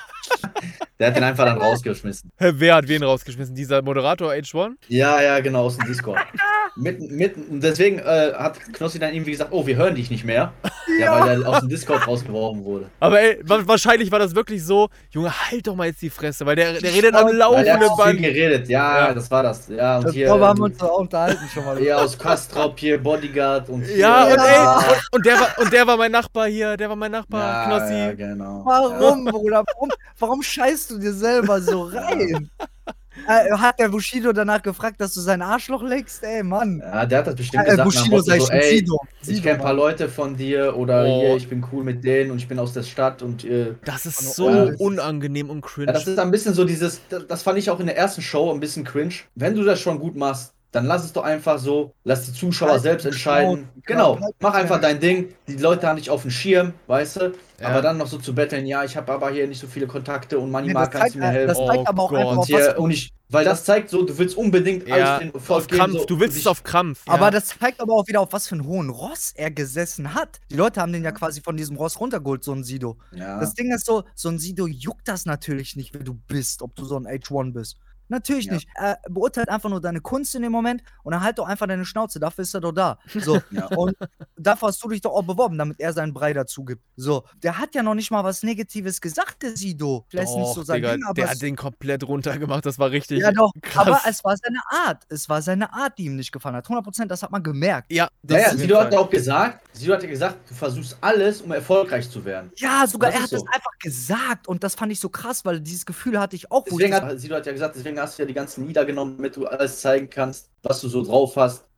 Der hat den einfach dann rausgeschmissen. Hä, wer hat wen rausgeschmissen? Dieser Moderator H1? Ja, genau, aus dem Discord. Und deswegen hat Knossi dann irgendwie gesagt, oh, wir hören dich nicht mehr. Ja, weil der aus dem Discord rausgeworfen wurde. Aber ey, wahrscheinlich war das wirklich so, Junge, halt doch mal jetzt die Fresse, weil der redet am Weil er laufenden hat zu viel Band. geredet, ja, Ja. das war das. Ja, und hier, Darüber haben wir uns doch auch unterhalten schon mal. hier aus Kastrop, hier Bodyguard und hier. Ja, und Ja. ey, und der war mein Nachbar hier, der war mein Nachbar, Knossi. Ja, genau. Warum, Bruder? Warum scheißt du dir selber so rein? Hat der Bushido danach gefragt, dass du sein Arschloch leckst? Ey, Mann. Ja, der hat das bestimmt gesagt, nach dem Bushido Motto sei so, schon ey, Sido. ich kenne ein paar Leute von dir oder Oh. hier, ich bin cool mit denen und ich bin aus der Stadt und Das ist Ja, so das ist- unangenehm und cringe. das ist ein bisschen so dieses, das fand ich auch in der ersten Show ein bisschen cringe. Wenn du das schon gut machst, dann lass es doch einfach so, lass die Zuschauer Halt selbst die entscheiden. Schnauze, Genau, halt mach die einfach Schnauze. dein Ding. Die Leute haben dich auf dem Schirm, weißt du? Ja. Aber dann noch so zu betteln, ja, ich habe aber hier nicht so viele Kontakte und Money Nee, Mark, kannst du mir helfen? das zeigt Oh aber auch Gott. einfach, Und auf was hier, und ich, weil das zeigt so, du willst unbedingt Ja, alles den Volk auf Krampf, geben, so, du willst es sich- auf Krampf. Aber ja. das zeigt aber auch wieder, auf was für einen hohen Ross er gesessen hat. Die Leute haben den ja quasi von diesem Ross runtergeholt, so ein Sido. Ja. Das Ding ist so ein Sido juckt das natürlich nicht, wer du bist, ob du so ein H1 bist. Natürlich Ja. nicht. Er beurteilt einfach nur deine Kunst in dem Moment und dann halt doch einfach deine Schnauze. Dafür ist er doch da. So. Ja. Und dafür hast du dich doch auch beworben, damit er seinen Brei dazu gibt. So. Der hat ja noch nicht mal was Negatives gesagt, der Sido. Vielleicht ist nicht so Doch, sein Digga, Ding, aber der es- hat den komplett runtergemacht, das war richtig ja doch, krass. aber es war seine Art. Es war seine Art, die ihm nicht gefallen hat. 100%, das hat man gemerkt. ja, Ja, ja, auf jeden Sido hat Fall. auch gesagt, du versuchst alles, um erfolgreich zu werden. Ja, sogar Das er ist hat so. es einfach gesagt und das fand ich so krass, weil dieses Gefühl hatte ich auch. Sido hat ja gesagt, deswegen hast du ja die ganzen Lieder genommen, damit du alles zeigen kannst, was du so drauf hast.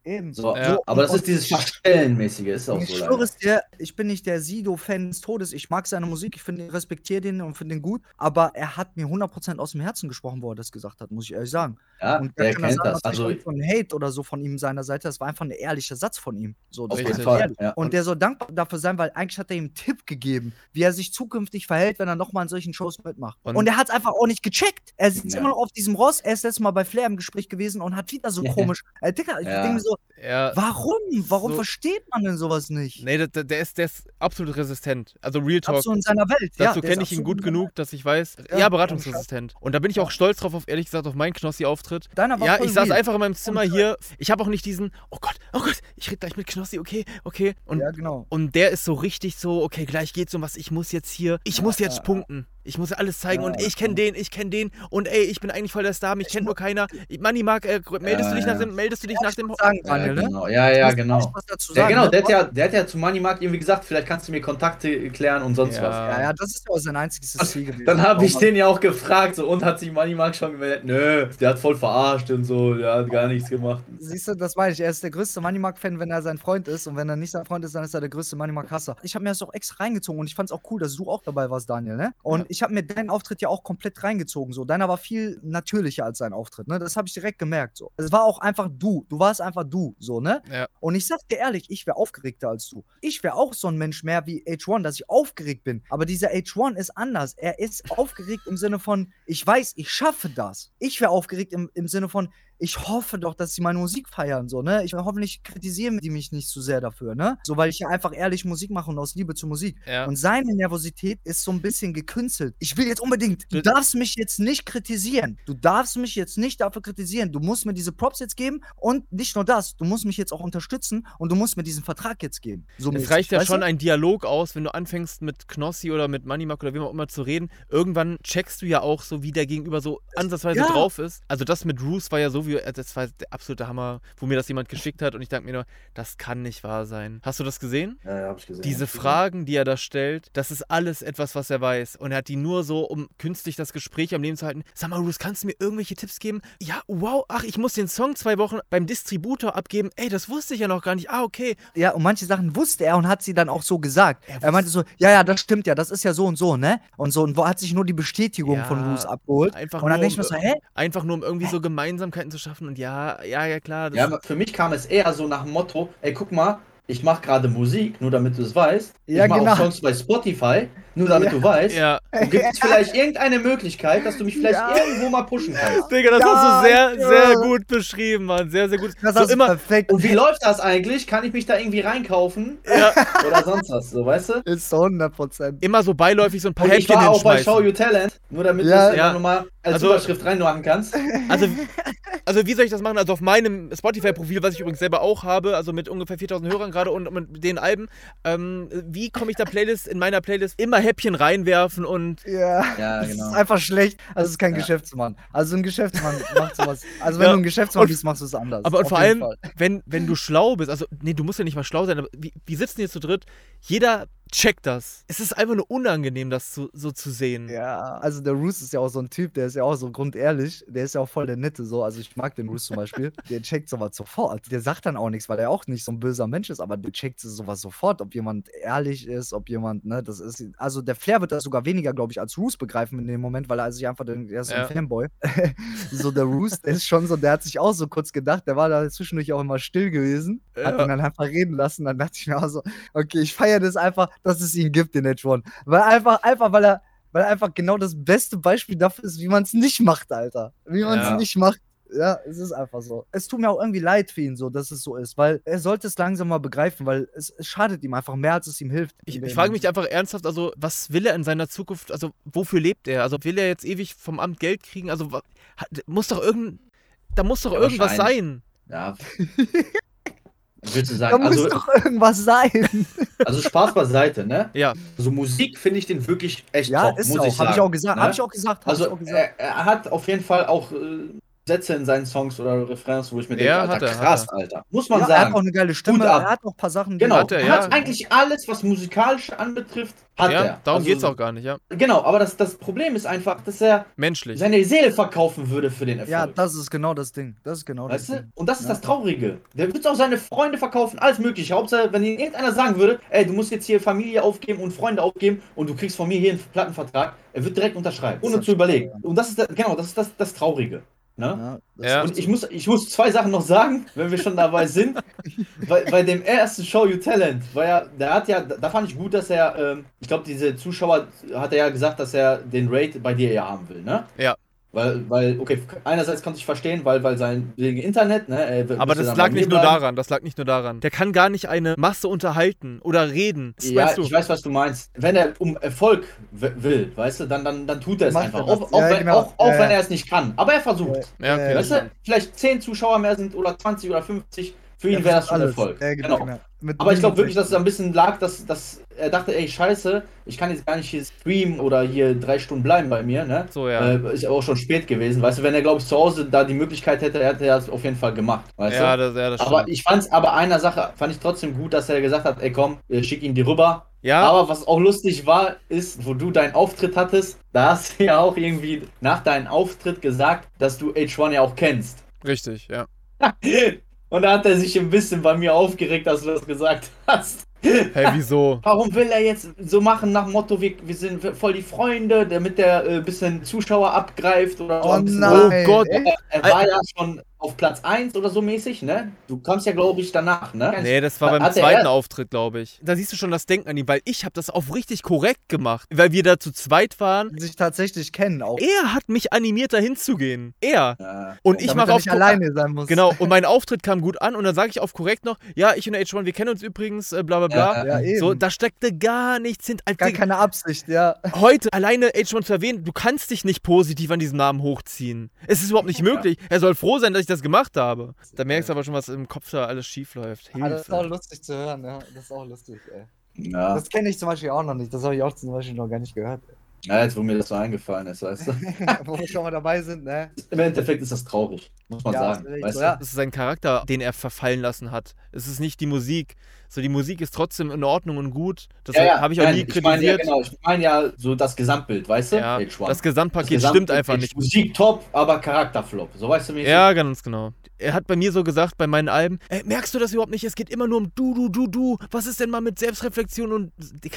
Eben. So, Ja. aber das ist dieses Verstellenmäßige, ist auch Ich so schwöre leider. es dir, ich bin nicht der Sido-Fan des Todes. Ich mag seine Musik, ich respektiere den und finde den gut. Aber er hat mir 100% aus dem Herzen gesprochen, wo er das gesagt hat, muss ich ehrlich sagen. Ja, Und da der kann er kennt sagen, das. was Also ich von Hate oder so von ihm seiner Seite, das war einfach ein ehrlicher Satz von ihm. So, das auf war jeden Richtig. einfach Fall. ehrlich. Ja. Und der soll dankbar dafür sein, weil eigentlich hat er ihm einen Tipp gegeben, wie er sich zukünftig verhält, wenn er nochmal in solchen Shows mitmacht. Und- Und er hat es einfach auch nicht gecheckt. Er sitzt Ja. immer noch auf diesem Ross. Er ist letztes Mal bei Flair im Gespräch gewesen und hat wieder so komisch. Digga, ich Ja. denke mir so, Ja, warum? Warum so- versteht man denn sowas nicht? nee, der ist absolut resistent. Also Real Talk. Absolut in seiner Welt. Dazu der kenne ist ich ihn absolut gut in seiner genug, dass ich weiß, Ja, ja, beratungsresistent. Und da bin ich auch stolz drauf, ehrlich gesagt, auf meinen Knossi-Auftritt. Deiner war Ja, voll ich saß real. einfach in meinem Zimmer hier. Ich habe auch nicht diesen, oh Gott, ich rede gleich mit Knossi, okay. Und, Ja, genau. und der ist so richtig so, okay, gleich geht's um was, ich muss jetzt punkten. Ich muss alles zeigen Ja, und ich kenne den und ey, ich bin eigentlich voll der Star, mich kennt nur keiner. Manni Mark, meldest du dich nach dem Sagen, Ja, Daniel, ne? genau. Ja, Ich muss genau. was dazu Ja, sagen, genau, ne? der hat ja zu Money Mark irgendwie gesagt, vielleicht kannst du mir Kontakte klären und sonst Ja. was. Ja, das ist ja auch sein einziges Ziel gewesen. Dann habe ich Warum- den ja auch gefragt, so, und hat sich Money Mark schon gemeldet? Nö, der hat voll verarscht und so, der hat gar nichts gemacht. Siehst du, das meine ich. Er ist der größte Money Mark-Fan, wenn er sein Freund ist. Und wenn er nicht sein Freund ist, dann ist er der größte Money Mark-Hasser. Ich habe mir das auch extra reingezogen und ich fand es auch cool, dass du auch dabei warst, Daniel, ne? Und ich habe mir deinen Auftritt ja auch komplett reingezogen. So. Deiner war viel natürlicher als sein Auftritt, ne? Das habe ich direkt gemerkt. So. Es war auch einfach du. Du warst einfach du, so, ne? Ja. Und ich sag dir ehrlich, ich wäre aufgeregter als du. Ich wäre auch so ein Mensch mehr wie H1, dass ich aufgeregt bin. Aber dieser H1 ist anders. Er ist aufgeregt im Sinne von, ich weiß, ich schaffe das. Ich wäre aufgeregt im Sinne von, ich hoffe doch, dass sie meine Musik feiern, so, ne? Hoffentlich kritisieren die mich nicht zu sehr dafür, ne? So, weil ich ja einfach ehrlich Musik mache und aus Liebe zur Musik. Ja. Und seine Nervosität ist so ein bisschen gekünstelt. Ich will jetzt unbedingt, du darfst mich jetzt nicht kritisieren. Du darfst mich jetzt nicht dafür kritisieren. Du musst mir diese Props jetzt geben und nicht nur das, du musst mich jetzt auch unterstützen und du musst mir diesen Vertrag jetzt geben. So Es mäßig, reicht ja weißt schon du? ein Dialog aus, wenn du anfängst mit Knossi oder mit Money Mark oder wem auch immer zu reden. Irgendwann checkst du ja auch so, wie der Gegenüber so ansatzweise Ja. drauf ist. Also das mit Roos war ja so, das war der absolute Hammer, wo mir das jemand geschickt hat und ich dachte mir nur, das kann nicht wahr sein. Hast du das gesehen? Ja, hab ich gesehen. Diese Fragen, die er da stellt, das ist alles etwas, was er weiß. Und er hat die nur so, um künstlich das Gespräch am Leben zu halten. Sag mal, Roos, kannst du mir irgendwelche Tipps geben? Ja, wow, ach, ich muss den Song 2 Wochen beim Distributor abgeben. Ey, das wusste ich ja noch gar nicht. Ah, okay. Ja, und manche Sachen wusste er und hat sie dann auch so gesagt. Er meinte so, ja, das stimmt ja, das ist ja so und so, ne? Und so, und hat sich nur die Bestätigung Ja, von Roos abgeholt. einfach Und dann nur, denke ich mir so, hä? Einfach nur, um irgendwie so Gemeinsamkeiten zu schaffen. Und ja, klar. Das Ja, aber für mich kam es eher so nach dem Motto, ey, guck mal, ich mache gerade Musik, nur damit du es weißt. Ja, ich mache genau. auch Songs bei Spotify, nur damit du weißt. ja. Und gibt es vielleicht irgendeine Möglichkeit, dass du mich vielleicht Ja. irgendwo mal pushen kannst? Digga, das hast Ja, du sehr, ja. sehr gut beschrieben, Mann. Sehr, sehr gut. Das So ist immer, perfekt. Und wie läuft das eigentlich? Kann ich mich da irgendwie reinkaufen? ja, Oder sonst was, so, weißt du? Ist so 100%. immer so beiläufig so ein paar Und ich Häppchen war auch bei hinschmeißen. Show You Talent, nur damit Ja. du es Ja. nochmal als Also- Überschrift reinmachen kannst. Also wie soll ich das machen? Also auf meinem Spotify-Profil, was ich übrigens selber auch habe, also mit ungefähr 4000 Hörern gerade und mit den Alben, wie komme ich da in meiner Playlist immer Häppchen reinwerfen und Ja. Ja, Das genau. ist einfach schlecht. Also, es ist kein Ja. Geschäftsmann. Also, ein Geschäftsmann macht sowas. Also, wenn Ja. du ein Geschäftsmann Und- bist, machst du es anders. aber Auf vor jeden allem, Fall. wenn du schlau bist, also nee, du musst ja nicht mal schlau sein, aber wie sitzen hier zu dritt? Jeder checkt das. Es ist einfach nur unangenehm, das so zu sehen. Ja, also der Roos ist ja auch so ein Typ, der ist ja auch so grundehrlich, der ist ja auch voll der Nette so, also ich mag den Roos zum Beispiel, der checkt sowas sofort, der sagt dann auch nichts, weil er auch nicht so ein böser Mensch ist, aber der checkt sowas sofort, ob jemand ehrlich ist, ob jemand, ne, das ist, also der Flair wird das sogar weniger, glaube ich, als Roos begreifen in dem Moment, weil er sich einfach, er ist so Ja. ein Fanboy, so der Roos, der ist schon so, der hat sich auch so kurz gedacht, der war da zwischendurch auch immer still gewesen, hat Ja. ihn dann einfach reden lassen, dann dachte ich mir auch so, okay, ich feiere das einfach, dass es ihn gibt, den H1, weil weil er einfach genau das beste Beispiel dafür ist, wie man es nicht macht, Alter. Wie man es Ja. nicht macht. Ja, es ist einfach so. Es tut mir auch irgendwie leid für ihn so, dass es so ist, weil er sollte es langsam mal begreifen, weil es schadet ihm einfach mehr, als es ihm hilft. Ich frage mich einfach ernsthaft, also was will er in seiner Zukunft, also wofür lebt er? Also will er jetzt ewig vom Amt Geld kriegen? Also da muss doch Ja, irgendwas wahrscheinlich. sein. Ja. Willst du Da sagen, muss doch irgendwas sein. also Spaß beiseite, ne? Ja. Also Musik finde ich den wirklich echt Ja, top, ist muss auch. ich sagen. Habe ich auch gesagt. ne? Habe ich auch gesagt. Also er hat auf jeden Fall auch Sätze in seinen Songs oder Refrains, wo ich mir denke, Ja, Alter, hat er, krass, Alter. Muss man Ja, er sagen. hat auch eine geile Stimme, Gut ab. er hat auch ein paar Sachen, Genau, Hat er, er ja. hat eigentlich alles, was musikalisch anbetrifft, hat Ja, er. darum Also, geht's auch gar nicht, ja. Genau, aber das Problem ist einfach, dass er Menschlich. seine Seele verkaufen würde für den Erfolg. Ja, das ist genau das Ding. Weißt du? Ding. Und das ist Ja. das Traurige. Der würde auch seine Freunde verkaufen, alles mögliche. Hauptsache, wenn ihm irgendeiner sagen würde, ey, du musst jetzt hier Familie aufgeben und Freunde aufgeben und du kriegst von mir hier einen Plattenvertrag, er wird direkt unterschreiben, ohne zu überlegen. Und das ist das Traurige. Ne? Ja, das Ja. ist Und ich muss 2 Sachen noch sagen, wenn wir schon dabei sind. Bei dem ersten Show You Talent, da fand ich gut, dass er, ich glaube, diese Zuschauer hat er ja gesagt, dass er den Rate bei dir ja haben will, ne? Ja. Weil, okay, einerseits konnte ich verstehen, weil wegen Internet, ne? Aber das lag nicht nur daran. Der kann gar nicht eine Masse unterhalten oder reden. Das Ja, weißt du. ich weiß, was du meinst. Wenn er um Erfolg will, weißt du, dann tut er es Macht einfach. er das. Auch Ja, genau. wenn er es nicht kann. Aber er versucht. Ja, okay, Weißt du, vielleicht 10 Zuschauer mehr sind oder 20 oder 50, für ihn wäre das schon Erfolg. Ja, genau. Aber ich glaube wirklich, dass es ein bisschen lag, dass er dachte, ey, scheiße, ich kann jetzt gar nicht hier streamen oder hier 3 Stunden bleiben bei mir, ne? So, ja. Ist aber auch schon spät gewesen, weißt du, wenn er, glaube ich, zu Hause da die Möglichkeit hätte, hätte er das auf jeden Fall gemacht, weißt Ja, du? das Aber stimmt. ich fand's, einer Sache fand ich trotzdem gut, dass er gesagt hat, ey, komm, schick ihn die rüber. Ja, Aber was auch lustig war, ist, wo du deinen Auftritt hattest, da hast du ja auch irgendwie nach deinem Auftritt gesagt, dass du H1 ja auch kennst. richtig, ja. Und da hat er sich ein bisschen bei mir aufgeregt, dass du das gesagt hast. Hey, wieso? Warum will er jetzt so machen nach dem Motto, wir sind voll die Freunde, damit der ein bisschen Zuschauer abgreift oder so Oh ein bisschen. nein. Oh Gott. Er war ja schon auf Platz 1 oder so mäßig, ne? Du kamst ja, glaube ich, danach, ne? Nee, das war beim Hat er zweiten erst- Auftritt, glaube ich. Da siehst du schon das Denken an ihn, weil ich habe das auch richtig korrekt gemacht. Weil wir da zu zweit waren. Die sich tatsächlich kennen auch. Er hat mich animiert, da hinzugehen. Er. Ja. Und ich Damit mache er auf nicht alleine sein muss. Genau, und mein Auftritt kam gut an und dann sage ich auf korrekt noch, ja, ich und H1, wir kennen uns übrigens, bla bla bla. Ja, eben. So, da steckte gar nichts hinter. Gar keine Absicht, ja. Heute alleine H1 zu erwähnen, du kannst dich nicht positiv an diesem Namen hochziehen. Es ist überhaupt nicht möglich. Er soll froh sein, dass ich das gemacht habe. Da merkst du aber schon, was im Kopf da alles schief läuft. Ah, das ist auch lustig zu hören, ja. Das ist auch lustig, ey. Ja. Das kenne ich zum Beispiel auch noch nicht. Das habe ich auch zum Beispiel noch gar nicht gehört. Ja, jetzt wo mir das so eingefallen ist, weißt du. Wo wir schon mal dabei sind, ne? Im Endeffekt ist das traurig, muss man Ja, sagen. das ist echt Weißt so, du? ja. Das ist sein Charakter, den er verfallen lassen hat. Es ist nicht die Musik. So, die Musik ist trotzdem in Ordnung und gut. Das habe ich auch nie Ich meine ja, kritisiert. genau, ich meine ja so das Gesamtbild, weißt du? Ja, H1. das Gesamtpaket Gesamtbild, stimmt einfach nicht. Musik top, aber Charakterflop. So weißt du mir. Ja, ganz genau. Er hat bei mir so gesagt, bei meinen Alben, merkst du das überhaupt nicht? Es geht immer nur um du. Was ist denn mal mit Selbstreflexion und...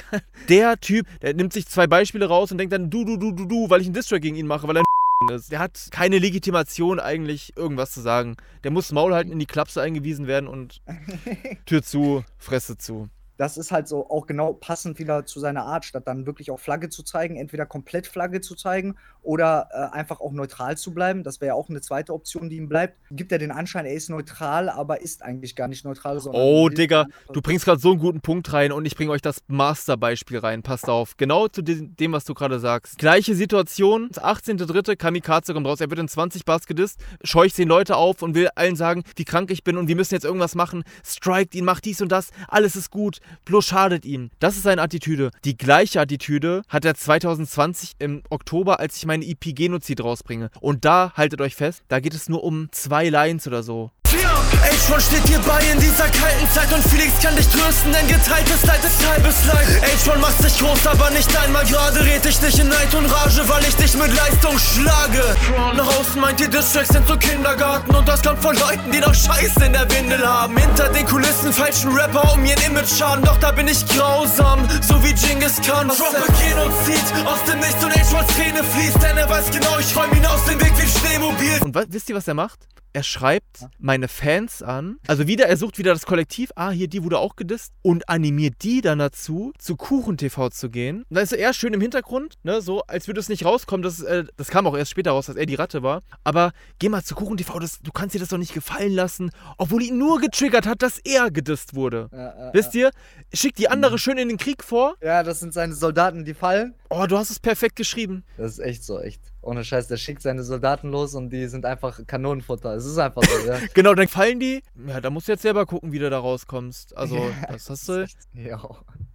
Der Typ, der nimmt sich 2 Beispiele raus und denkt dann du, weil ich einen Distrack gegen ihn mache, weil er ein ist. Der hat keine Legitimation eigentlich, irgendwas zu sagen. Der muss Maul halten, in die Klapse eingewiesen werden und Tür zu, Fresse zu. Das ist halt so auch genau passend wieder zu seiner Art, statt dann wirklich auch Flagge zu zeigen, entweder komplett Flagge zu zeigen oder einfach auch neutral zu bleiben. Das wäre ja auch eine zweite Option, die ihm bleibt. Gibt er den Anschein, er ist neutral, aber ist eigentlich gar nicht neutral. Sondern Oh, Digga, du bringst gerade so einen guten Punkt rein und ich bringe euch das Masterbeispiel rein. Passt auf. Genau zu dem, was du gerade sagst. Gleiche Situation. 18.3. Kamikaze kommt raus. Er wird in 20 Bars gedisst, scheucht 10 Leute auf und will allen sagen, wie krank ich bin und wir müssen jetzt irgendwas machen. Strikt ihn, macht dies und das. Alles ist gut. Bloß schadet ihm. Das ist seine Attitüde. Die gleiche Attitüde hat er 2020 im Oktober, als ich meine EP Genozid rausbringe. Und da, haltet euch fest, da geht es nur um 2 Lines oder so. H1 steht dir bei in dieser kalten Zeit und Felix kann dich trösten, denn geteiltes Leid ist halbes Leid. H1 macht sich groß, aber nicht einmal gerade red ich dich in Neid und Rage, weil ich dich mit Leistung schlage. Nach außen meint ihr Distracks sind so Kindergarten und das kommt von Leuten, die noch Scheiße in der Windel haben. Hinter den Kulissen falschen Rapper, um ihren Image schaden, doch da bin ich grausam, so wie Genghis Khan. Droppe Genozid aus dem Nichts und H1 Träne fließt, denn er weiß genau, ich räum ihn aus dem Weg wie ein Schneemobil. Und wisst ihr, was er macht? Er schreibt meine Fans an, also er sucht wieder das Kollektiv, hier, die wurde auch gedisst und animiert die dann dazu, zu KuchenTV zu gehen. Und da ist er schön im Hintergrund, ne, so, als würde es nicht rauskommen, das kam auch erst später raus, dass er die Ratte war, aber geh mal zu KuchenTV, du kannst dir das doch nicht gefallen lassen, obwohl ihn nur getriggert hat, dass er gedisst wurde. Wisst ihr? Schickt die andere schön in den Krieg vor. Ja, das sind seine Soldaten, die fallen. Oh, du hast es perfekt geschrieben. Das ist echt so, echt. Ohne Scheiß, der schickt seine Soldaten los und die sind einfach Kanonenfutter. Es ist einfach so, ja. Genau, dann fallen die. Ja, da musst du jetzt selber gucken, wie du da rauskommst. Also, das hast du. Ja.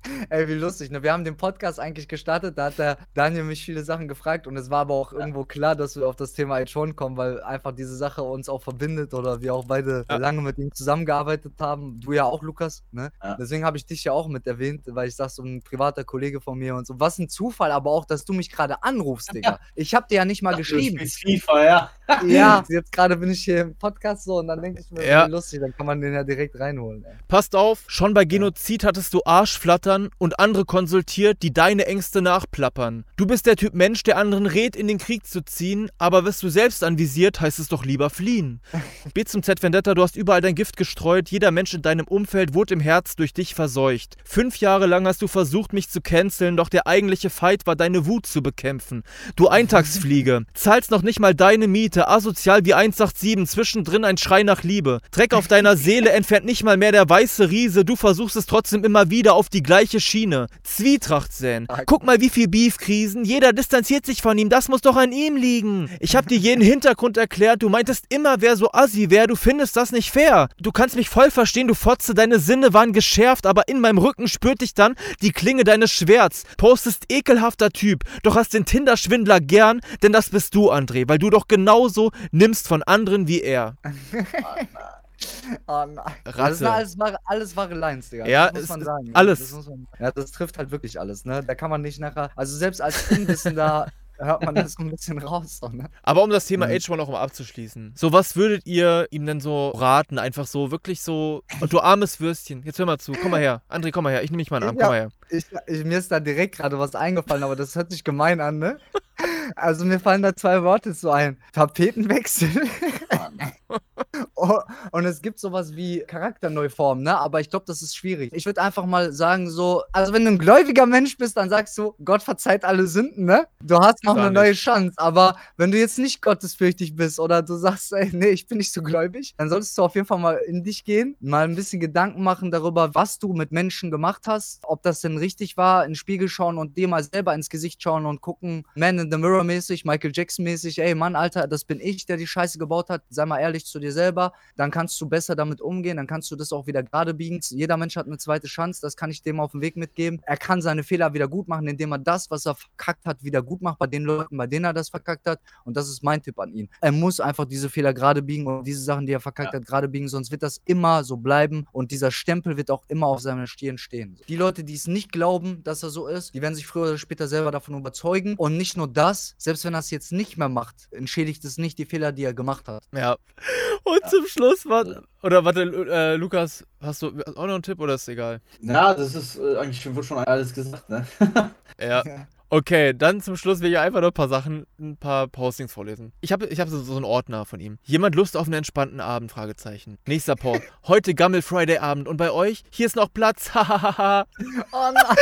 Ey, wie lustig, ne? Wir haben den Podcast eigentlich gestartet, da hat der Daniel mich viele Sachen gefragt und es war aber auch irgendwo klar, dass wir auf das Thema H1 kommen, weil einfach diese Sache uns auch verbindet oder wir auch beide lange mit ihm zusammengearbeitet haben. Du ja auch, Lukas, ne? Ja. Deswegen habe ich dich ja auch mit erwähnt, weil ich sag, so ein privater Kollege von mir und so. Was ein Zufall, aber auch, dass du mich gerade anrufst, Digga. Ich habe dir ja nicht mal geschrieben. Du spielst FIFA, ja. Ja, jetzt gerade bin ich hier im Podcast so und dann denke ich mir, Ja. wie lustig, dann kann man den ja direkt reinholen, ey. Passt auf, schon bei Genozid hattest du Arschflattern und andere konsultiert, die deine Ängste nachplappern. Du bist der Typ Mensch, der anderen rät, in den Krieg zu ziehen, aber wirst du selbst anvisiert, heißt es doch lieber fliehen. B zum Z Vendetta, du hast überall dein Gift gestreut, jeder Mensch in deinem Umfeld wurde im Herz durch dich verseucht. 5 Jahre lang hast du versucht, mich zu canceln, doch der eigentliche Fight war deine Wut zu bekämpfen. Du Eintagsfliege, zahlst noch nicht mal deine Miete, asozial wie 187, zwischendrin ein Schrei nach Liebe. Dreck auf deiner Seele entfernt nicht mal mehr der weiße Riese, du versuchst es trotzdem immer wieder auf die gleiche Schiene. Zwietracht säen. Guck mal, wie viel Beef-Krisen. Jeder distanziert sich von ihm. Das muss doch an ihm liegen. Ich hab dir jeden Hintergrund erklärt. Du meintest immer, wer so assi wär. Du findest das nicht fair. Du kannst mich voll verstehen, du Fotze. Deine Sinne waren geschärft, aber in meinem Rücken spürt dich dann die Klinge deines Schwerts. Postest ekelhafter Typ. Doch hast den Tinder-Schwindler gern, denn das bist du, André. Weil du doch genauso nimmst von anderen wie er. Oh nein. Rasse. Das sind alles wahre Lines, Digga. Ja, das muss man es- sagen. alles. Das muss man, ja, das trifft halt wirklich alles, ne? Da kann man nicht nachher. Also selbst als Unwissender hört man das so ein bisschen raus, so, ne? Aber um das Thema Mhm. H1 auch mal abzuschließen. So, was würdet ihr ihm denn so raten? Einfach so, wirklich so, du armes Würstchen. Jetzt hör mal zu, komm mal her. André, komm mal her. Ich nehme mich mal in den Arm, komm mal her. Mir ist da direkt gerade was eingefallen, aber das hört sich gemein an, ne? Also mir fallen da 2 Worte zu ein. Tapetenwechsel. Oh, und es gibt sowas wie Charakterneuform, ne? Aber ich glaube, das ist schwierig. Ich würde einfach mal sagen so, also wenn du ein gläubiger Mensch bist, dann sagst du, Gott verzeiht alle Sünden, ne? Du hast noch Gar eine nicht. neue Chance. Aber wenn du jetzt nicht gottesfürchtig bist oder du sagst, ey, nee, ich bin nicht so gläubig, dann solltest du auf jeden Fall mal in dich gehen, mal ein bisschen Gedanken machen darüber, was du mit Menschen gemacht hast, ob das denn richtig war, in den Spiegel schauen und dir mal selber ins Gesicht schauen und gucken, Man in the Mirror mäßig, Michael Jackson mäßig, ey Mann, Alter, das bin ich, der die Scheiße gebaut hat, sei mal ehrlich zu dir selber, dann kannst du besser damit umgehen, dann kannst du das auch wieder gerade biegen. Jeder Mensch hat eine zweite Chance, das kann ich dem auf den Weg mitgeben. Er kann seine Fehler wieder gut machen, indem er das, was er verkackt hat, wieder gut macht bei den Leuten, bei denen er das verkackt hat, und das ist mein Tipp an ihn. Er muss einfach diese Fehler gerade biegen und diese Sachen, die er verkackt hat, gerade biegen, sonst wird das immer so bleiben und dieser Stempel wird auch immer auf seiner Stirn stehen. Die Leute, die es nicht glauben, dass er so ist, die werden sich früher oder später selber davon überzeugen, und nicht nur das, selbst wenn er es jetzt nicht mehr macht, entschädigt es nicht die Fehler, die er gemacht hat. Ja. Und zum Schluss, warte, Lukas, hast du auch noch einen Tipp oder ist egal? Ja, das ist eigentlich wird schon alles gesagt, ne? Ja. Okay, dann zum Schluss will ich einfach noch ein paar Postings vorlesen. Ich hab so einen Ordner von ihm. Jemand Lust auf einen entspannten Abend? Fragezeichen. Nächster Post. Heute Gammel Friday Abend und bei euch? Hier ist noch Platz. Hahaha. Oh nein,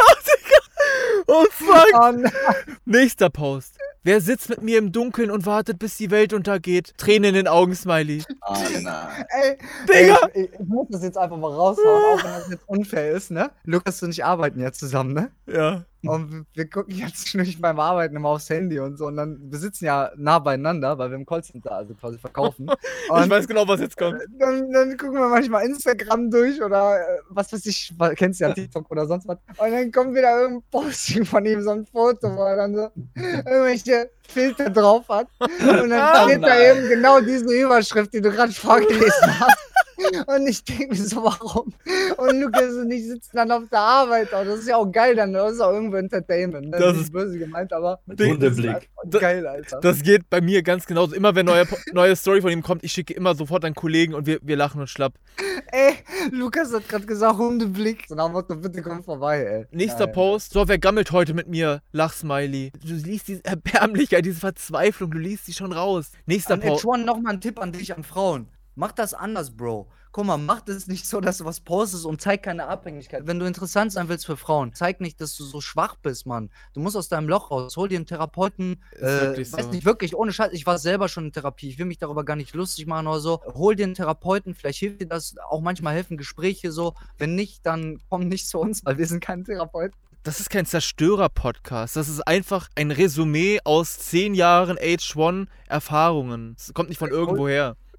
Oh fuck. oh nein. Nächster Post. Wer sitzt mit mir im Dunkeln und wartet, bis die Welt untergeht? Tränen in den Augen, Smiley. Ah, nein. Ey, Digga! ich muss das jetzt einfach mal raushauen, auch wenn das jetzt unfair ist, ne? Lukas und ich arbeiten ja zusammen, ne? Ja. Und wir gucken jetzt nicht beim Arbeiten immer aufs Handy und so. Und dann, wir sitzen ja nah beieinander, weil wir im Callcenter also quasi verkaufen. Ich Und weiß genau, was jetzt kommt. dann gucken wir manchmal Instagram durch oder was weiß ich, kennst ja TikTok oder sonst was. Und dann kommt wieder irgendein Posting von ihm, so ein Foto, wo er dann so irgendwelche Filter drauf hat. Und dann steht da nein. eben genau diese Überschrift, die du gerade vorgelesen hast. Und ich denke mir so, warum? Und Lukas und ich sitzen dann auf der Arbeit. Und das ist ja auch geil, dann das ist auch irgendwo Entertainment. Ne? Das Nicht ist- böse gemeint, aber Mit Ding- Hundeblick. geil, Alter. Das geht bei mir ganz genauso. Immer wenn neue Story von ihm kommt, ich schicke immer sofort an Kollegen und wir lachen und schlapp. Ey, Lukas hat gerade gesagt, Hundeblick. So nach dem Motto, bitte komm vorbei, ey. Nächster Geil. Post. So, wer gammelt heute mit mir? Lach-Smiley. Du liest diese Erbärmlichkeit, diese Verzweiflung, du liest sie schon raus. Nächster Und Post. H1 nochmal ein Tipp an dich, an Frauen. Mach das anders, Bro. Guck mal, mach das nicht so, dass du was postest und zeig keine Abhängigkeit. Wenn du interessant sein willst für Frauen, zeig nicht, dass du so schwach bist, Mann. Du musst aus deinem Loch raus. Hol dir einen Therapeuten. wirklich Weiß so. nicht, wirklich, ohne Scheiß. Ich war selber schon in Therapie. Ich will mich darüber gar nicht lustig machen oder so. Hol dir einen Therapeuten. Vielleicht hilft dir das. Auch manchmal helfen Gespräche so. Wenn nicht, dann komm nicht zu uns, weil wir sind keine Therapeuten. Das ist kein Zerstörer-Podcast. Das ist einfach ein Resümee aus 10 Jahren H1-Erfahrungen. Das kommt nicht von irgendwoher.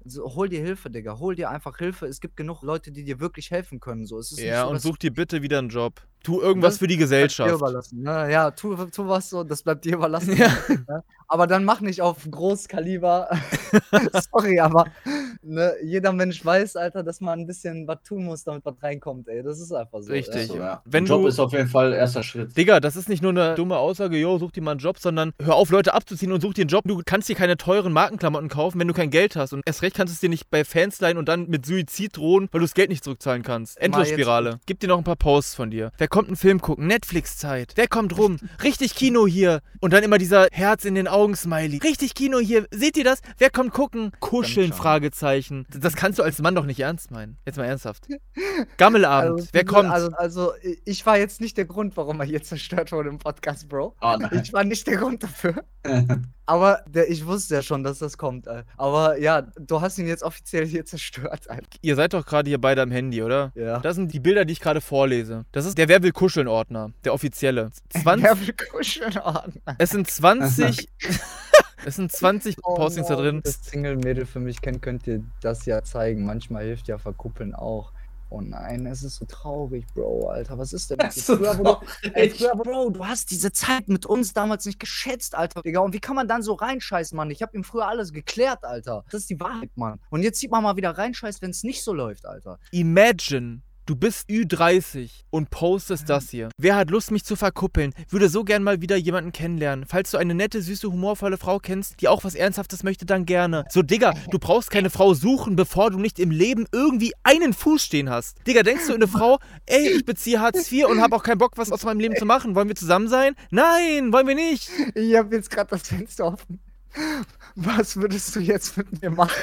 So, hol dir Hilfe, Digga. Hol dir einfach Hilfe. Es gibt genug Leute, die dir wirklich helfen können. So. Es ist nicht Ja, so, und dass such dir bitte wieder einen Job. Tu irgendwas für die bleibt dir Gesellschaft. überlassen. Ne? Ja, tu was so, das bleibt dir überlassen. Ja. Ne? Aber dann mach nicht auf Großkaliber. Sorry, aber ne, jeder Mensch weiß, Alter, dass man ein bisschen was tun muss, damit was reinkommt, ey. Das ist einfach so. Richtig. So, ja. Wenn Job du- ist auf jeden Fall erster Schritt. Digga, das ist nicht nur eine dumme Aussage, yo, such dir mal einen Job, sondern hör auf, Leute abzuziehen und such dir einen Job. Du kannst dir keine teuren Markenklamotten kaufen, wenn du kein Geld hast. Und erst recht kannst du es dir nicht bei Fans leihen und dann mit Suizid drohen, weil du das Geld nicht zurückzahlen kannst. Endlosspirale. Gib dir noch ein paar Posts von dir. Wer kommt einen Film gucken? Netflix-Zeit. Wer kommt rum? Richtig Kino hier. Und dann immer dieser Herz in den Augen-Smiley. Richtig Kino hier. Seht ihr das? Wer kommt gucken? Kuscheln, schon. Fragezeichen. Das kannst du als Mann doch nicht ernst meinen. Jetzt mal ernsthaft. Gammelabend. Wer kommt? Also, ich war jetzt nicht der Grund, warum er hier zerstört wurde im Podcast, Bro. Oh nein. Ich war nicht der Grund dafür. Aber ich wusste ja schon, dass das kommt, Alter. Aber ja, du hast ihn jetzt offiziell hier zerstört, Alter. Ihr seid doch gerade hier beide am Handy, oder? Ja. Das sind die Bilder, die ich gerade vorlese. Das ist der Wer will kuscheln Ordner, der offizielle. Wer will kuscheln? Es sind 20 es sind 20 Postings da drin. Das Single-Mädel für mich kennt, könnt ihr das ja zeigen. Manchmal hilft ja Verkuppeln auch. Oh nein, es ist so traurig, Bro, Alter. Was ist denn Das das? ist so traurig. Bro, du hast diese Zeit mit uns damals nicht geschätzt, Alter, Digga. Und wie kann man dann so reinscheißen, Mann? Ich hab ihm früher alles geklärt, Alter. Das ist die Wahrheit, Mann. Und jetzt sieht man mal wieder reinscheißt, wenn es nicht so läuft, Alter. Imagine, du bist Ü30 und postest das hier. Wer hat Lust, mich zu verkuppeln? Würde so gern mal wieder jemanden kennenlernen. Falls du eine nette, süße, humorvolle Frau kennst, die auch was Ernsthaftes möchte, dann gerne. So, Digga, du brauchst keine Frau suchen, bevor du nicht im Leben irgendwie einen Fuß stehen hast. Digga, denkst du in eine Frau, ey, ich beziehe Hartz IV und hab auch keinen Bock, was aus meinem Leben zu machen. Wollen wir zusammen sein? Nein, wollen wir nicht. Ich hab jetzt gerade das Fenster offen. Was würdest du jetzt mit mir machen?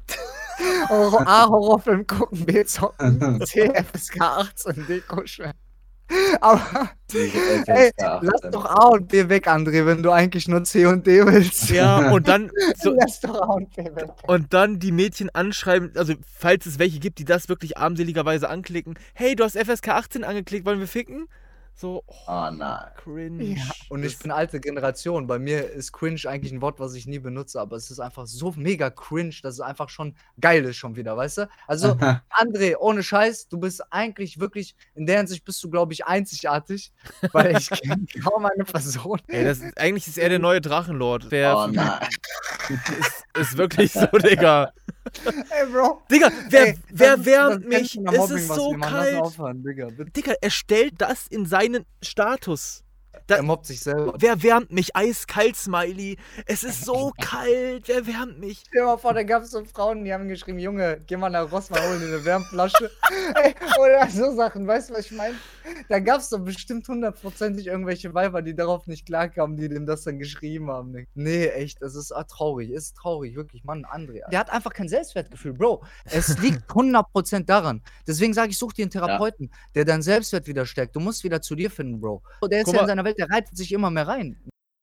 Horrorfilm gucken, B zocken, C, FSK 18, D kuscheln. Aber, ey, lass doch A und B weg, André, wenn du eigentlich nur C und D willst. Ja, und dann so, Lass doch A und B weg. und dann die Mädchen anschreiben, also falls es welche gibt, die das wirklich armseligerweise anklicken. Hey, du hast FSK 18 angeklickt, wollen wir ficken? So, Oh nein. cringe. Ja, und ich bin alte Generation. Bei mir ist cringe eigentlich ein Wort, was ich nie benutze, aber es ist einfach so mega cringe, dass es einfach schon geil ist schon wieder, weißt du? Also, André, ohne Scheiß, du bist eigentlich wirklich, in der Hinsicht bist du, glaube ich, einzigartig, weil ich kenne kaum eine Person. Ey, eigentlich ist er der neue Drachenlord. Oh nein. Ist wirklich so, Digga. Ey, Bro. Digga, Ey, wer das wärmt kennst mich? du nach Es Mobbing, ist was so wir machen. Lass kalt. aufhören, Digga, bitte. Digga, er stellt das in seinen Status. Er mobbt sich selber. Wer wärmt mich? Eiskalt, Smiley. Es ist so kalt. Wer wärmt mich? Stell dir mal vor, da gab es so Frauen, die haben geschrieben, Junge, geh mal nach Rossmann, hol dir eine Wärmflasche. Ey, oder so Sachen, weißt du, was ich meine? Da gab es doch bestimmt 100%ig irgendwelche Weiber, die darauf nicht klarkamen, die dem das dann geschrieben haben. Nee, echt, es ist traurig, ist traurig, wirklich, Mann, André. Der hat einfach kein Selbstwertgefühl, Bro. Es liegt 100% daran. Deswegen sage ich, such dir einen Therapeuten, der dein Selbstwert wieder stärkt. Du musst wieder zu dir finden, Bro. Der ist Guck ja mal. in seiner Welt, der reitet sich immer mehr rein.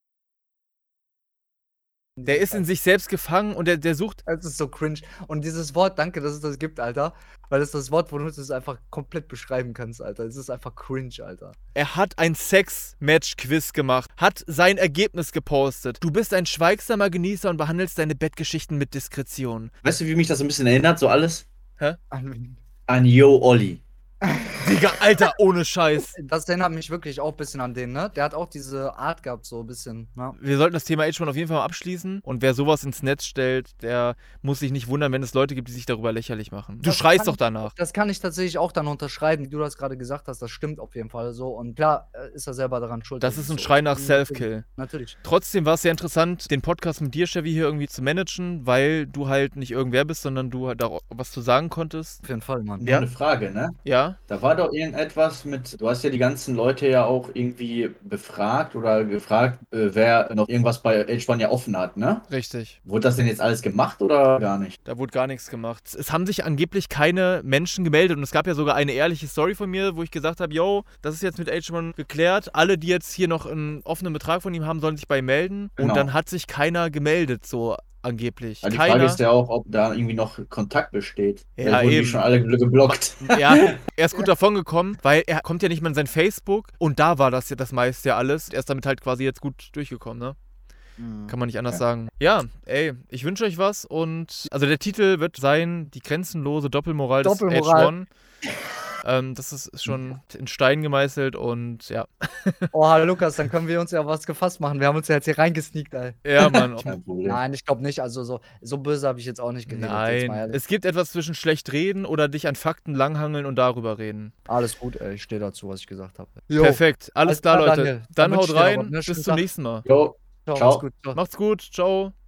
Der ist in sich selbst gefangen und der sucht. Es ist so cringe. Und dieses Wort, danke, dass es das gibt, Alter. Weil es das Wort, womit du es einfach komplett beschreiben kannst, Alter. Es ist einfach cringe, Alter. Er hat ein Sex-Match-Quiz gemacht, hat sein Ergebnis gepostet. Du bist ein schweigsamer Genießer und behandelst deine Bettgeschichten mit Diskretion. Weißt du, wie mich das ein bisschen erinnert, so alles? An- An Yo Olli. Digga, Alter, ohne Scheiß. Das erinnert mich wirklich auch ein bisschen an den, ne? Der hat auch diese Art gehabt, so ein bisschen, ne? Wir sollten das Thema H1 auf jeden Fall mal abschließen. Und wer sowas ins Netz stellt, der muss sich nicht wundern, wenn es Leute gibt, die sich darüber lächerlich machen. Du Das schreist kann doch ich- danach. Das kann ich tatsächlich auch dann unterschreiben, wie du das gerade gesagt hast. Das stimmt auf jeden Fall so. Und klar ist er selber daran schuld. Das dass ist es ein so Schrei nach ist. Self-Kill. Natürlich. Trotzdem war es sehr interessant, den Podcast mit dir, Chevy, hier irgendwie zu managen, weil du halt nicht irgendwer bist, sondern du halt da was zu sagen konntest. Auf jeden Fall, Mann. Nur Ja? eine Frage, ne? Ja? Da war doch irgendetwas mit, du hast ja die ganzen Leute ja auch irgendwie befragt oder gefragt, wer noch irgendwas bei H1 ja offen hat, ne? Richtig. Wurde das denn jetzt alles gemacht oder gar nicht? Da wurde gar nichts gemacht. Es haben sich angeblich keine Menschen gemeldet und es gab ja sogar eine ehrliche Story von mir, wo ich gesagt habe, yo, das ist jetzt mit H1 geklärt. Alle, die jetzt hier noch einen offenen Betrag von ihm haben, sollen sich bei ihm melden. Genau. Und dann hat sich keiner gemeldet, so angeblich. Aber die Keiner. Frage ist ja auch, ob da irgendwie noch Kontakt besteht. Ja, Vielleicht wurden eben. die schon alle geblockt. Ja, er ist gut davon gekommen, weil er kommt ja nicht mal in sein Facebook und da war das ja das meiste ja alles. Er ist damit halt quasi jetzt gut durchgekommen, ne? Kann man nicht anders sagen. Ja, ey, ich wünsche euch was und also der Titel wird sein, die grenzenlose Doppelmoral des H1. Das ist schon in Stein gemeißelt und ja. Oh, Lukas, dann können wir uns ja was gefasst machen. Wir haben uns ja jetzt hier reingesneakt, ey. Ja, Mann. Kein Problem. Nein, ich glaube nicht. Also so böse habe ich jetzt auch nicht geredet. Jetzt mal Nein, ehrlich. es gibt etwas zwischen schlecht reden oder dich an Fakten langhangeln und darüber reden. Alles gut, ey. Ich stehe dazu, was ich gesagt habe. Perfekt, alles klar, Leute. Daniel. Dann Dann haut wünsch ich dir noch rein, was, ne? bis Schönen zum Tag. nächsten Mal. Jo, Ciao, Ciao. mach's gut. Ciao. Macht's gut, ciao.